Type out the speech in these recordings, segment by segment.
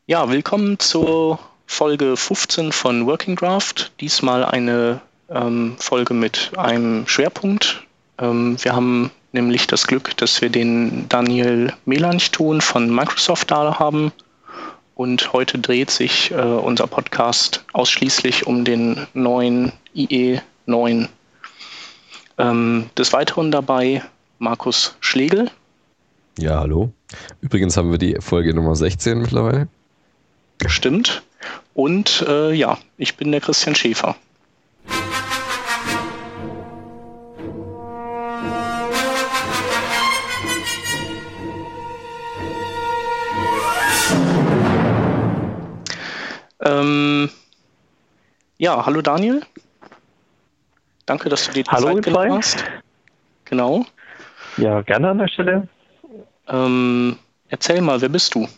Ja, willkommen zur Folge 15 von Working Draft. Diesmal eine Folge mit einem Schwerpunkt. Wir haben nämlich das Glück, dass wir den Daniel Melanchthon von Microsoft da haben. Und heute dreht sich unser Podcast ausschließlich um den neuen IE9. Des Weiteren dabei Markus Schlegel. Ja, hallo. Übrigens haben wir die Folge Nummer 16 mittlerweile. Stimmt. Und ich bin der Christian Schäfer. Hallo Daniel. Danke, dass du dir die Zeit genommen hast. Genau. Ja, gerne an der Stelle. Erzähl mal, wer bist du?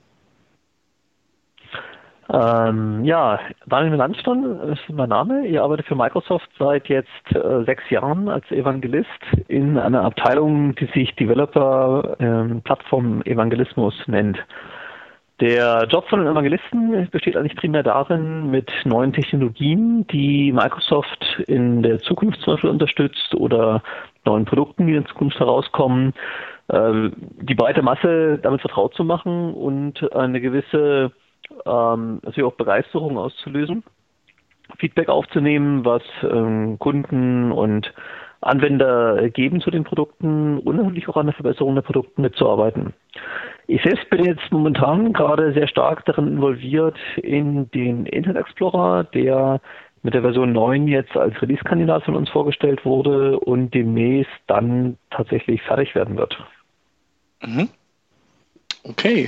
Daniel Melanchthon ist mein Name. Ich arbeite für Microsoft seit jetzt 6 Jahren als Evangelist in einer Abteilung, die sich Developer Plattform Evangelismus nennt. Der Job von einem Evangelisten besteht eigentlich primär darin, mit neuen Technologien, die Microsoft in der Zukunft zum Beispiel unterstützt oder neuen Produkten, die in Zukunft herauskommen, die breite Masse damit vertraut zu machen und eine gewisse natürlich auch Begeisterung auszulösen, Feedback aufzunehmen, was Kunden und Anwender geben zu den Produkten und natürlich auch an der Verbesserung der Produkte mitzuarbeiten. Ich selbst bin jetzt momentan gerade sehr stark darin involviert in den Internet Explorer, der mit der Version 9 jetzt als Release-Kandidat von uns vorgestellt wurde und demnächst dann tatsächlich fertig werden wird. Mhm. Okay.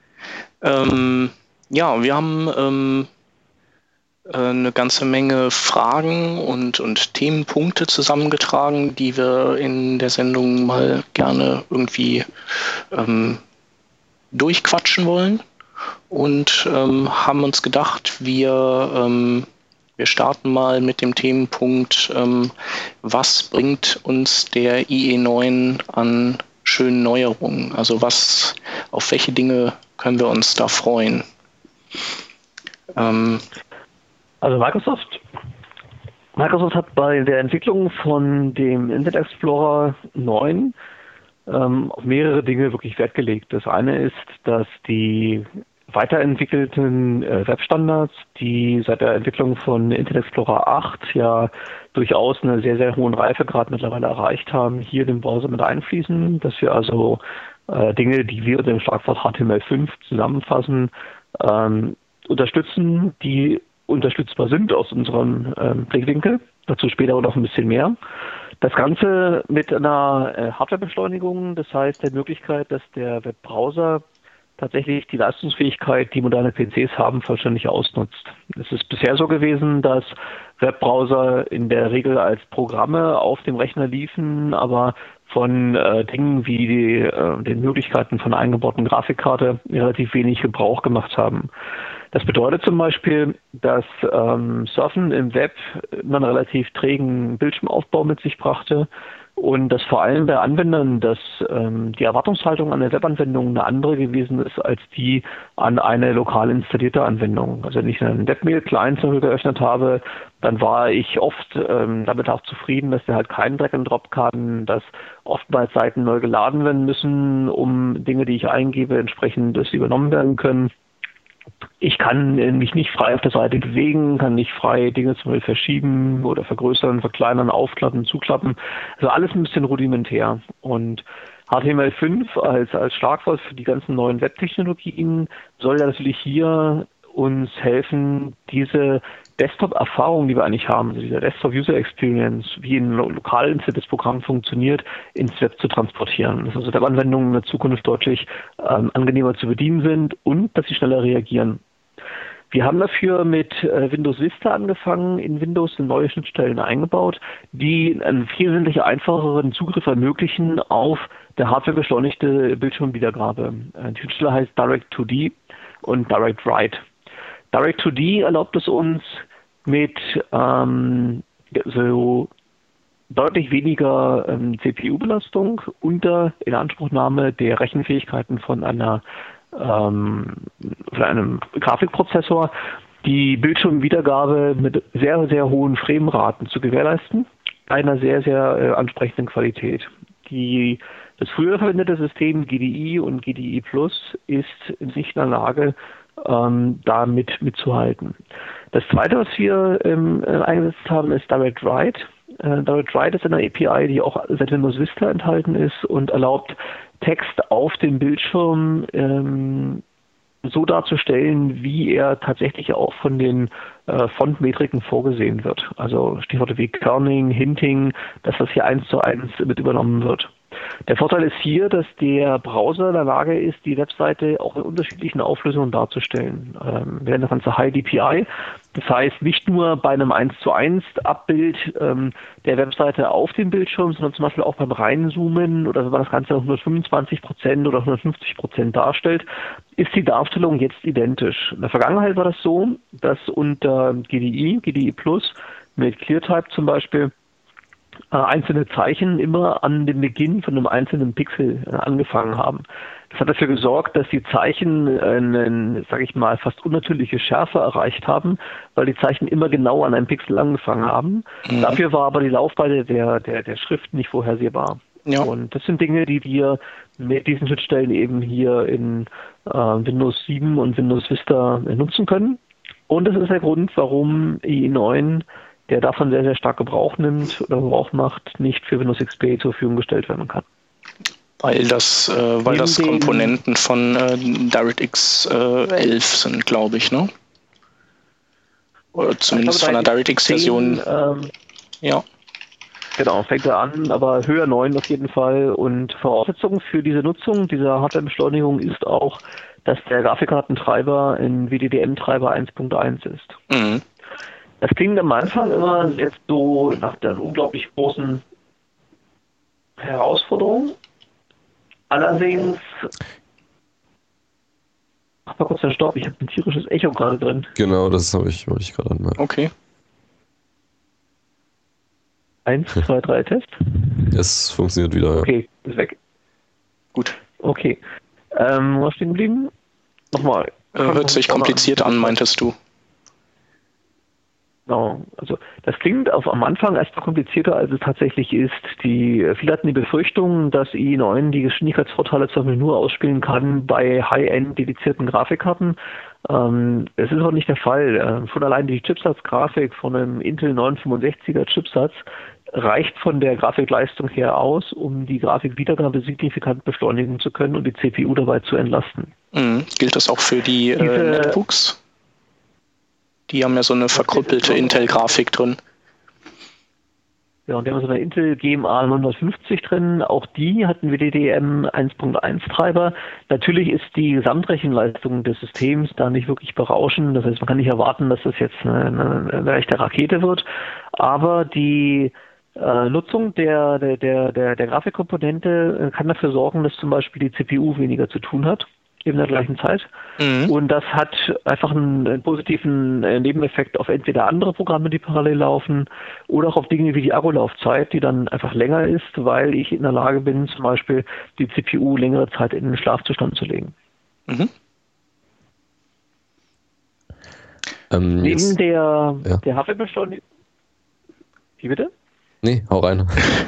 Wir haben eine ganze Menge Fragen und Themenpunkte zusammengetragen, die wir in der Sendung mal gerne irgendwie durchquatschen wollen und haben uns gedacht, wir starten mal mit dem Themenpunkt, was bringt uns der IE9 an schönen Neuerungen? Also auf welche Dinge können wir uns da freuen? Also Microsoft hat bei der Entwicklung von dem Internet Explorer 9 auf mehrere Dinge wirklich Wert gelegt. Das eine ist, dass die weiterentwickelten Webstandards, die seit der Entwicklung von Internet Explorer 8 ja durchaus einen sehr, sehr hohen Reifegrad mittlerweile erreicht haben, hier in den Browser mit einfließen, dass wir also Dinge, die wir unter dem Schlagwort HTML5 zusammenfassen, unterstützen, die unterstützbar sind aus unserem Blickwinkel. Dazu später noch ein bisschen mehr. Das Ganze mit einer Hardwarebeschleunigung, das heißt der Möglichkeit, dass der Webbrowser tatsächlich die Leistungsfähigkeit, die moderne PCs haben, vollständig ausnutzt. Es ist bisher so gewesen, dass Webbrowser in der Regel als Programme auf dem Rechner liefen, aber von Dingen wie den Möglichkeiten von einer eingebauten Grafikkarte relativ wenig Gebrauch gemacht haben. Das bedeutet zum Beispiel, dass Surfen im Web immer einen relativ trägen Bildschirmaufbau mit sich brachte und dass vor allem bei Anwendern, dass die Erwartungshaltung an der Webanwendung eine andere gewesen ist als die an eine lokal installierte Anwendung. Also wenn ich einen Webmail-Client zum Beispiel geöffnet habe, dann war ich oft damit auch zufrieden, dass der halt keinen Drag-and-Drop kann, dass oftmals Seiten neu geladen werden müssen, um Dinge, die ich eingebe, entsprechend das übernommen werden können. Ich kann mich nicht frei auf der Seite bewegen, kann nicht frei Dinge zum Beispiel verschieben oder vergrößern, verkleinern, aufklappen, zuklappen. Also alles ein bisschen rudimentär. Und HTML5 als Schlagwort für die ganzen neuen Webtechnologien soll ja natürlich hier uns helfen, diese Desktop-Erfahrung, die wir eigentlich haben, also diese Desktop-User-Experience, wie ein lokal installiertes Programm funktioniert, ins Web zu transportieren. Dass also Webanwendungen in der Zukunft deutlich angenehmer zu bedienen sind und dass sie schneller reagieren. Wir haben dafür mit Windows Vista angefangen, in Windows neue Schnittstellen eingebaut, die einen viel wesentlich einfacheren Zugriff ermöglichen auf der hardwarebeschleunigte Bildschirmwiedergabe. Die Schnittstelle heißt Direct2D und DirectWrite. Direct2D erlaubt es uns mit deutlich weniger CPU-Belastung unter Inanspruchnahme der Rechenfähigkeiten von einer Grafikprozessor die Bildschirmwiedergabe mit sehr, sehr hohen Frameraten zu gewährleisten, einer sehr, sehr ansprechenden Qualität. Das früher verwendete System GDI und GDI Plus ist nicht in der Lage, damit mitzuhalten. Das zweite, was wir eingesetzt haben, ist Direct Write. Direct Write ist eine API, die auch seit Windows Vista enthalten ist und erlaubt, Text auf dem Bildschirm so darzustellen, wie er tatsächlich auch von den Fontmetriken vorgesehen wird. Also Stichworte wie Kerning, Hinting, dass das hier 1:1 mit übernommen wird. Der Vorteil ist hier, dass der Browser in der Lage ist, die Webseite auch in unterschiedlichen Auflösungen darzustellen. Wir nennen das Ganze High DPI. Das heißt, nicht nur bei einem 1:1 Abbild der Webseite auf dem Bildschirm, sondern zum Beispiel auch beim Reinzoomen oder wenn man das Ganze auf 125% oder 150% darstellt, ist die Darstellung jetzt identisch. In der Vergangenheit war das so, dass unter GDI Plus mit ClearType zum Beispiel einzelne Zeichen immer an dem Beginn von einem einzelnen Pixel angefangen haben. Das hat dafür gesorgt, dass die Zeichen eine, sage ich mal, fast unnatürliche Schärfe erreicht haben, weil die Zeichen immer genau an einem Pixel angefangen haben. Mhm. Dafür war aber die Laufweite der Schrift nicht vorhersehbar. Ja. Und das sind Dinge, die wir mit diesen Schnittstellen eben hier in Windows 7 und Windows Vista nutzen können. Und das ist der Grund, warum IE9, der davon sehr, sehr stark Gebrauch macht, nicht für Windows XP zur Verfügung gestellt werden kann. Weil das Komponenten von DirectX 11 sind, glaube ich, ne? Oder zumindest von der DirectX-Version. Ja. Genau, fängt er an, aber höher 9 auf jeden Fall. Und Voraussetzung für diese Nutzung, dieser Hardware-Beschleunigung ist auch, dass der Grafikkartentreiber ein WDDM-Treiber 1.1 ist. Mhm. Das klingt am Anfang immer jetzt so nach der unglaublich großen Herausforderung. Allerdings, mach mal kurz den Stopp, ich habe ein tierisches Echo gerade drin. Genau, das wollte ich gerade anmerken. Okay. 1, 2, 3, Test. Es funktioniert wieder, ja. Okay, ist weg. Gut. Okay. Wo stehen geblieben? Nochmal. Hört sich kompliziert an, meintest du? Genau, also das klingt am Anfang erstmal komplizierter, als es tatsächlich ist. Viele hatten die Befürchtung, dass i9 die Geschwindigkeitsvorteile zwar nur ausspielen kann bei High-End dedizierten Grafikkarten. Es ist aber nicht der Fall. Schon allein die Chipsatz-Grafik von einem Intel 965er Chipsatz reicht von der Grafikleistung her aus, um die Grafikwiedergabe signifikant beschleunigen zu können und die CPU dabei zu entlasten. Gilt das auch für die Netbooks? Die haben ja so eine verkrüppelte Intel-Grafik drin. Ja, und wir haben so eine Intel GMA 950 drin. Auch die hatten WDDM 1.1 Treiber. Natürlich ist die Gesamtrechenleistung des Systems da nicht wirklich berauschend. Das heißt, man kann nicht erwarten, dass das jetzt eine echte Rakete wird. Aber die Nutzung der Grafikkomponente kann dafür sorgen, dass zum Beispiel die CPU weniger zu tun hat in der gleichen Zeit. Mhm. Und das hat einfach einen positiven Nebeneffekt auf entweder andere Programme, die parallel laufen, oder auch auf Dinge wie die Akkulaufzeit, die dann einfach länger ist, weil ich in der Lage bin, zum Beispiel die CPU längere Zeit in den Schlafzustand zu legen. Mhm. Neben der Hardwarebeschleunigung. Wie bitte? Nee, hau rein.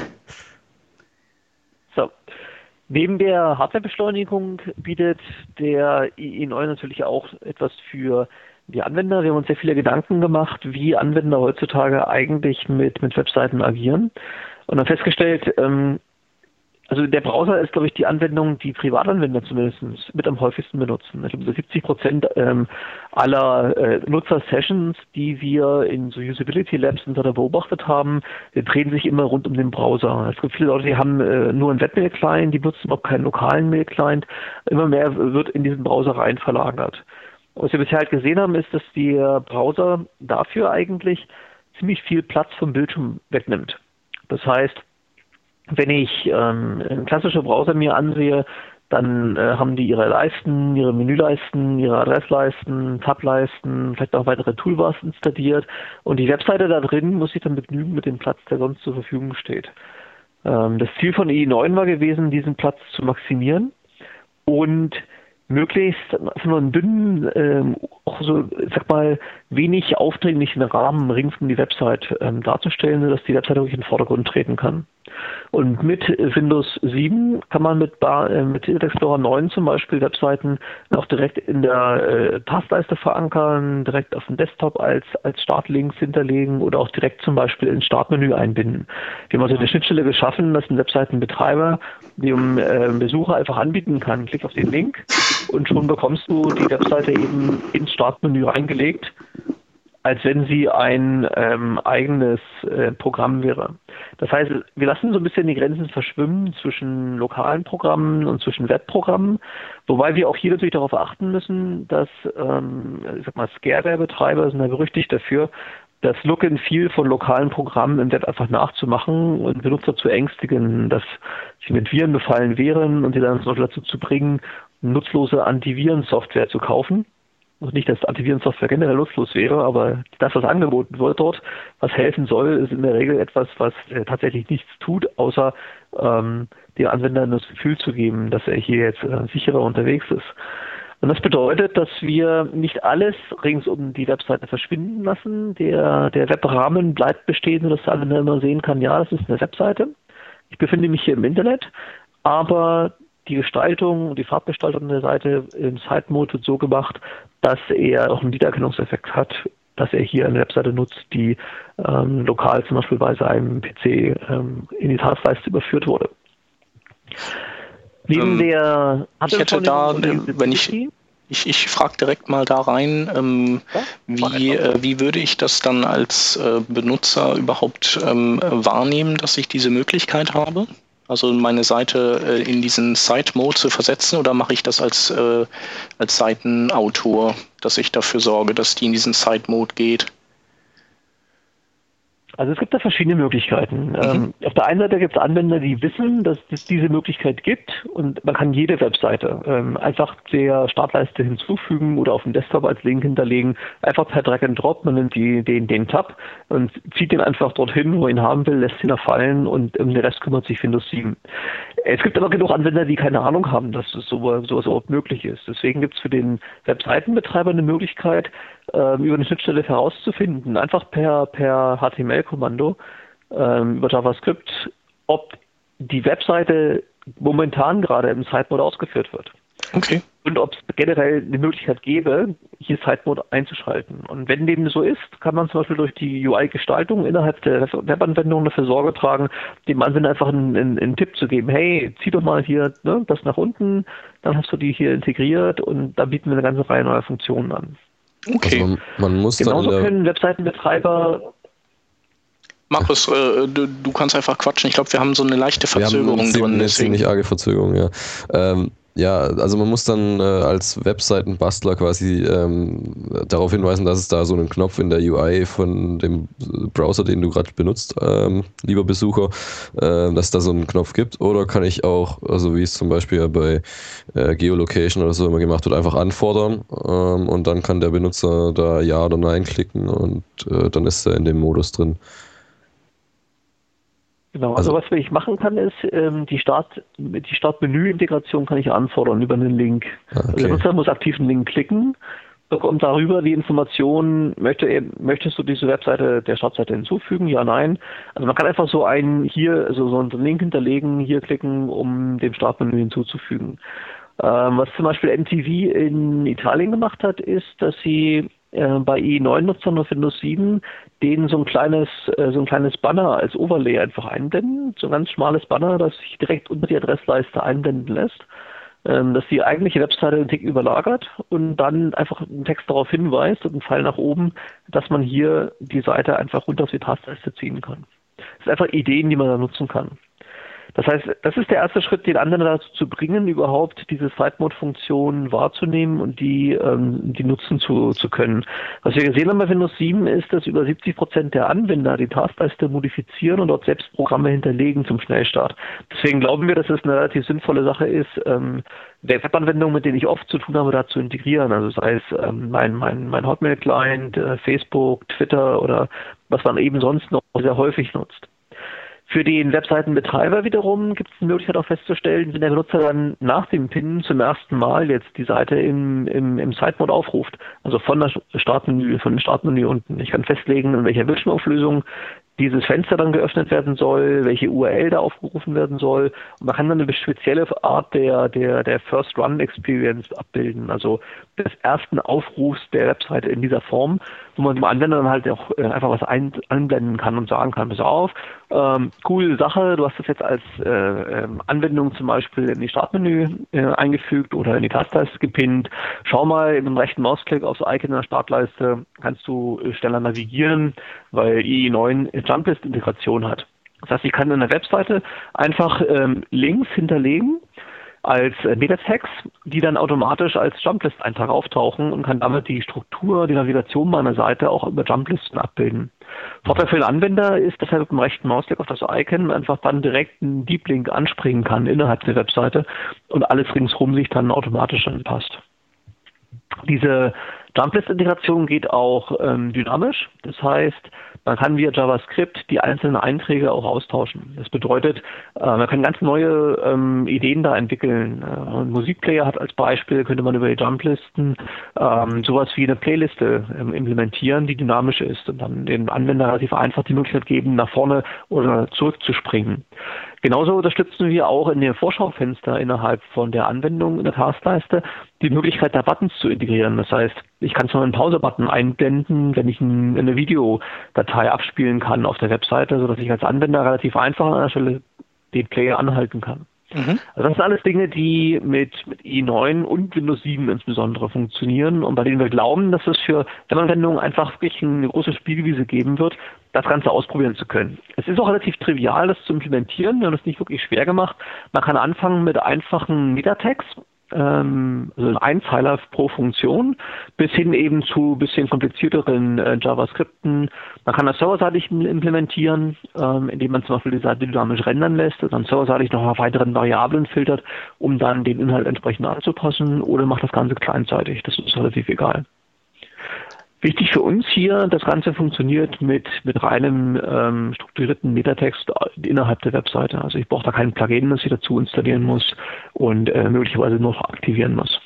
Neben der Hardwarebeschleunigung bietet der IE9 natürlich auch etwas für die Anwender. Wir haben uns sehr viele Gedanken gemacht, wie Anwender heutzutage eigentlich mit Webseiten agieren. Und haben festgestellt, also der Browser ist, glaube ich, die Anwendung, die Privatanwender zumindest mit am häufigsten benutzen. Ich glaube, 70% aller Nutzer-Sessions, die wir in so Usability Labs beobachtet haben, drehen sich immer rund um den Browser. Es gibt viele Leute, die haben nur einen Webmail-Client, die nutzen auch keinen lokalen Mail-Client. Immer mehr wird in diesen Browser rein verlagert. Was wir bisher halt gesehen haben, ist, dass der Browser dafür eigentlich ziemlich viel Platz vom Bildschirm wegnimmt. Das heißt, wenn ich einen klassischen Browser mir ansehe, dann haben die ihre Leisten, ihre Menüleisten, ihre Adressleisten, Tableisten, vielleicht auch weitere Toolbars installiert. Und die Webseite da drin muss sich dann begnügen mit dem Platz, der sonst zur Verfügung steht. Das Ziel von IE9 war gewesen, diesen Platz zu maximieren. Und möglichst einfach nur einen dünnen, auch so, ich sag mal, wenig aufdringlichen Rahmen rings um die Website darzustellen, sodass die Website wirklich in den Vordergrund treten kann. Und mit Windows 7 kann man mit Internet Explorer 9 zum Beispiel Webseiten auch direkt in der Taskleiste verankern, direkt auf dem Desktop als Startlinks hinterlegen oder auch direkt zum Beispiel ins Startmenü einbinden. Wir haben also eine Schnittstelle geschaffen, dass ein Webseitenbetreiber dem Besucher einfach anbieten kann. Klick auf den Link und schon bekommst du die Webseite eben ins Startmenü reingelegt, als wenn sie ein eigenes Programm wäre. Das heißt, wir lassen so ein bisschen die Grenzen verschwimmen zwischen lokalen Programmen und zwischen Webprogrammen, wobei wir auch hier natürlich darauf achten müssen, dass, ich sag mal, Scareware-Betreiber sind ja berüchtigt dafür, das Look and Feel von lokalen Programmen im Web einfach nachzumachen und Benutzer zu ängstigen, dass sie mit Viren befallen wären und sie dann dazu zu bringen, nutzlose Antivirensoftware zu kaufen. Also nicht, dass Antivirensoftware generell nutzlos wäre, aber das, was angeboten wird dort, was helfen soll, ist in der Regel etwas, was tatsächlich nichts tut, außer dem Anwender das Gefühl zu geben, dass er hier jetzt sicherer unterwegs ist. Und das bedeutet, dass wir nicht alles rings um die Webseite verschwinden lassen. Der Webrahmen bleibt bestehen, sodass der Anwender immer sehen kann, ja, das ist eine Webseite. Ich befinde mich hier im Internet, aber die Gestaltung und die Farbgestaltung der Seite im Site-Mode wird so gemacht, dass er auch einen Wiedererkennungseffekt hat, dass er hier eine Webseite nutzt, die lokal zum Beispiel bei seinem PC in die Taskleiste überführt wurde. Neben der ich hätte da, wenn ich frage direkt mal da rein, wie würde ich das dann als Benutzer überhaupt wahrnehmen, dass ich diese Möglichkeit habe? Also meine Seite in diesen Site-Mode zu versetzen, oder mache ich das als Seitenautor, dass ich dafür sorge, dass die in diesen Site-Mode geht? Also es gibt da verschiedene Möglichkeiten. Auf der einen Seite gibt es Anwender, die wissen, dass es diese Möglichkeit gibt, und man kann jede Webseite einfach der Startleiste hinzufügen oder auf dem Desktop als Link hinterlegen, einfach per Drag and Drop. Man nimmt den Tab und zieht den einfach dorthin, wo er ihn haben will, lässt ihn da fallen, und um den Rest kümmert sich Windows 7. Es gibt aber genug Anwender, die keine Ahnung haben, dass sowas überhaupt möglich ist. Deswegen gibt es für den Webseitenbetreiber eine Möglichkeit, über eine Schnittstelle herauszufinden, einfach per HTML-Kommando über JavaScript, ob die Webseite momentan gerade im Site-Mode ausgeführt wird. Okay. Und ob es generell eine Möglichkeit gäbe, hier Site-Mode einzuschalten. Und wenn dem so ist, kann man zum Beispiel durch die UI-Gestaltung innerhalb der Webanwendung dafür Sorge tragen, dem Anwender einfach einen Tipp zu geben. Hey, zieh doch mal hier das nach unten, dann hast du die hier integriert, und da bieten wir eine ganze Reihe neuer Funktionen an. Okay. Also man muss genauso können Webseitenbetreiber... Markus, du kannst einfach quatschen. Ich glaube, wir haben so eine leichte Verzögerung drin. Eine ziemlich arge Verzögerung, ja. Ja, also man muss dann als Webseitenbastler quasi darauf hinweisen, dass es da so einen Knopf in der UI von dem Browser, den du gerade benutzt, lieber Besucher, dass es da so einen Knopf gibt. Oder kann ich auch, also wie es zum Beispiel ja bei Geolocation oder so immer gemacht wird, einfach anfordern, und dann kann der Benutzer da Ja oder Nein klicken, und dann ist er in dem Modus drin. Genau, also was ich machen kann, ist, die Startmenü-Integration kann ich anfordern über einen Link. Okay. Also der Nutzer muss aktiv einen Link klicken, bekommt darüber die Information, möchtest du diese Webseite der Startseite hinzufügen? Ja, nein. Also man kann einfach so einen Link hinterlegen, hier klicken, um dem Startmenü hinzuzufügen. Was zum Beispiel MTV in Italien gemacht hat, ist, dass sie bei i9-Nutzern auf Windows 7 denen so ein kleines Banner als Overlay einfach einblenden, so ein ganz schmales Banner, das sich direkt unter die Adressleiste einblenden lässt, dass die eigentliche Webseite einen Tick überlagert und dann einfach einen Text darauf hinweist und einen Pfeil nach oben, dass man hier die Seite einfach runter auf die Taskleiste ziehen kann. Das sind einfach Ideen, die man da nutzen kann. Das heißt, das ist der erste Schritt, den Anwender dazu zu bringen, überhaupt diese Site-Mode-Funktion wahrzunehmen und die nutzen zu können. Was wir gesehen haben bei Windows 7 ist, dass über 70% der Anwender die Taskleiste modifizieren und dort selbst Programme hinterlegen zum Schnellstart. Deswegen glauben wir, dass es eine relativ sinnvolle Sache ist, Webanwendungen, mit denen ich oft zu tun habe, da zu integrieren. Also sei es mein Hotmail-Client, Facebook, Twitter oder was man eben sonst noch sehr häufig nutzt. Für den Webseitenbetreiber wiederum gibt es die Möglichkeit auch festzustellen, wenn der Benutzer dann nach dem PIN zum ersten Mal jetzt die Seite im Site-Mode aufruft, also von dem Startmenü unten. Ich kann festlegen, in welcher Bildschirmauflösung dieses Fenster dann geöffnet werden soll, welche URL da aufgerufen werden soll. Und man kann dann eine spezielle Art der First-Run-Experience abbilden, also des ersten Aufrufs der Webseite in dieser Form, wo man dem Anwender dann halt auch einfach was einblenden kann und sagen kann, pass auf, coole Sache, du hast das jetzt als Anwendung zum Beispiel in die Startmenü eingefügt oder in die Taskleiste gepinnt. Schau mal, mit dem rechten Mausklick aufs Icon in der Startleiste kannst du schneller navigieren, weil IE9 Jumplist-Integration hat. Das heißt, ich kann in der Webseite einfach Links hinterlegen als Metatext, die dann automatisch als Jumplist-Eintrag auftauchen und kann damit die Struktur, die Navigation meiner Seite auch über Jumplisten abbilden. Vorteil für den Anwender ist, dass er mit dem rechten Mausklick auf das Icon einfach dann direkt einen Deep Link anspringen kann innerhalb der Webseite und alles ringsherum sich dann automatisch anpasst. Diese Jumplist-Integration geht auch dynamisch. Das heißt, man kann via JavaScript die einzelnen Einträge auch austauschen. Das bedeutet, man kann ganz neue Ideen da entwickeln. Ein Musikplayer hat als Beispiel, könnte man über die Jumplisten sowas wie eine Playliste implementieren, die dynamisch ist und dann dem Anwender relativ einfach die Möglichkeit geben, nach vorne oder zurückzuspringen. Genauso unterstützen wir auch in dem Vorschaufenster innerhalb von der Anwendung in der Taskleiste die Möglichkeit, da Buttons zu integrieren. Das heißt, ich kann zwar einen Pause-Button einblenden, wenn ich eine Videodatei abspielen kann auf der Webseite, sodass ich als Anwender relativ einfach an der Stelle den Player anhalten kann. Also das sind alles Dinge, die mit i9 und Windows 7 insbesondere funktionieren und bei denen wir glauben, dass es für Webanwendungen einfach wirklich eine große Spielwiese geben wird, das Ganze ausprobieren zu können. Es ist auch relativ trivial, das zu implementieren. Wir haben es nicht wirklich schwer gemacht. Man kann anfangen mit einfachen Metatext, also ein Einzeiler pro Funktion, bis hin eben zu ein bisschen komplizierteren JavaScripten. Man kann das serverseitig implementieren, indem man zum Beispiel die Seite dynamisch rendern lässt und dann serverseitig noch nach weiteren Variablen filtert, um dann den Inhalt entsprechend anzupassen, oder macht das Ganze kleinzeitig. Das ist relativ egal. Wichtig für uns hier, das Ganze funktioniert mit reinem strukturierten Metatext innerhalb der Webseite. Also ich brauche da kein Plugin, das ich dazu installieren muss und möglicherweise noch aktivieren muss.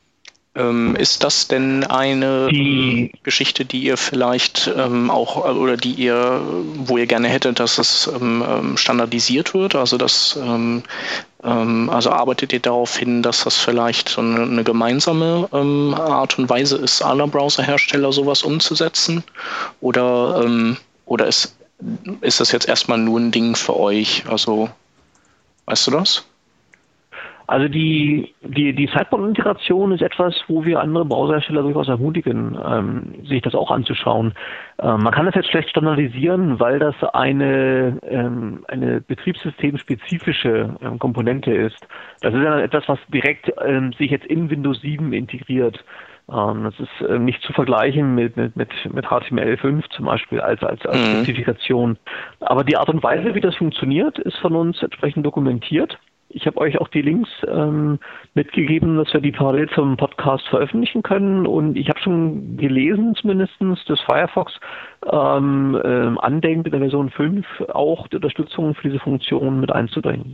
Ist das denn eine Geschichte, die ihr vielleicht auch oder wo ihr gerne hättet, dass es standardisiert wird? Also also arbeitet ihr darauf hin, dass das vielleicht so eine gemeinsame Art und Weise ist, aller Browserhersteller sowas umzusetzen? Oder ist das jetzt erstmal nur ein Ding für euch? Also, weißt du das? Also die Sideboard-Integration ist etwas, wo wir andere Browserhersteller durchaus ermutigen, sich das auch anzuschauen. Man kann das jetzt schlecht standardisieren, weil das eine betriebssystemspezifische Komponente ist. Das ist ja etwas, was direkt sich jetzt in Windows 7 integriert. Das ist nicht zu vergleichen mit HTML5 zum Beispiel als Spezifikation. Aber die Art und Weise, wie das funktioniert, ist von uns entsprechend dokumentiert. Ich habe euch auch die Links mitgegeben, dass wir die parallel zum Podcast veröffentlichen können. Und ich habe schon gelesen zumindest, dass Firefox andenkt, in der Version 5 auch die Unterstützung für diese Funktion mit einzubringen.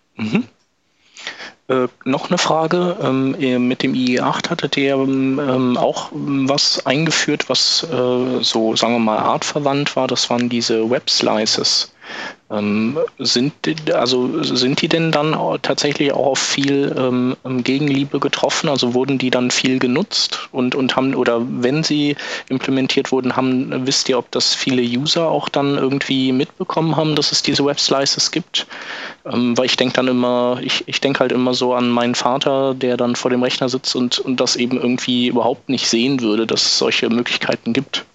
Noch eine Frage. Mit dem IE8 hattet ihr auch was eingeführt, was so, sagen wir mal, artverwandt war. Das waren diese Web-Slices. Sind die denn dann tatsächlich auch auf viel Gegenliebe getroffen? Also wurden die dann viel genutzt und haben, oder wenn sie implementiert wurden, wisst ihr, ob das viele User auch dann irgendwie mitbekommen haben, dass es diese Web-Slices gibt? Weil ich denke dann immer, ich denke halt immer so an meinen Vater, der dann vor dem Rechner sitzt und das eben irgendwie überhaupt nicht sehen würde, dass es solche Möglichkeiten gibt.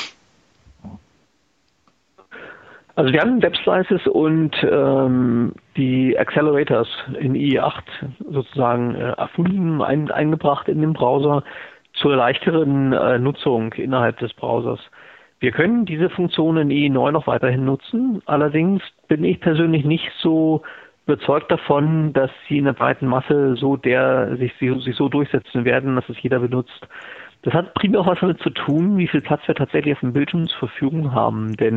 Also wir haben Web-Slices und die Accelerators in IE8 sozusagen erfunden, eingebracht in den Browser zur leichteren Nutzung innerhalb des Browsers. Wir können diese Funktion in IE9 noch weiterhin nutzen, allerdings bin ich persönlich nicht so überzeugt davon, dass sie in der breiten Masse sich so durchsetzen werden, dass es jeder benutzt. Das hat primär auch was damit zu tun, wie viel Platz wir tatsächlich auf dem Bildschirm zur Verfügung haben. Denn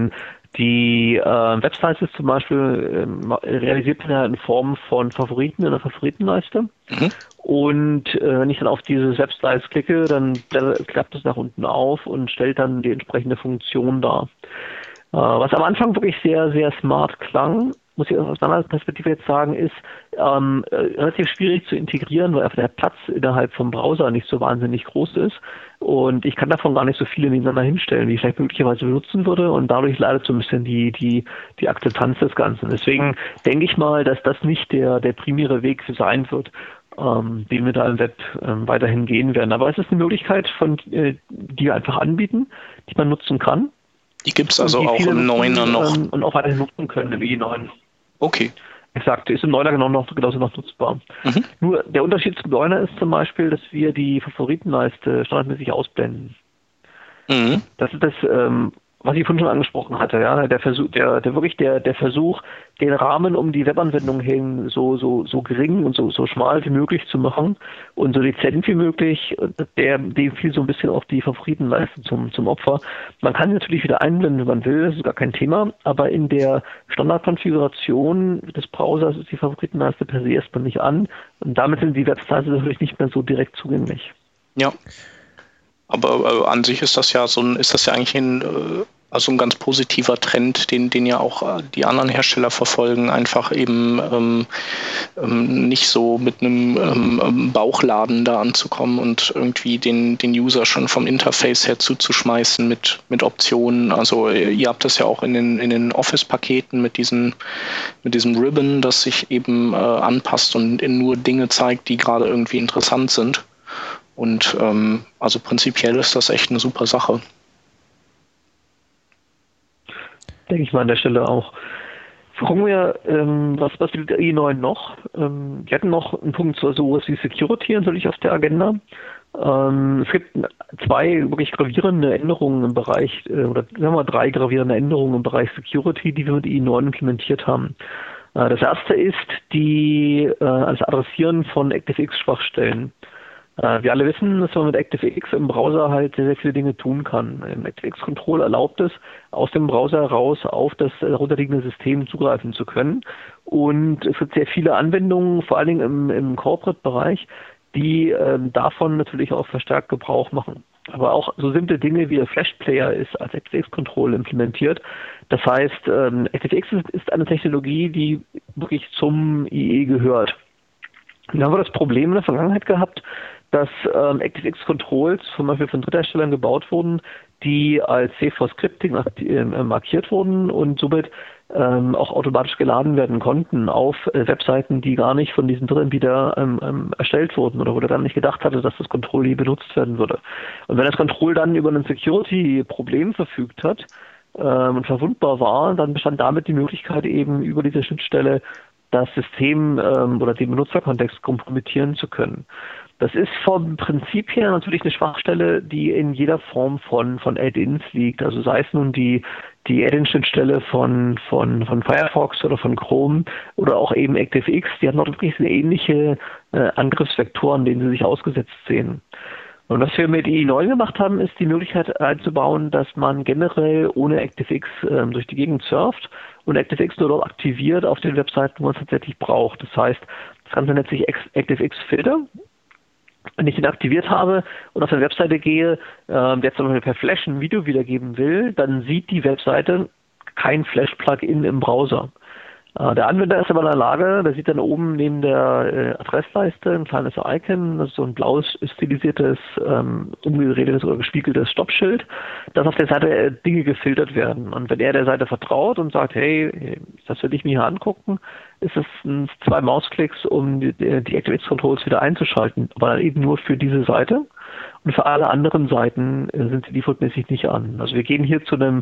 Die Website ist zum Beispiel realisiert man ja in Form von Favoriten in der Favoritenleiste. Und wenn ich dann auf diese Websites klicke, dann klappt es nach unten auf und stellt dann die entsprechende Funktion dar. Was am Anfang wirklich sehr, sehr smart klang, muss ich aus einer Perspektive jetzt sagen, ist relativ schwierig zu integrieren, weil einfach der Platz innerhalb vom Browser nicht so wahnsinnig groß ist. Und ich kann davon gar nicht so viele nebeneinander hinstellen, wie ich vielleicht möglicherweise benutzen würde. Und dadurch leidet so ein bisschen die Akzeptanz des Ganzen. Deswegen denke ich mal, dass das nicht der primäre Weg sein wird, den wir da im Web weiterhin gehen werden. Aber es ist eine Möglichkeit, die wir einfach anbieten, die man nutzen kann. Die gibt es also auch im 9er noch. Und auch weiterhin nutzen können im i9. Okay. Exakt, ist im 9er genauso noch nutzbar. Nur der Unterschied zum 9er ist zum Beispiel, dass wir die Favoritenleiste standardmäßig ausblenden. Das ist das, was ich vorhin schon angesprochen hatte, ja, der Versuch, der Versuch, den Rahmen um die Webanwendung hin so gering und so schmal wie möglich zu machen und so dezent wie möglich, dem fiel so ein bisschen auch die Favoritenleiste zum Opfer. Man kann sie natürlich wieder einblenden, wenn man will, das ist gar kein Thema, aber in der Standardkonfiguration des Browsers ist die Favoritenleiste per se erstmal nicht an und damit sind die Websites natürlich nicht mehr so direkt zugänglich. Ja. Aber an sich ist das ja eigentlich ein ganz positiver Trend, den ja auch die anderen Hersteller verfolgen, einfach eben nicht so mit einem Bauchladen da anzukommen und irgendwie den User schon vom Interface her zuzuschmeißen mit Optionen. Also ihr habt das ja auch in den Office-Paketen mit diesem Ribbon, das sich eben anpasst und nur Dinge zeigt, die gerade irgendwie interessant sind. Und also prinzipiell ist das echt eine super Sache. Denke ich mal an der Stelle auch. Gucken wir, was will der i9 noch? Wir hatten noch einen Punkt so sowas wie Security natürlich auf der Agenda. Es gibt zwei wirklich gravierende Änderungen im Bereich, oder sagen wir mal 3 gravierende Änderungen im Bereich Security, die wir mit i9 implementiert haben. Das erste ist das Adressieren von ActiveX-Schwachstellen. Wir alle wissen, dass man mit ActiveX im Browser halt sehr, sehr viele Dinge tun kann. ActiveX Control erlaubt es, aus dem Browser heraus auf das darunterliegende System zugreifen zu können. Und es gibt sehr viele Anwendungen, vor allen Dingen im Corporate-Bereich, die davon natürlich auch verstärkt Gebrauch machen. Aber auch so simple Dinge wie der Flash-Player ist als ActiveX Control implementiert. Das heißt, ActiveX ist eine Technologie, die wirklich zum IE gehört. Da haben wir das Problem in der Vergangenheit gehabt, dass ActiveX Controls zum Beispiel von Drittherstellern gebaut wurden, die als Safe for Scripting markiert wurden und somit auch automatisch geladen werden konnten auf Webseiten, die gar nicht von diesen Drittanbietern erstellt wurden oder wo der dann nicht gedacht hatte, dass das Control je benutzt werden würde. Und wenn das Control dann über ein Security-Problem verfügt hat und verwundbar war, dann bestand damit die Möglichkeit eben über diese Schnittstelle das System oder den Benutzerkontext kompromittieren zu können. Das ist vom Prinzip her natürlich eine Schwachstelle, die in jeder Form von Add-ins liegt. Also sei es nun die Add-in-Schnittstelle von Firefox oder von Chrome oder auch eben ActiveX, die haben auch wirklich sehr ähnliche Angriffsvektoren, denen sie sich ausgesetzt sehen. Und was wir mit i9 gemacht haben, ist die Möglichkeit einzubauen, dass man generell ohne ActiveX durch die Gegend surft und ActiveX nur dort aktiviert auf den Webseiten, wo man es tatsächlich braucht. Das heißt, das Ganze nennt sich ActiveX Filter. Wenn ich den aktiviert habe und auf eine Webseite gehe, der zum Beispiel per Flash ein Video wiedergeben will, dann sieht die Webseite kein Flash-Plugin im Browser. Der Anwender ist aber in der Lage, der sieht dann oben neben der Adressleiste ein kleines Icon, das ist so ein blaues, stilisiertes, umgedrehtes oder gespiegeltes Stoppschild, dass auf der Seite Dinge gefiltert werden. Und wenn er der Seite vertraut und sagt, hey, das will ich mir hier angucken, ist es 2 Mausklicks, um die ActiveX Controls wieder einzuschalten, aber dann eben nur für diese Seite. Und für alle anderen Seiten sind sie defaultmäßig nicht an. Also wir gehen hier zu einem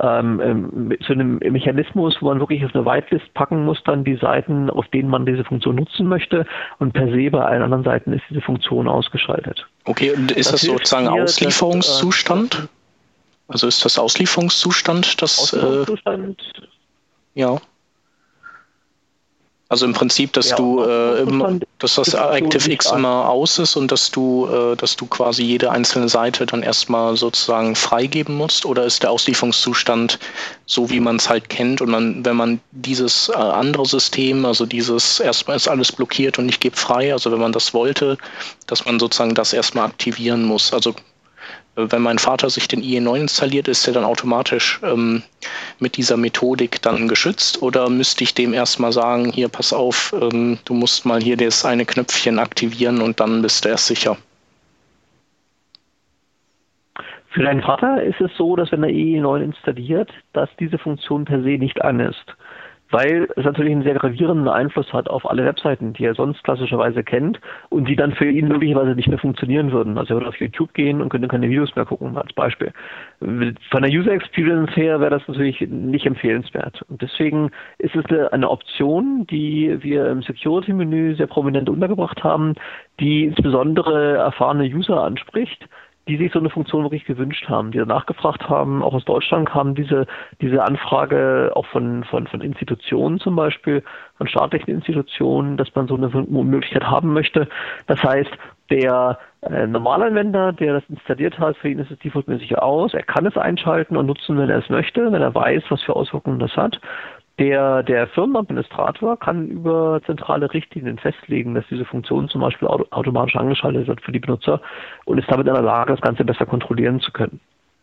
Mechanismus, wo man wirklich auf eine Whitelist packen muss, dann die Seiten, auf denen man diese Funktion nutzen möchte. Und per se bei allen anderen Seiten ist diese Funktion ausgeschaltet. Okay, und ist das sozusagen Auslieferungszustand? Also ist das Auslieferungszustand? Auslieferungszustand? Ja. Also im Prinzip, dass dass das ActiveX immer aus ist und dass du quasi jede einzelne Seite dann erstmal sozusagen freigeben musst, oder ist der Auslieferungszustand so, wie man es halt kennt, und wenn man dieses andere System, also dieses erstmal ist alles blockiert und ich gebe frei, also wenn man das wollte, dass man sozusagen das erstmal aktivieren muss. Also wenn mein Vater sich den IE9 installiert, ist er dann automatisch mit dieser Methodik dann geschützt, oder müsste ich dem erstmal sagen, hier, pass auf, du musst mal hier das eine Knöpfchen aktivieren und dann bist du erst sicher? Für deinen Vater ist es so, dass wenn er IE9 installiert, dass diese Funktion per se nicht an ist. Weil es natürlich einen sehr gravierenden Einfluss hat auf alle Webseiten, die er sonst klassischerweise kennt und die dann für ihn möglicherweise nicht mehr funktionieren würden. Also er würde auf YouTube gehen und könnte keine Videos mehr gucken, als Beispiel. Von der User Experience her wäre das natürlich nicht empfehlenswert. Und deswegen ist es eine Option, die wir im Security-Menü sehr prominent untergebracht haben, die insbesondere erfahrene User anspricht, die sich so eine Funktion wirklich gewünscht haben, die danach gefragt haben. Auch aus Deutschland kam diese Anfrage auch von Institutionen zum Beispiel, von staatlichen Institutionen, dass man so eine Möglichkeit haben möchte. Das heißt, der Normalanwender, der das installiert hat, für ihn ist es defaultmäßig aus. Er kann es einschalten und nutzen, wenn er es möchte, wenn er weiß, was für Auswirkungen das hat. Der Firmenadministrator kann über zentrale Richtlinien festlegen, dass diese Funktion zum Beispiel automatisch angeschaltet wird für die Benutzer und ist damit in der Lage, das Ganze besser kontrollieren zu können.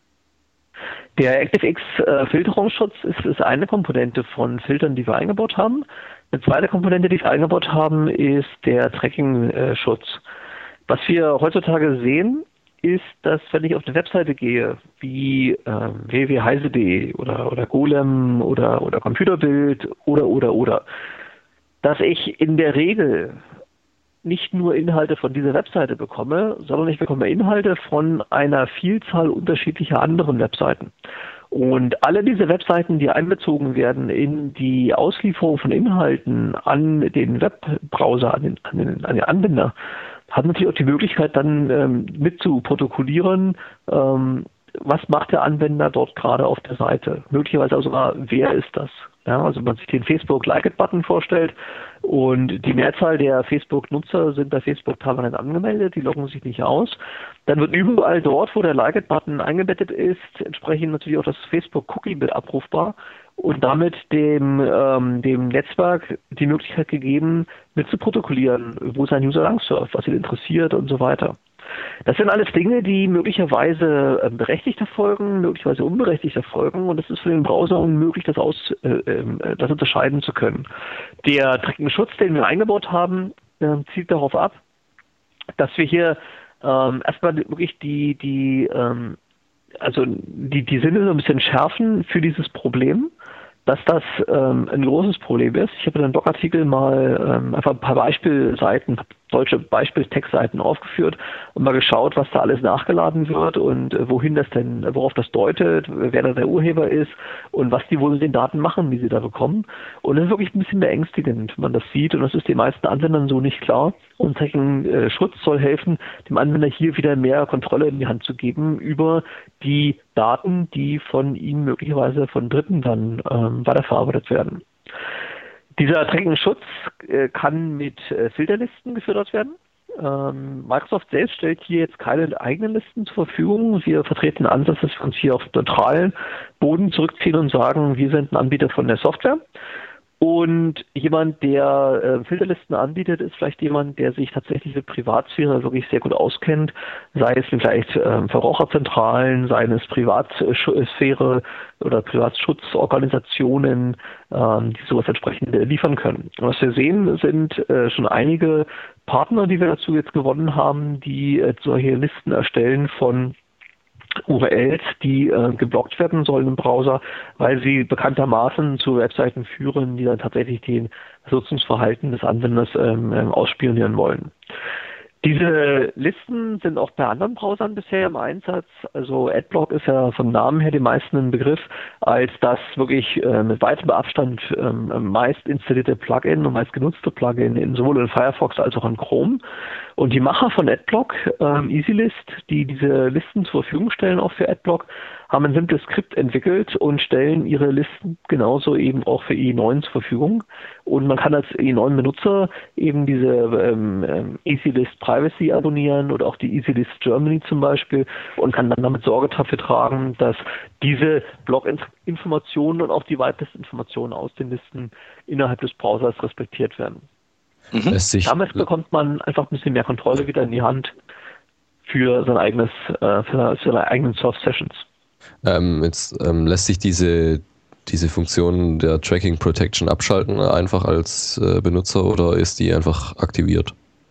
Der ActiveX Filterungsschutz ist eine Komponente von Filtern, die wir eingebaut haben. Eine zweite Komponente, die wir eingebaut haben, ist der Tracking-Schutz. Was wir heutzutage sehen, ist, dass wenn ich auf eine Webseite gehe, wie www.heise.de oder Golem oder Computerbild oder, dass ich in der Regel nicht nur Inhalte von dieser Webseite bekomme, sondern ich bekomme Inhalte von einer Vielzahl unterschiedlicher anderen Webseiten. Und alle diese Webseiten, die einbezogen werden in die Auslieferung von Inhalten an den Webbrowser, an den Anwender, hat natürlich auch die Möglichkeit, dann mit zu protokollieren, was macht der Anwender dort gerade auf der Seite. Möglicherweise auch sogar, wer ist das? Ja, also wenn man sich den Facebook-Like-It-Button vorstellt und die Mehrzahl der Facebook-Nutzer sind bei Facebook permanent angemeldet, die loggen sich nicht aus, dann wird überall dort, wo der Like-It-Button eingebettet ist, entsprechend natürlich auch das Facebook-Cookie mit abrufbar und damit dem Netzwerk die Möglichkeit gegeben, mit zu protokollieren, wo sein User lang surft, was ihn interessiert und so weiter. Das sind alles Dinge, die möglicherweise berechtigt erfolgen, möglicherweise unberechtigt erfolgen, und es ist für den Browser unmöglich, das unterscheiden zu können. Der Tracking-Schutz, den wir eingebaut haben, zielt darauf ab, dass wir hier erstmal wirklich die Sinne so ein bisschen schärfen für dieses Problem, dass das ein großes Problem ist. Ich habe in einem Blogartikel mal einfach ein paar Beispielseiten, deutsche Beispieltextseiten aufgeführt und mal geschaut, was da alles nachgeladen wird und worauf das deutet, wer da der Urheber ist und was die wohl mit den Daten machen, die sie da bekommen. Und das ist wirklich ein bisschen beängstigend, wenn man das sieht, und das ist den meisten Anwendern so nicht klar. Und Tracking-Schutz soll helfen, dem Anwender hier wieder mehr Kontrolle in die Hand zu geben über die Daten, die von ihm möglicherweise von Dritten dann weiterverarbeitet werden. Dieser Tracking-Schutz kann mit Filterlisten gefördert werden. Microsoft selbst stellt hier jetzt keine eigenen Listen zur Verfügung. Wir vertreten den Ansatz, dass wir uns hier auf neutralen Boden zurückziehen und sagen, wir sind ein Anbieter von der Software. Und jemand, der Filterlisten anbietet, ist vielleicht jemand, der sich tatsächlich mit Privatsphäre wirklich sehr gut auskennt, sei es vielleicht Verbraucherzentralen, sei es Privatsphäre oder Privatschutzorganisationen, die sowas entsprechend liefern können. Und was wir sehen, sind schon einige Partner, die wir dazu jetzt gewonnen haben, die solche Listen erstellen von URLs, die geblockt werden sollen im Browser, weil sie bekanntermaßen zu Webseiten führen, die dann tatsächlich den Nutzungsverhalten des Anwenders ausspionieren wollen. Diese Listen sind auch bei anderen Browsern bisher im Einsatz. Also Adblock ist ja vom Namen her den meisten ein Begriff als das wirklich mit weitem Abstand meist installierte Plugin und meist genutzte Plugin sowohl in Firefox als auch in Chrome. Und die Macher von Adblock, EasyList, die diese Listen zur Verfügung stellen, auch für Adblock, haben ein simples Skript entwickelt und stellen ihre Listen genauso eben auch für E9 zur Verfügung. Und man kann als E9-Benutzer eben diese EasyList Privacy abonnieren oder auch die EasyList Germany zum Beispiel und kann dann damit Sorge dafür tragen, dass diese Blog-Informationen und auch die Whitelist-Informationen aus den Listen innerhalb des Browsers respektiert werden. Damit bekommt man einfach ein bisschen mehr Kontrolle wieder in die Hand für sein eigenes, für seine eigenen Soft Sessions. Lässt sich diese Funktion der Tracking Protection abschalten, einfach als Benutzer, oder ist die einfach aktiviert?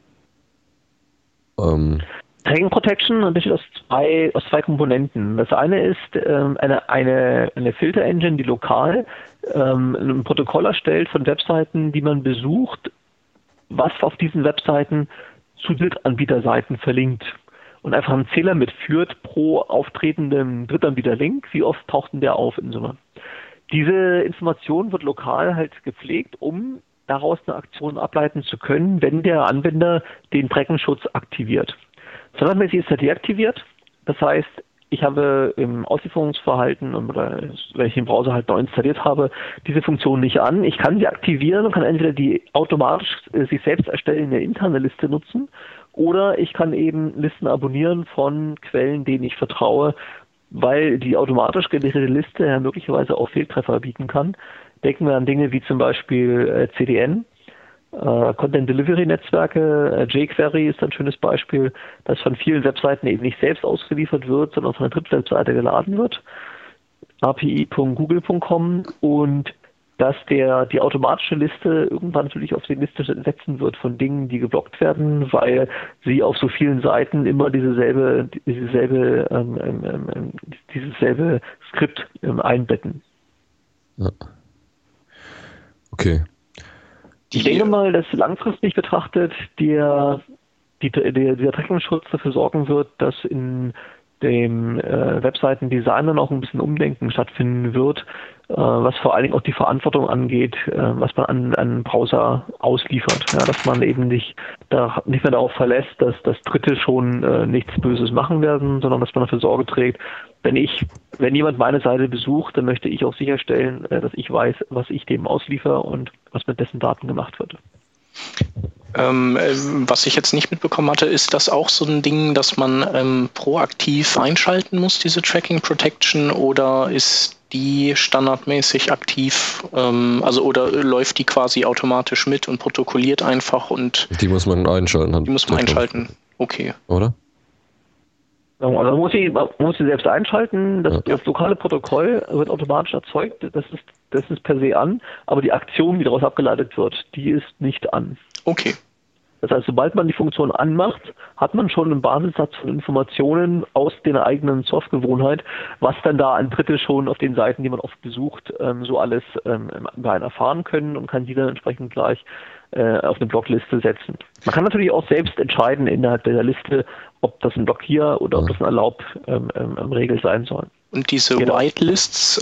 Tracking Protection besteht aus zwei Komponenten. Das eine ist eine Filter-Engine, die lokal ein Protokoll erstellt von Webseiten, die man besucht, was auf diesen Webseiten zu Drittanbieterseiten verlinkt. Und einfach einen Zähler mitführt pro auftretendem Drittanbieter-Link, wie oft taucht denn der auf in Summe. Diese Information wird lokal halt gepflegt, um daraus eine Aktion ableiten zu können, wenn der Anwender den Tracking-Schutz aktiviert. Standardmäßig ist er deaktiviert, das heißt, ich habe im Auslieferungsverhalten oder wenn ich den Browser halt neu installiert habe, diese Funktion nicht an. Ich kann sie aktivieren und kann entweder die automatisch sich selbst erstellende interne Liste nutzen oder ich kann eben Listen abonnieren von Quellen, denen ich vertraue, weil die automatisch generierte Liste ja möglicherweise auch Fehltreffer bieten kann. Denken wir an Dinge wie zum Beispiel CDN, Content Delivery Netzwerke, jQuery ist ein schönes Beispiel, das von vielen Webseiten eben nicht selbst ausgeliefert wird, sondern von einer Drittwebseite geladen wird, api.google.com, und dass die automatische Liste irgendwann natürlich auf die Liste setzen wird von Dingen, die geblockt werden, weil sie auf so vielen Seiten immer dieses selbe Skript einbetten. Ja. Okay. Ich denke mal, dass langfristig betrachtet dieser Tracking-Schutz dafür sorgen wird, dass in dem Webseitendesign dann auch ein bisschen Umdenken stattfinden wird, was vor allen Dingen auch die Verantwortung angeht, was man an einen Browser ausliefert. Ja, dass man eben nicht mehr darauf verlässt, dass Dritte schon nichts Böses machen werden, sondern dass man dafür Sorge trägt, wenn jemand meine Seite besucht, dann möchte ich auch sicherstellen, dass ich weiß, was ich dem ausliefere und was mit dessen Daten gemacht wird. Was ich jetzt nicht mitbekommen hatte, ist das auch so ein Ding, dass man proaktiv einschalten muss, diese Tracking Protection, oder ist die standardmäßig aktiv, oder läuft die quasi automatisch mit und protokolliert einfach und... Die muss man einschalten. Die muss man einschalten, okay. Oder? Also man muss sie selbst einschalten, das lokale Protokoll wird automatisch erzeugt, das ist per se an, aber die Aktion, die daraus abgeleitet wird, die ist nicht an. Okay. Das heißt, sobald man die Funktion anmacht, hat man schon einen Basissatz von Informationen aus der eigenen Surfgewohnheit, was dann da an Dritte schon auf den Seiten, die man oft besucht, so alles über einen erfahren können und kann die dann entsprechend gleich auf eine Blockliste setzen. Man kann natürlich auch selbst entscheiden innerhalb der Liste, ob das ein Blockier oder ob das ein Regel sein soll. Und diese Whitelists,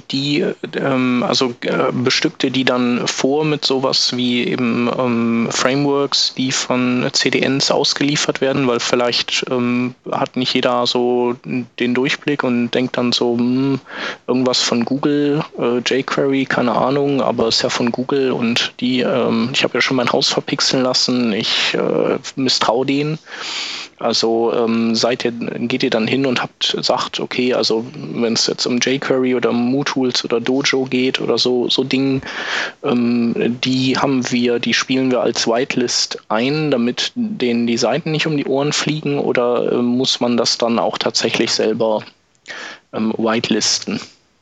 bestückt ihr die dann vor mit sowas wie eben Frameworks, die von CDNs ausgeliefert werden, weil vielleicht hat nicht jeder so den Durchblick und denkt dann so, irgendwas von Google, jQuery, keine Ahnung, aber ist ja von Google und ich habe ja schon mein Haus verpixeln lassen, ich misstraue denen. Also geht ihr dann hin und sagt, okay, also wenn es jetzt um jQuery oder MooTools oder Dojo geht oder so Dinge, die spielen wir als Whitelist ein, damit denen die Seiten nicht um die Ohren fliegen, oder muss man das dann auch tatsächlich selber whitelisten?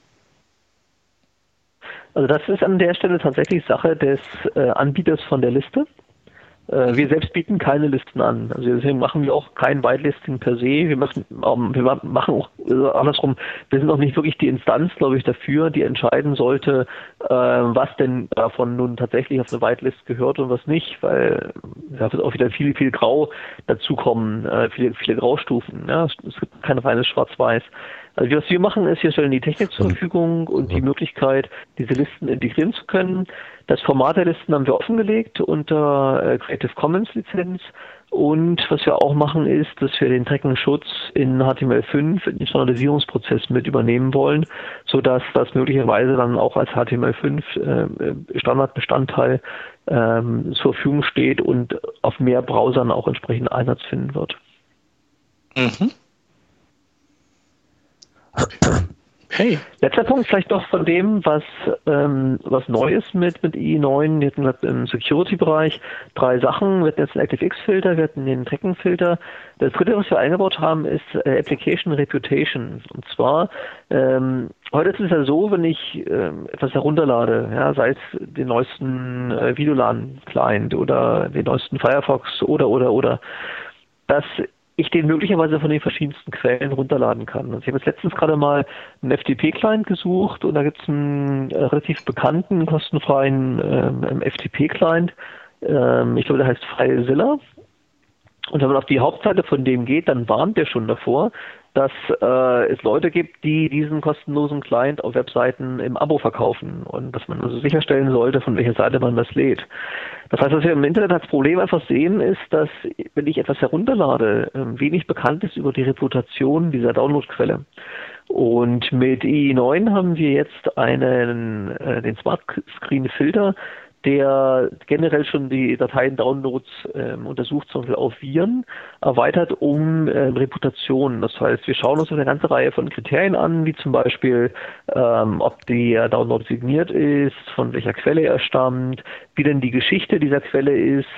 Also das ist an der Stelle tatsächlich Sache des Anbieters von der Liste. Wir selbst bieten keine Listen an. Also deswegen machen wir auch kein Whitelisting per se. Wir machen auch andersrum, wir sind auch nicht wirklich die Instanz, glaube ich, dafür, die entscheiden sollte, was denn davon nun tatsächlich auf eine Whitelist gehört und was nicht, weil da wird auch wieder viel Grau dazukommen, viele Graustufen. Ja? Es gibt kein reines Schwarz-Weiß. Also was wir machen ist, wir stellen die Technik zur Verfügung und die Möglichkeit, diese Listen integrieren zu können. Das Format der Listen haben wir offengelegt unter Creative Commons Lizenz. Und was wir auch machen ist, dass wir den Tracking-Schutz in HTML5 in den Standardisierungsprozess mit übernehmen wollen, sodass das möglicherweise dann auch als HTML5 Standardbestandteil zur Verfügung steht und auf mehr Browsern auch entsprechend Einsatz finden wird. Mhm. Hey. Letzter Punkt vielleicht noch von dem, was neu ist mit IE9. Wir hatten im Security-Bereich 3 Sachen. Wir hatten jetzt einen ActiveX-Filter, wir hatten den Tracking-Filter. Das dritte, was wir eingebaut haben, ist Application Reputation. Und zwar, heute ist es ja so, wenn ich etwas herunterlade, ja, sei es den neuesten Videolan-Client oder den neuesten Firefox oder, dass ich den möglicherweise von den verschiedensten Quellen runterladen kann. Also ich habe jetzt letztens gerade mal einen FTP-Client gesucht und da gibt es einen relativ bekannten, kostenfreien FTP-Client. Ich glaube, der heißt FileZilla. Und wenn man auf die Hauptseite von dem geht, dann warnt der schon davor, dass es Leute gibt, die diesen kostenlosen Client auf Webseiten im Abo verkaufen und dass man also sicherstellen sollte, von welcher Seite man das lädt. Das heißt, was wir im Internet als Problem einfach sehen, ist, dass, wenn ich etwas herunterlade, wenig bekannt ist über die Reputation dieser Downloadquelle. Und mit IE9 haben wir jetzt den Smart Screen Filter, der generell schon die Dateien-Downloads untersucht, zum Beispiel auf Viren, erweitert um Reputationen. Das heißt, wir schauen uns eine ganze Reihe von Kriterien an, wie zum Beispiel, ob der Download signiert ist, von welcher Quelle er stammt, wie denn die Geschichte dieser Quelle ist,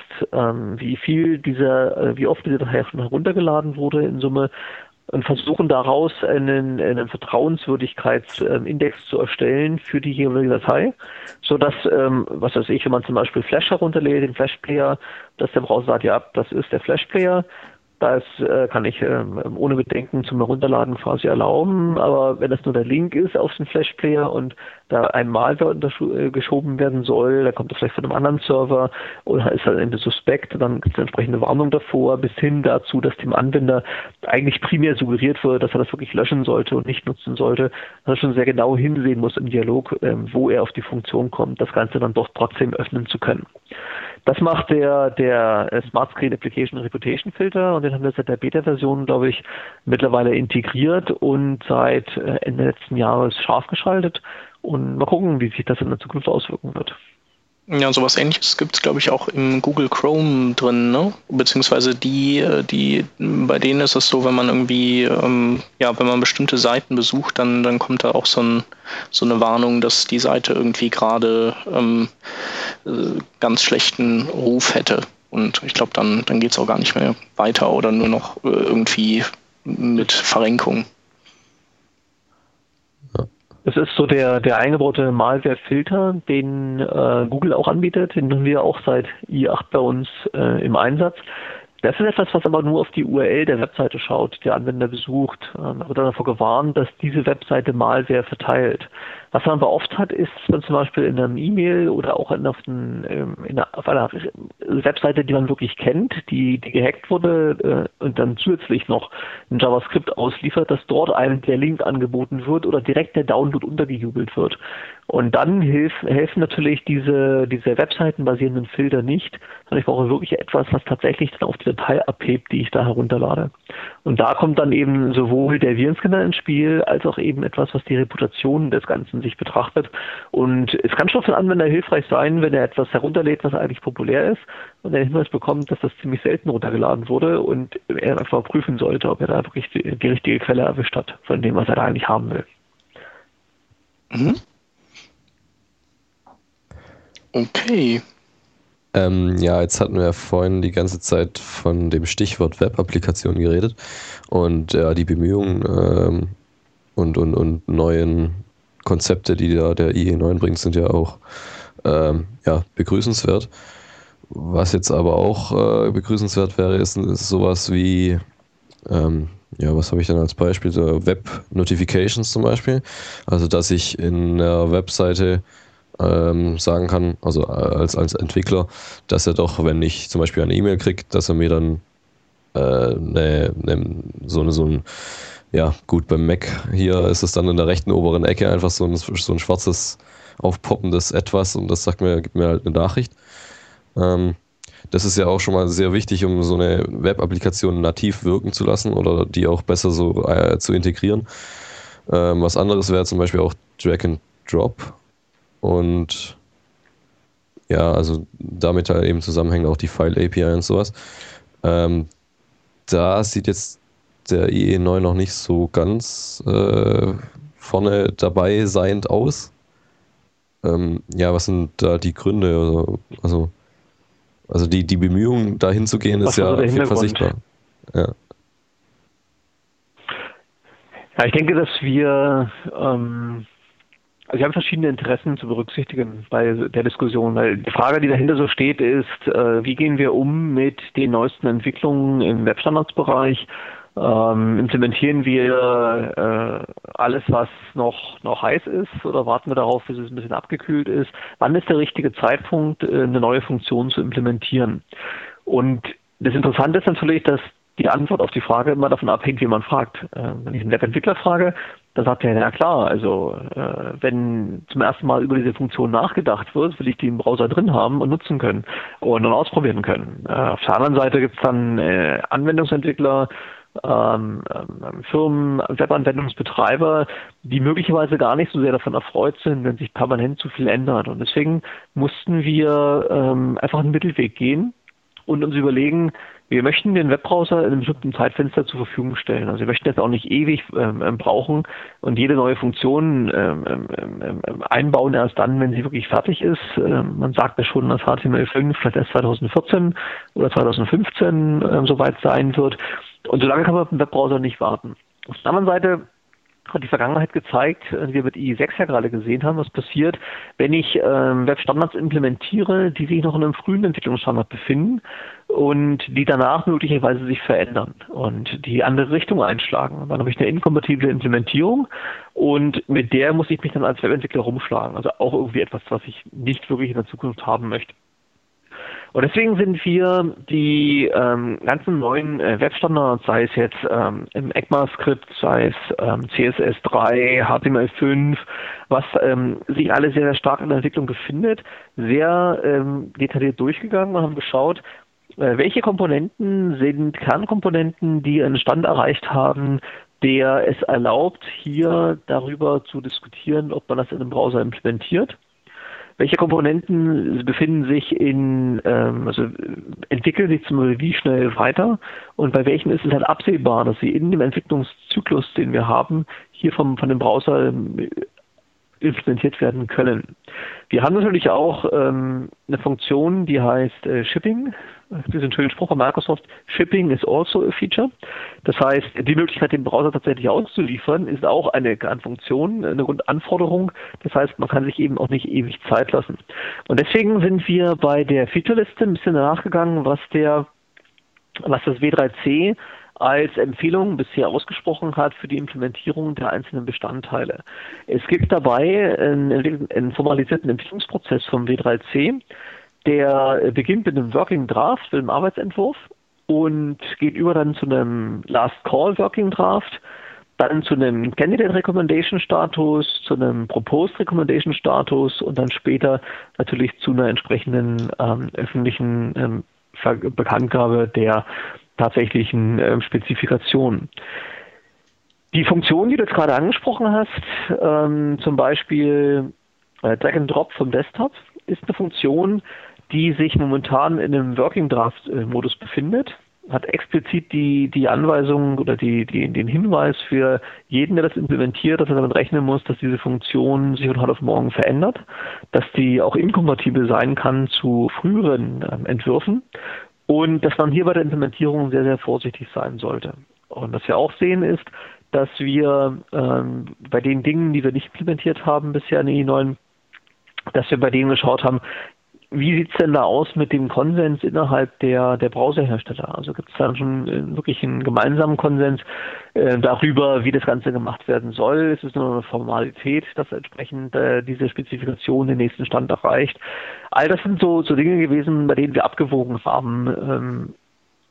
wie oft diese Datei schon heruntergeladen wurde in Summe, und versuchen daraus einen Vertrauenswürdigkeitsindex zu erstellen für die jeweilige Datei, sodass, was weiß ich, wenn man zum Beispiel Flash herunterlädt, den Flash-Player, dass der Browser sagt, ja, das ist der Flash-Player, das kann ich ohne Bedenken zum Herunterladen quasi erlauben, aber wenn das nur der Link ist auf den Flash-Player und da ein Malware geschoben werden soll, dann kommt das vielleicht von einem anderen Server oder ist halt irgendwie suspekt, dann gibt es eine entsprechende Warnung davor, bis hin dazu, dass dem Anwender eigentlich primär suggeriert wird, dass er das wirklich löschen sollte und nicht nutzen sollte, dass er schon sehr genau hinsehen muss im Dialog, wo er auf die Funktion kommt, das Ganze dann doch trotzdem öffnen zu können. Das macht der Smart Screen Application Reputation Filter und den haben wir seit der Beta-Version, glaube ich, mittlerweile integriert und seit Ende letzten Jahres scharf geschaltet. Und mal gucken, wie sich das in der Zukunft auswirken wird. Ja, sowas Ähnliches gibt es, glaube ich, auch im Google Chrome drin, ne? Beziehungsweise bei denen ist es so, wenn man irgendwie, wenn man bestimmte Seiten besucht, dann kommt da auch so eine Warnung, dass die Seite irgendwie gerade ganz schlechten Ruf hätte. Und ich glaube, dann geht es auch gar nicht mehr weiter oder nur noch irgendwie mit Verrenkung. Das ist so der eingebaute Malware-Filter, den Google auch anbietet, den haben wir auch seit i8 bei uns im Einsatz. Das ist etwas, was aber nur auf die URL der Webseite schaut, die der Anwender besucht. Er wird dann davor gewarnt, dass diese Webseite Malware verteilt. Was man aber oft hat, ist, wenn zum Beispiel in einem E-Mail oder auch auf einer Webseite, die man wirklich kennt, die gehackt wurde und dann zusätzlich noch ein JavaScript ausliefert, dass dort einem der Link angeboten wird oder direkt der Download untergejubelt wird. Und dann helfen natürlich diese webseitenbasierenden Filter nicht, sondern ich brauche wirklich etwas, was tatsächlich dann auf die Datei abhebt, die ich da herunterlade. Und da kommt dann eben sowohl der Virenscanner ins Spiel, als auch eben etwas, was die Reputation des Ganzen sich betrachtet. Und es kann schon für den Anwender hilfreich sein, wenn er etwas herunterlädt, was eigentlich populär ist, und er den Hinweis bekommt, dass das ziemlich selten runtergeladen wurde und er einfach mal prüfen sollte, ob er da wirklich die richtige Quelle erwischt hat, von dem, was er da eigentlich haben will. Mhm. Okay. Jetzt hatten wir ja vorhin die ganze Zeit von dem Stichwort Web-Applikation geredet und die Bemühungen und neuen Konzepte, die da der IE9 bringt, sind ja auch begrüßenswert. Was jetzt aber auch begrüßenswert wäre, ist sowas wie, was habe ich denn als Beispiel? So Web-Notifications zum Beispiel. Also, dass ich in einer Webseite sagen kann, also als Entwickler, dass er doch, wenn ich zum Beispiel eine E-Mail kriege, dass er mir dann so ein Ja, gut, beim Mac hier ist es dann in der rechten oberen Ecke einfach so ein schwarzes, aufpoppendes Etwas und das gibt mir halt eine Nachricht. Das ist ja auch schon mal sehr wichtig, um so eine Web-Applikation nativ wirken zu lassen oder die auch besser so zu integrieren. Was anderes wäre zum Beispiel auch Drag and Drop und ja, also damit halt eben zusammenhängen auch die File-API und sowas. Da sieht jetzt der IE9 noch nicht so ganz vorne dabei seiend aus. Ja, was sind da die Gründe? Also die Bemühungen, da hinzugehen, ist ja auf jeden Fall sichtbar. Ja. Ja, ich denke, dass wir wir haben verschiedene Interessen zu berücksichtigen bei der Diskussion. Weil die Frage, die dahinter so steht, ist, wie gehen wir um mit den neuesten Entwicklungen im Webstandardsbereich? Implementieren wir alles, was noch heiß ist, oder warten wir darauf, bis es ein bisschen abgekühlt ist? Wann ist der richtige Zeitpunkt, eine neue Funktion zu implementieren? Und das Interessante ist natürlich, dass die Antwort auf die Frage immer davon abhängt, wie man fragt. Wenn ich einen Webentwickler frage, dann sagt er, ja klar, also wenn zum ersten Mal über diese Funktion nachgedacht wird, will ich die im Browser drin haben und nutzen können und dann ausprobieren können. Auf der anderen Seite gibt es dann Anwendungsentwickler, Firmen, Webanwendungsbetreiber, die möglicherweise gar nicht so sehr davon erfreut sind, wenn sich permanent zu viel ändert. Und deswegen mussten wir einfach einen Mittelweg gehen und uns überlegen, wir möchten den Webbrowser in einem bestimmten Zeitfenster zur Verfügung stellen. Also wir möchten jetzt auch nicht ewig brauchen und jede neue Funktion einbauen erst dann, wenn sie wirklich fertig ist. Man sagt ja schon, dass HTML5 vielleicht erst 2014 oder 2015 soweit sein wird. Und solange kann man auf den Webbrowser nicht warten. Auf der anderen Seite hat die Vergangenheit gezeigt, wie wir mit IE6 ja gerade gesehen haben, was passiert, wenn ich Webstandards implementiere, die sich noch in einem frühen Entwicklungsstandard befinden und die danach möglicherweise sich verändern und die andere Richtung einschlagen. Dann habe ich eine inkompatible Implementierung und mit der muss ich mich dann als Webentwickler rumschlagen. Also auch irgendwie etwas, was ich nicht wirklich in der Zukunft haben möchte. Und deswegen sind wir die ganzen neuen Webstandards, sei es jetzt im ECMAScript, sei es CSS3, HTML5, was sich alle sehr, sehr stark in der Entwicklung befindet, sehr detailliert durchgegangen und haben geschaut, welche Komponenten sind Kernkomponenten, die einen Stand erreicht haben, der es erlaubt, hier darüber zu diskutieren, ob man das in einem Browser implementiert. Welche Komponenten befinden sich entwickeln sich zum Beispiel wie schnell weiter und bei welchen ist es halt absehbar, dass sie in dem Entwicklungszyklus, den wir haben, hier von dem Browser implementiert werden können. Wir haben natürlich auch eine Funktion, die heißt Shipping. Diesen schönen Spruch von Microsoft, Shipping is also a feature. Das heißt, die Möglichkeit, den Browser tatsächlich auszuliefern, ist auch eine Kernfunktion, eine Grundanforderung. Das heißt, man kann sich eben auch nicht ewig Zeit lassen. Und deswegen sind wir bei der Featureliste ein bisschen nachgegangen, was das W3C als Empfehlung bisher ausgesprochen hat für die Implementierung der einzelnen Bestandteile. Es gibt dabei einen formalisierten Empfehlungsprozess vom W3C, der beginnt mit einem Working Draft, mit einem Arbeitsentwurf und geht über dann zu einem Last Call Working Draft, dann zu einem Candidate Recommendation Status, zu einem Proposed Recommendation Status und dann später natürlich zu einer entsprechenden öffentlichen Bekanntgabe der tatsächlichen Spezifikationen. Die Funktion, die du jetzt gerade angesprochen hast, zum Beispiel Drag and Drop vom Desktop, ist eine Funktion, die sich momentan in einem Working Draft Modus befindet, hat explizit die Anweisung oder den Hinweis für jeden, der das implementiert, dass er damit rechnen muss, dass diese Funktion sich von heute auf morgen verändert, dass die auch inkompatibel sein kann zu früheren Entwürfen und dass man hier bei der Implementierung sehr, sehr vorsichtig sein sollte. Und was wir auch sehen ist, dass wir bei den Dingen, die wir nicht implementiert haben bisher in E9, dass wir bei denen geschaut haben, wie sieht es denn da aus mit dem Konsens innerhalb der Browserhersteller? Also gibt es da schon wirklich einen gemeinsamen Konsens darüber, wie das Ganze gemacht werden soll? Ist es nur eine Formalität, dass entsprechend diese Spezifikation den nächsten Stand erreicht? All das sind so Dinge gewesen, bei denen wir abgewogen haben.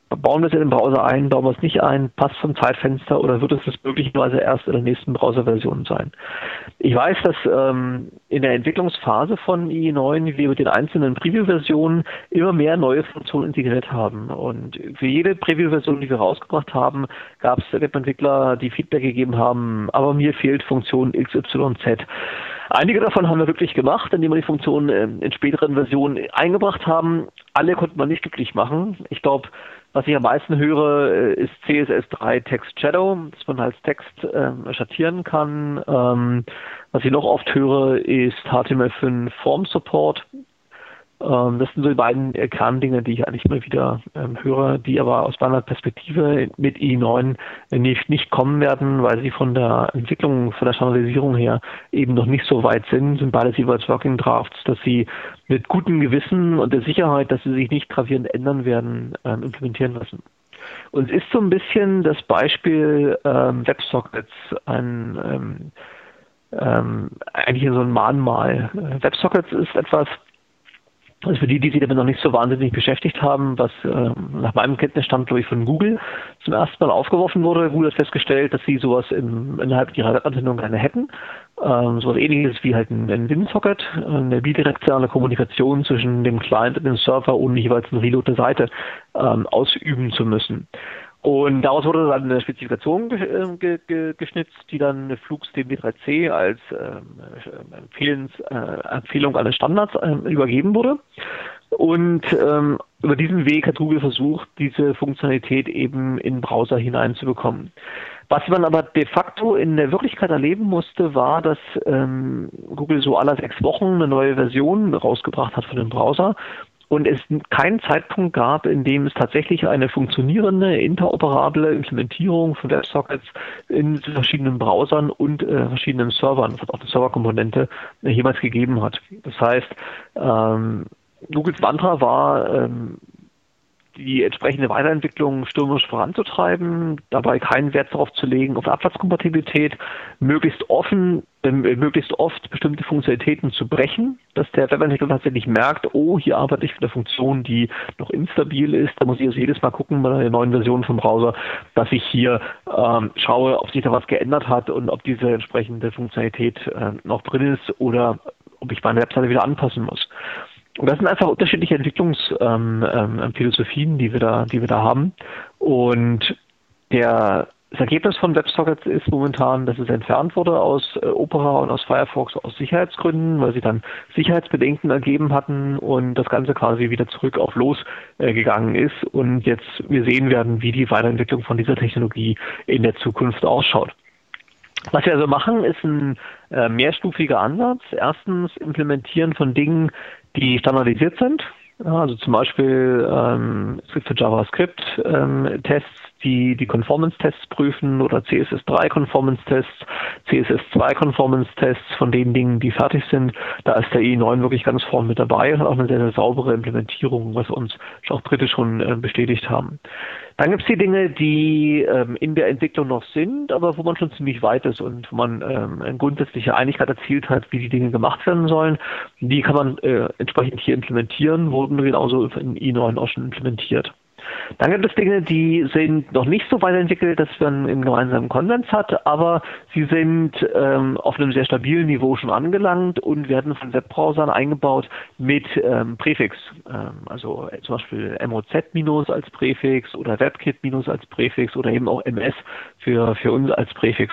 bauen wir es in den Browser ein, bauen wir es nicht ein, passt zum Zeitfenster oder wird es das möglicherweise erst in der nächsten Browserversion sein? Ich weiß, dass in der Entwicklungsphase von IE9 wir mit den einzelnen Preview-Versionen immer mehr neue Funktionen integriert haben. Und für jede Preview-Version, die wir rausgebracht haben, gab es Webentwickler, die Feedback gegeben haben, aber mir fehlt Funktion XYZ. Einige davon haben wir wirklich gemacht, indem wir die Funktionen in späteren Versionen eingebracht haben. Alle konnten wir nicht glücklich machen. Ich glaube, was ich am meisten höre, ist CSS3 Text Shadow, dass man als Text schattieren kann. Was ich noch oft höre, ist HTML5 Form Support. Das sind so die beiden Kerndinge, die ich eigentlich immer wieder höre, die aber aus meiner Perspektive mit i9 nicht kommen werden, weil sie von der Entwicklung, von der Standardisierung her eben noch nicht so weit sind beides jeweils Working Drafts, dass sie mit gutem Gewissen und der Sicherheit, dass sie sich nicht gravierend ändern werden, implementieren lassen. Und es ist so ein bisschen das Beispiel WebSockets, eigentlich so ein Mahnmal. WebSockets ist etwas, also für die sich damit noch nicht so wahnsinnig beschäftigt haben, was nach meinem Kenntnisstand, glaube ich, von Google zum ersten Mal aufgeworfen wurde. Google hat festgestellt, dass sie sowas innerhalb ihrer Webanwendung gerne hätten. Sowas ähnliches wie halt ein WinSocket, eine bidirektionale Kommunikation zwischen dem Client und dem Server, ohne jeweils einen Reload der Seite ausüben zu müssen. Und daraus wurde dann eine Spezifikation geschnitzt, die dann Flux DB3C als Empfehlung eines Standards übergeben wurde. Und über diesen Weg hat Google versucht, diese Funktionalität eben in den Browser hineinzubekommen. Was man aber de facto in der Wirklichkeit erleben musste, war, dass Google so alle 6 Wochen eine neue Version rausgebracht hat von dem Browser. Und es keinen Zeitpunkt gab, in dem es tatsächlich eine funktionierende, interoperable Implementierung von WebSockets in verschiedenen Browsern und verschiedenen Servern, was auch eine Serverkomponente jemals gegeben hat. Das heißt, Googles Mantra war, die entsprechende Weiterentwicklung stürmisch voranzutreiben, dabei keinen Wert darauf zu legen, auf Abwärtskompatibilität, möglichst oft bestimmte Funktionalitäten zu brechen, dass der Webentwickler tatsächlich merkt, oh, hier arbeite ich mit einer Funktion, die noch instabil ist, da muss ich also jedes Mal gucken bei einer neuen Version vom Browser, dass ich hier schaue, ob sich da was geändert hat und ob diese entsprechende Funktionalität noch drin ist oder ob ich meine Webseite wieder anpassen muss. Und das sind einfach unterschiedliche Entwicklungsphilosophien, die wir da haben. Und das Ergebnis von WebSockets ist momentan, dass es entfernt wurde aus Opera und aus Firefox aus Sicherheitsgründen, weil sie dann Sicherheitsbedenken ergeben hatten und das Ganze quasi wieder zurück auf losgegangen ist. Und jetzt wir sehen werden, wie die Weiterentwicklung von dieser Technologie in der Zukunft ausschaut. Was wir also machen, ist ein mehrstufiger Ansatz. Erstens implementieren von Dingen, die standardisiert sind. Also zum Beispiel es gibt für JavaScript Tests, die Conformance-Tests prüfen oder CSS3-Conformance-Tests, CSS2-Conformance-Tests von den Dingen, die fertig sind. Da ist der E9 wirklich ganz vorne mit dabei und hat auch eine sehr, sehr saubere Implementierung, was uns auch Dritte schon bestätigt haben. Dann gibt es die Dinge, die in der Entwicklung noch sind, aber wo man schon ziemlich weit ist und wo man eine grundsätzliche Einigkeit erzielt hat, wie die Dinge gemacht werden sollen. Die kann man entsprechend hier implementieren, wurden genauso in E9 auch schon implementiert. Dann gibt es Dinge, die sind noch nicht so weit entwickelt, dass man einen gemeinsamen Konsens hat, aber sie sind auf einem sehr stabilen Niveau schon angelangt und werden von Webbrowsern eingebaut mit Präfix. Also zum Beispiel MOZ- als Präfix oder WebKit- als Präfix oder eben auch MS für uns als Präfix.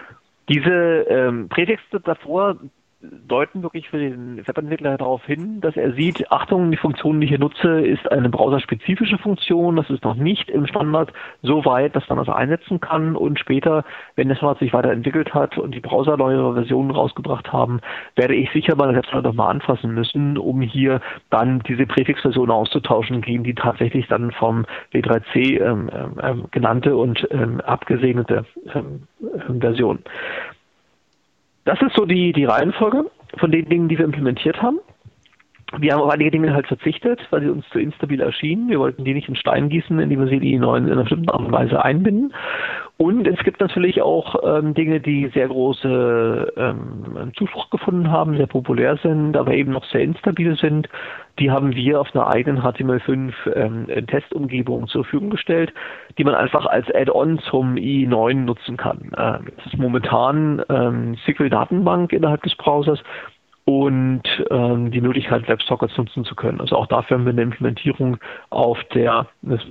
Diese Präfixe davor deuten wirklich für den Webentwickler darauf hin, dass er sieht, Achtung, die Funktion, die ich hier nutze, ist eine browserspezifische Funktion, das ist noch nicht im Standard so weit, dass man das einsetzen kann und später, wenn der Standard sich weiterentwickelt hat und die Browser neue Versionen rausgebracht haben, werde ich sicher meine Webseite nochmal anfassen müssen, um hier dann diese Präfixversion auszutauschen gegen die tatsächlich dann vom W3C genannte und abgesegnete Version. Das ist so die Reihenfolge von den Dingen, die wir implementiert haben. Wir haben auf einige Dinge halt verzichtet, weil sie uns zu instabil erschienen. Wir wollten die nicht in Stein gießen, indem wir sie in E9 in einer bestimmten Art und Weise einbinden. Und es gibt natürlich auch Dinge, die sehr große Zuspruch gefunden haben, sehr populär sind, aber eben noch sehr instabil sind. Die haben wir auf einer eigenen HTML5 Testumgebung zur Verfügung gestellt, die man einfach als Add-on zum IE9 nutzen kann. Das ist momentan SQL-Datenbank innerhalb des Browsers und die Möglichkeit, WebSockets nutzen zu können. Also auch dafür haben wir eine Implementierung auf so einer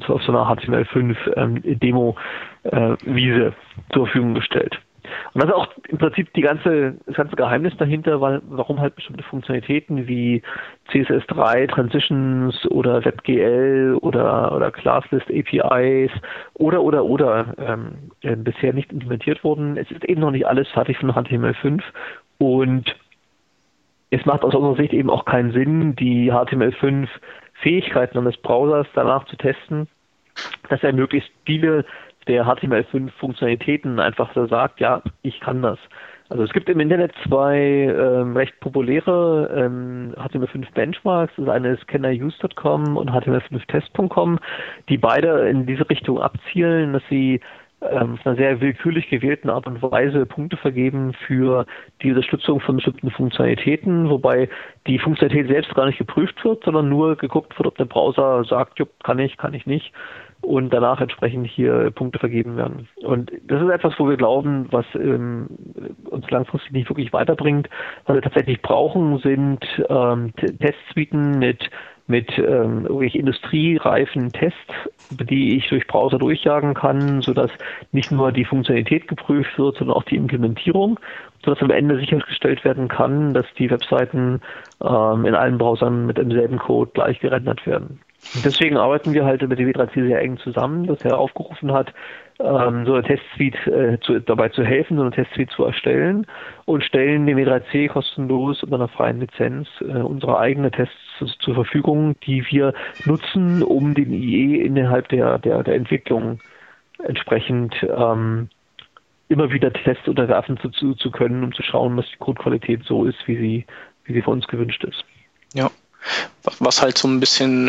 HTML5 Demo-Wiese zur Verfügung gestellt. Und das ist auch im Prinzip das ganze Geheimnis dahinter, warum halt bestimmte Funktionalitäten wie CSS3 Transitions oder WebGL oder Classlist APIs oder bisher nicht implementiert wurden. Es ist eben noch nicht alles fertig von HTML5 und es macht aus unserer Sicht eben auch keinen Sinn, die HTML5 Fähigkeiten eines Browsers danach zu testen, dass er möglichst viele der HTML5 Funktionalitäten einfach so sagt, ja, ich kann das. Also es gibt im Internet zwei recht populäre HTML5 Benchmarks. Das eine ist canIuse.com und HTML5test.com, die beide in diese Richtung abzielen, dass sie auf einer sehr willkürlich gewählten Art und Weise Punkte vergeben für die Unterstützung von bestimmten Funktionalitäten, wobei die Funktionalität selbst gar nicht geprüft wird, sondern nur geguckt wird, ob der Browser sagt, jupp, kann ich nicht, und danach entsprechend hier Punkte vergeben werden. Und das ist etwas, wo wir glauben, was uns langfristig nicht wirklich weiterbringt. Was wir tatsächlich brauchen, sind Testsuiten mit wirklich industriereifen Tests, die ich durch Browser durchjagen kann, sodass nicht nur die Funktionalität geprüft wird, sondern auch die Implementierung, sodass am Ende sichergestellt werden kann, dass die Webseiten in allen Browsern mit demselben Code gleich gerendert werden. Und deswegen arbeiten wir halt mit dem W3C sehr eng zusammen, dass er aufgerufen hat, so eine Testsuite dabei zu helfen, so eine Testsuite zu erstellen, und stellen dem W3C kostenlos unter einer freien Lizenz unsere eigenen Tests zur Verfügung, die wir nutzen, um den IE innerhalb der Entwicklung entsprechend immer wieder Tests unterwerfen zu können, um zu schauen, dass die Codequalität so ist, wie sie von uns gewünscht ist. Ja. Was halt so ein bisschen,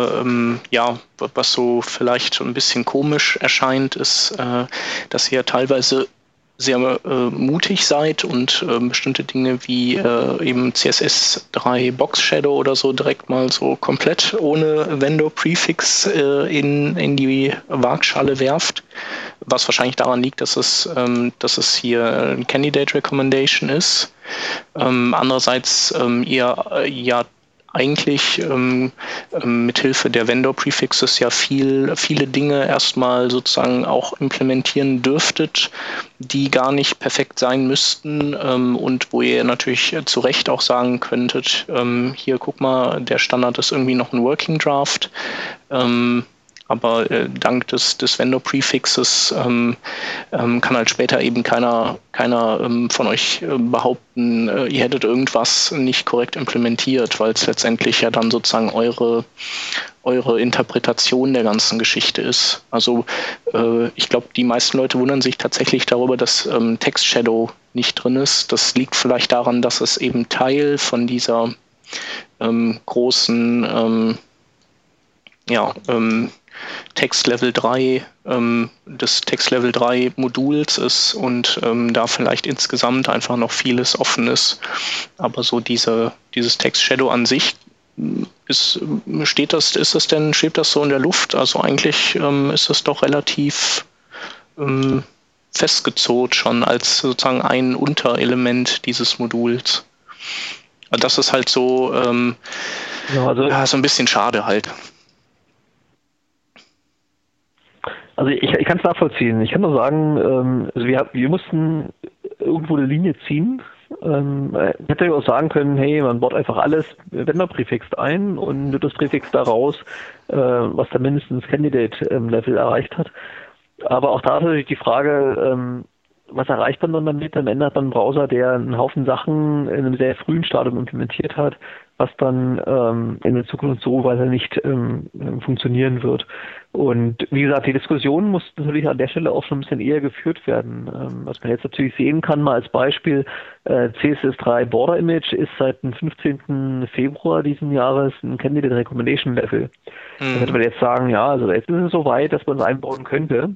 was so vielleicht so ein bisschen komisch erscheint, ist, dass ihr teilweise sehr mutig seid und bestimmte Dinge wie eben CSS3 Box Shadow oder so direkt mal so komplett ohne Vendor Prefix in die Waagschale werft, was wahrscheinlich daran liegt, dass es hier ein Candidate Recommendation ist. Andererseits ihr ja eigentlich mithilfe der Vendor-Prefixes ja viele Dinge erstmal sozusagen auch implementieren dürftet, die gar nicht perfekt sein müssten und wo ihr natürlich zu Recht auch sagen könntet, hier guck mal, der Standard ist irgendwie noch ein Working Draft, aber dank des Vendor-Prefixes kann halt später eben keiner von euch behaupten, ihr hättet irgendwas nicht korrekt implementiert, weil es letztendlich ja dann sozusagen eure Interpretation der ganzen Geschichte ist. Also ich glaube, die meisten Leute wundern sich tatsächlich darüber, dass Text Shadow nicht drin ist. Das liegt vielleicht daran, dass es eben Teil von dieser großen Text Level 3 des Text Level 3 Moduls ist und da vielleicht insgesamt einfach noch vieles offen ist. Aber so dieses Text Shadow an sich schwebt das so in der Luft? Also eigentlich ist es doch relativ festgezurrt schon als sozusagen ein Unterelement dieses Moduls. Das ist halt so so ein bisschen schade halt. Also ich kann es nachvollziehen. Ich kann nur sagen, also wir mussten irgendwo eine Linie ziehen. Ich hätte ja auch sagen können, hey, man baut einfach alles Vendor-Präfix ein und nimmt das Präfix da raus, was dann mindestens Candidate-Level erreicht hat. Aber auch da ist natürlich die Frage, was erreicht man dann damit? Am Ende hat man einen Browser, der einen Haufen Sachen in einem sehr frühen Stadium implementiert hat, was dann in der Zukunft so weiter nicht funktionieren wird. Und wie gesagt, die Diskussion muss natürlich an der Stelle auch schon ein bisschen eher geführt werden. Was man jetzt natürlich sehen kann, mal als Beispiel, CSS3 Border Image ist seit dem 15. Februar diesen Jahres ein Candidate Recommendation Level. Da könnte man jetzt sagen, ja, also jetzt ist es so weit, dass man es einbauen könnte.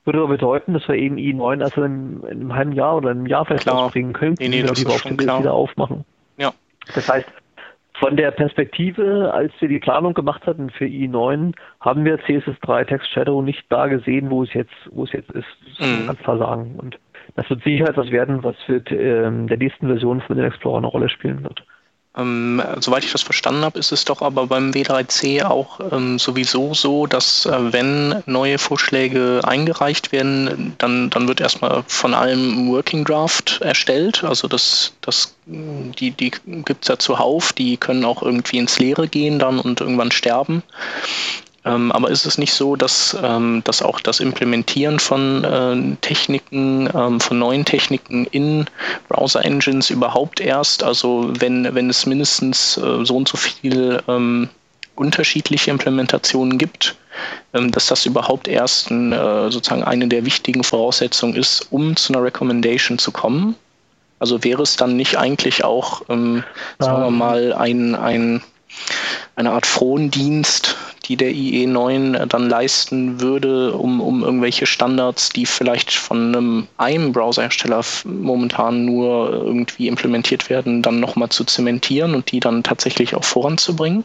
würde aber bedeuten, dass wir eben i9 also in einem halben Jahr oder einem Jahr vielleicht rausbringen können, nee, das ist schon klar. wieder aufmachen. Ja. Das heißt, von der Perspektive, als wir die Planung gemacht hatten für i9, haben wir CSS3 Text Shadow nicht da gesehen, wo es jetzt ist. Das kann man ganz klar sagen. Und das wird sicher etwas werden, was mit der nächsten Version von den Explorer eine Rolle spielen wird. Soweit ich das verstanden habe, ist es doch aber beim W3C auch sowieso so, dass wenn neue Vorschläge eingereicht werden, dann wird erstmal von allem ein Working Draft erstellt. Also die gibt es ja zuhauf, die können auch irgendwie ins Leere gehen dann und irgendwann sterben. Aber ist es nicht so, dass auch das Implementieren von Techniken, von neuen Techniken in Browser-Engines überhaupt erst, also wenn es mindestens so und so viel unterschiedliche Implementationen gibt, dass das überhaupt erst sozusagen eine der wichtigen Voraussetzungen ist, um zu einer Recommendation zu kommen? Also wäre es dann nicht eigentlich auch, sagen wir mal, eine Art Frondienst, die der IE9 dann leisten würde, um irgendwelche Standards, die vielleicht von einem Browserhersteller momentan nur irgendwie implementiert werden, dann nochmal zu zementieren und die dann tatsächlich auch voranzubringen?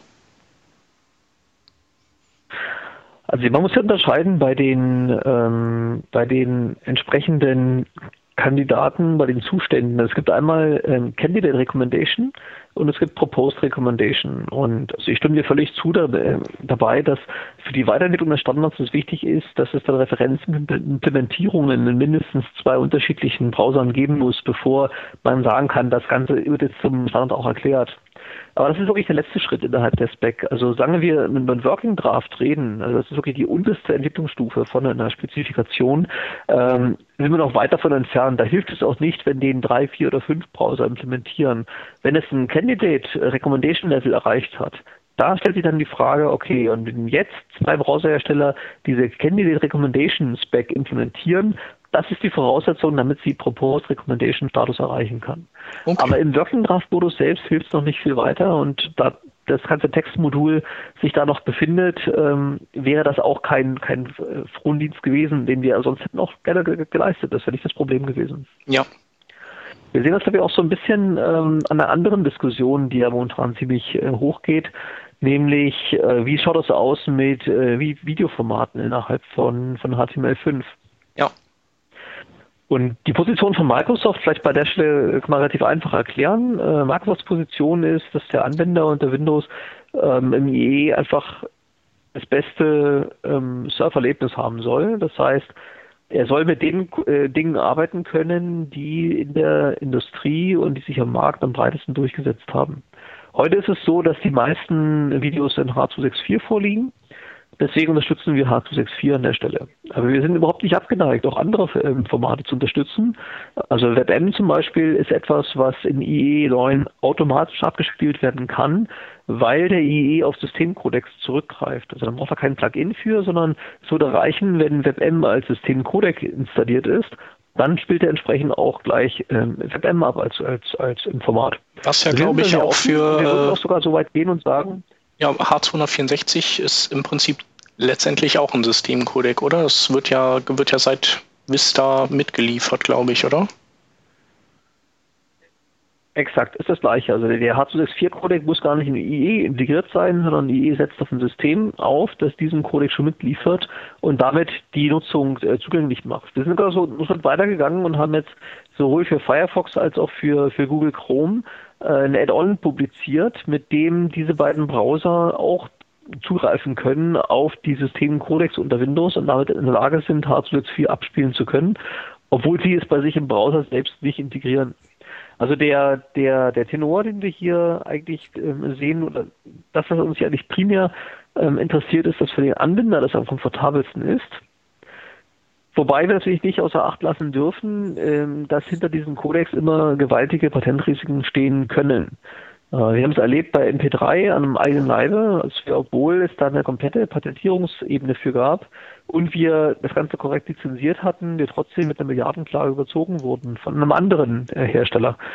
Also man muss ja unterscheiden bei den entsprechenden Kandidaten, bei den Zuständen. Es gibt einmal Candidate Recommendation und es gibt Proposed Recommendation. Und also ich stimme dir völlig zu dabei, dass für die Weiterentwicklung des Standards es wichtig ist, dass es dann Referenzimplementierungen in mindestens 2 unterschiedlichen Browsern geben muss, bevor man sagen kann, das Ganze wird jetzt zum Standard auch erklärt. Aber das ist wirklich der letzte Schritt innerhalb der Spec. Also sagen wir, wenn wir über einen Working Draft reden, also das ist wirklich die unterste Entwicklungsstufe von einer Spezifikation, sind wir noch weit davon entfernt. Da hilft es auch nicht, wenn den 3, 4 oder 5 Browser implementieren. Wenn es ein Candidate Recommendation Level erreicht hat, da stellt sich dann die Frage, okay, und wenn jetzt 2 Browserhersteller diese Candidate Recommendation Spec implementieren, das ist die Voraussetzung, damit sie Proposed Recommendation Status erreichen kann. Okay. Aber im Working Draft Modus selbst hilft es noch nicht viel weiter und da das ganze Textmodul sich da noch befindet, wäre das auch kein Frondienst gewesen, den wir sonst hätten auch gerne geleistet. Das wäre nicht das Problem gewesen. Ja. Wir sehen das, glaube ich, auch so ein bisschen an einer anderen Diskussion, die ja momentan ziemlich hochgeht, nämlich wie schaut das aus mit Videoformaten innerhalb von HTML5? Ja. Und die Position von Microsoft, vielleicht bei der Stelle kann man relativ einfach erklären. Microsofts Position ist, dass der Anwender unter Windows im IE einfach das beste Surferlebnis haben soll. Das heißt, er soll mit den Dingen arbeiten können, die in der Industrie und die sich am Markt am breitesten durchgesetzt haben. Heute ist es so, dass die meisten Videos in H264 vorliegen. Deswegen unterstützen wir H264 an der Stelle. Aber wir sind überhaupt nicht abgeneigt, auch andere Formate zu unterstützen. Also WebM zum Beispiel ist etwas, was in IE9 automatisch abgespielt werden kann, weil der IE auf Systemcodecs zurückgreift. Also da braucht er kein Plugin für, sondern es würde reichen, wenn WebM als Systemcodec installiert ist. Dann spielt er entsprechend auch gleich WebM ab als im Format. Was ja, glaube ich, auch für... Wir würden auch sogar so weit gehen und sagen... Ja, H264 ist im Prinzip letztendlich auch ein Systemcodec, oder? Das wird ja seit Vista mitgeliefert, glaube ich, oder? Exakt, ist das gleiche. Also der H264-Codec muss gar nicht in IE integriert sein, sondern IE setzt auf ein System auf, das diesen Codec schon mitliefert und damit die Nutzung zugänglich macht. Wir sind sogar so einen Schritt weitergegangen und haben jetzt sowohl für Firefox als auch für Google Chrome ein Add-on publiziert, mit dem diese beiden Browser auch zugreifen können auf die Systemcodecs unter Windows und damit in der Lage sind, H264 abspielen zu können, obwohl sie es bei sich im Browser selbst nicht integrieren. Also der Tenor, den wir hier eigentlich sehen, oder das, was uns hier eigentlich primär interessiert, ist, dass für den Anwender das am komfortabelsten ist. Wobei wir natürlich nicht außer Acht lassen dürfen, dass hinter diesen Codecs immer gewaltige Patentrisiken stehen können. Wir haben es erlebt bei MP3 an einem eigenen Leibe, obwohl es da eine komplette Patentierungsebene für gab und wir das Ganze korrekt lizenziert hatten, wir trotzdem mit einer Milliardenklage überzogen wurden von einem anderen Hersteller.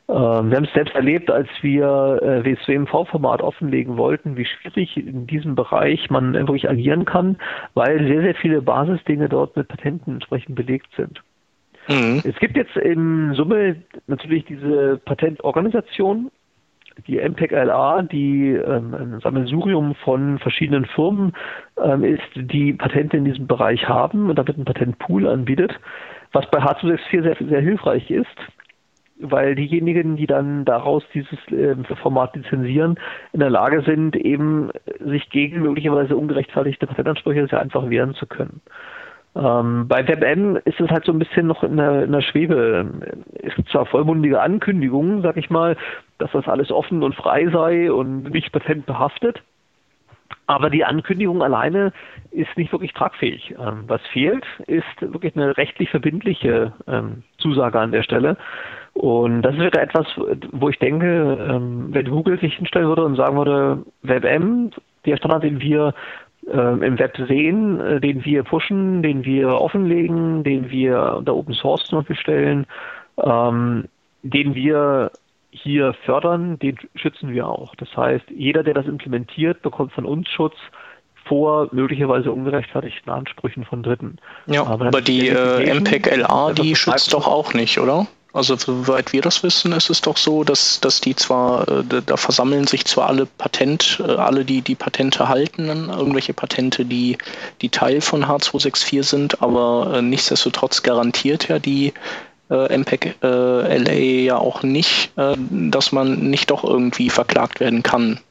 Wir haben es selbst erlebt, als wir WSW-MV-Format offenlegen wollten, wie schwierig in diesem Bereich man wirklich agieren kann, weil sehr, sehr viele Basisdinge dort mit Patenten entsprechend belegt sind. Mhm. Es gibt jetzt in Summe natürlich diese Patentorganisation, die MPEG-LA, die ein Sammelsurium von verschiedenen Firmen ist, die Patente in diesem Bereich haben und damit einen Patentpool anbietet, was bei H264 sehr, sehr hilfreich ist, weil diejenigen, die dann daraus dieses Format lizenzieren, in der Lage sind, eben sich gegen möglicherweise ungerechtfertigte Patentansprüche sehr einfach wehren zu können. Bei WebM ist es halt so ein bisschen noch in der Schwebe. Es gibt zwar vollmundige Ankündigungen, sag ich mal, dass das alles offen und frei sei und nicht patentbehaftet, aber die Ankündigung alleine ist nicht wirklich tragfähig. Was fehlt, ist wirklich eine rechtlich verbindliche Zusage an der Stelle. Und das wäre etwas, wo ich denke, wenn Google sich hinstellen würde und sagen würde, WebM, der Standard, den wir im Web sehen, den wir pushen, den wir offenlegen, den wir unter Open Source zum Beispiel stellen, den wir hier fördern, den schützen wir auch. Das heißt, jeder, der das implementiert, bekommt von uns Schutz vor möglicherweise ungerechtfertigten Ansprüchen von Dritten. Ja, aber die MPEG-LA, die schützt doch auch nicht, oder? Also soweit wir das wissen, ist es doch so, dass die zwar, da versammeln sich zwar alle die Patente halten, irgendwelche Patente, die Teil von H264 sind, aber nichtsdestotrotz garantiert ja die MPEG-LA ja auch nicht, dass man nicht doch irgendwie verklagt werden kann.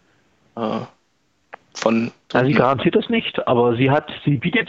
Sie garantiert das nicht, aber sie bietet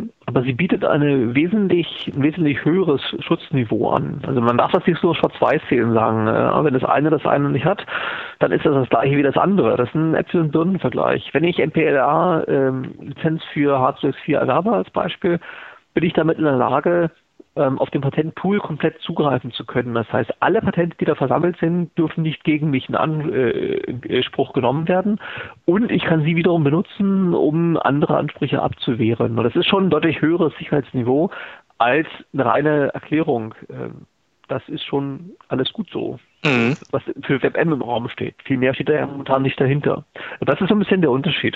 ein wesentlich höheres Schutzniveau an. Also man darf das nicht so schwarz-weiß sehen sagen. Wenn das eine nicht hat, dann ist das gleiche wie das andere. Das ist ein Äpfel- und Birnenvergleich. Wenn ich MPLA Lizenz für H264 erwerbe als Beispiel, bin ich damit in der Lage, auf den Patentpool komplett zugreifen zu können. Das heißt, alle Patente, die da versammelt sind, dürfen nicht gegen mich in Anspruch genommen werden und ich kann sie wiederum benutzen, um andere Ansprüche abzuwehren. Und das ist schon ein deutlich höheres Sicherheitsniveau als eine reine Erklärung. Das ist schon alles gut so, was für WebM im Raum steht. Viel mehr steht da ja momentan nicht dahinter. Und das ist so ein bisschen der Unterschied.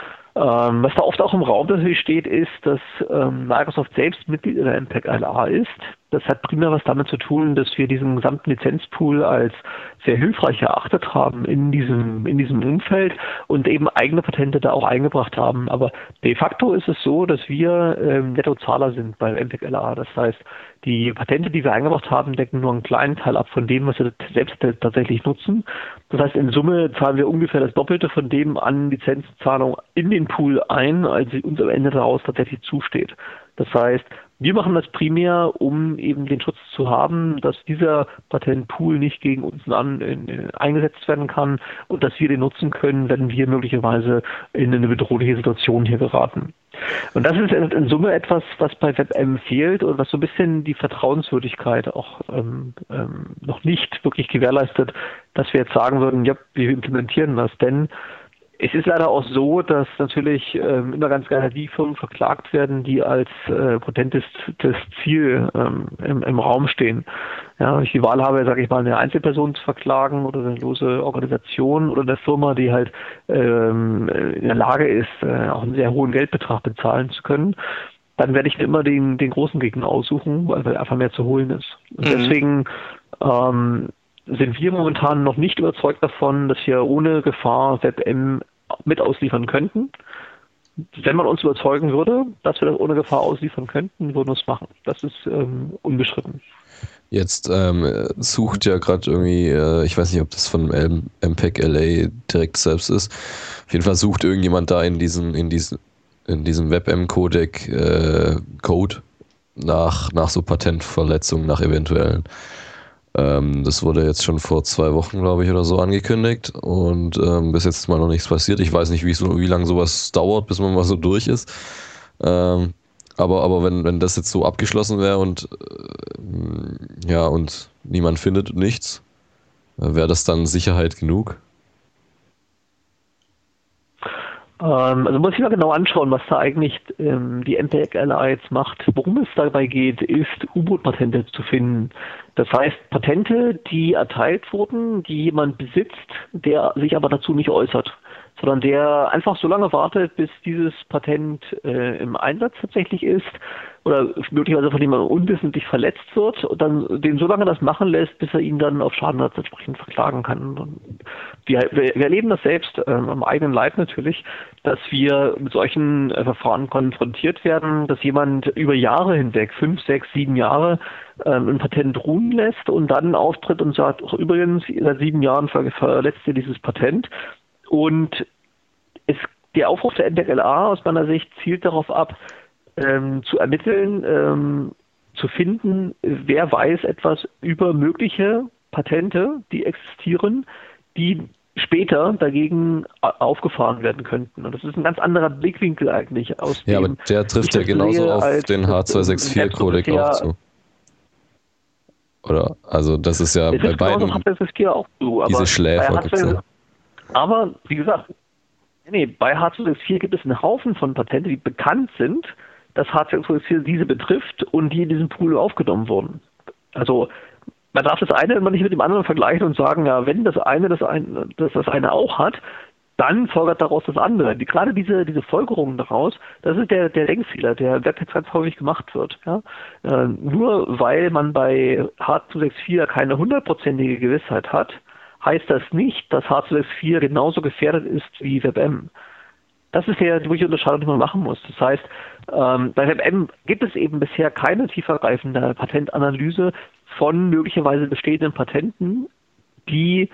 Was da oft auch im Raum natürlich steht, ist, dass Microsoft selbst Mitglied in der MPEG-LA ist. Das hat primär was damit zu tun, dass wir diesen gesamten Lizenzpool als sehr hilfreich erachtet haben in diesem Umfeld und eben eigene Patente da auch eingebracht haben. Aber de facto ist es so, dass wir Nettozahler sind bei MPEG-LA. Das heißt, die Patente, die wir eingebracht haben, decken nur einen kleinen Teil ab von dem, was wir selbst tatsächlich nutzen. Das heißt, in Summe zahlen wir ungefähr das Doppelte von dem an Lizenzzahlung in den Pool ein, als uns am Ende daraus tatsächlich zusteht. Das heißt, wir machen das primär, um eben den Schutz zu haben, dass dieser Patentpool nicht gegen uns eingesetzt werden kann und dass wir den nutzen können, wenn wir möglicherweise in eine bedrohliche Situation hier geraten. Und das ist in Summe etwas, was bei WebM fehlt und was so ein bisschen die Vertrauenswürdigkeit auch noch nicht wirklich gewährleistet, dass wir jetzt sagen würden, ja, wir implementieren das, denn es ist leider auch so, dass natürlich immer ganz gerne die Firmen verklagt werden, die als potentes Ziel im Raum stehen. Ja, wenn ich die Wahl habe, sage ich mal, eine Einzelperson zu verklagen oder eine lose Organisation oder eine Firma, die halt in der Lage ist, auch einen sehr hohen Geldbetrag bezahlen zu können, dann werde ich mir immer den großen Gegner aussuchen, weil einfach mehr zu holen ist. Und deswegen sind wir momentan noch nicht überzeugt davon, dass wir ohne Gefahr WebM mit ausliefern könnten. Wenn man uns überzeugen würde, dass wir das ohne Gefahr ausliefern könnten, würden wir es machen. Das ist unbestritten. Jetzt sucht ja gerade irgendwie, ich weiß nicht, ob das von MPEG-LA direkt selbst ist. Auf jeden Fall sucht irgendjemand da in diesem WebM-Codec Code nach so Patentverletzungen, nach eventuellen. Das wurde jetzt schon vor 2 Wochen, glaube ich, oder so angekündigt und bis jetzt mal noch nichts passiert. Ich weiß nicht, wie lange sowas dauert, bis man mal so durch ist. Aber wenn das jetzt so abgeschlossen wäre und niemand findet nichts, wäre das dann Sicherheit genug? Also muss ich mal genau anschauen, was da eigentlich die MPEG-LA jetzt macht. Worum es dabei geht, ist U-Boot-Patente zu finden. Das heißt, Patente, die erteilt wurden, die jemand besitzt, der sich aber dazu nicht äußert, sondern der einfach so lange wartet, bis dieses Patent im Einsatz tatsächlich ist oder möglicherweise von jemandem unwissentlich verletzt wird und dann den so lange das machen lässt, bis er ihn dann auf Schadenersatz entsprechend verklagen kann. Und wir erleben das selbst am eigenen Leib natürlich, dass wir mit solchen Verfahren konfrontiert werden, dass jemand über Jahre hinweg, 5, 6, 7 Jahre, ein Patent ruhen lässt und dann auftritt und sagt, ach, übrigens, seit 7 Jahren verletzt ihr dieses Patent. Und der Aufruf der MPEG-LA aus meiner Sicht zielt darauf ab, zu ermitteln, zu finden, wer weiß etwas über mögliche Patente, die existieren, die später dagegen aufgefahren werden könnten. Und das ist ein ganz anderer Blickwinkel eigentlich. Ja, aber der trifft ja genauso auf den H264-Codec auch zu. Oder? Also das ist ja bei beiden auch so, aber diese Schläfer gibt's ja. Aber wie gesagt, bei H264 gibt es einen Haufen von Patenten, die bekannt sind, dass H264 diese betrifft und die in diesem Pool aufgenommen wurden. Also man darf das eine immer nicht mit dem anderen vergleichen und sagen, ja, wenn das eine auch hat, dann folgert daraus das andere. Gerade diese Folgerungen daraus, das ist der Denkfehler, der jetzt ganz häufig gemacht wird. Ja? Nur weil man bei H264 keine 100%ige Gewissheit hat, heißt das nicht, dass H264 genauso gefährdet ist wie WebM. Das ist ja die Unterscheidung, die man machen muss. Das heißt, bei WebM gibt es eben bisher keine tiefergreifende Patentanalyse von möglicherweise bestehenden Patenten, die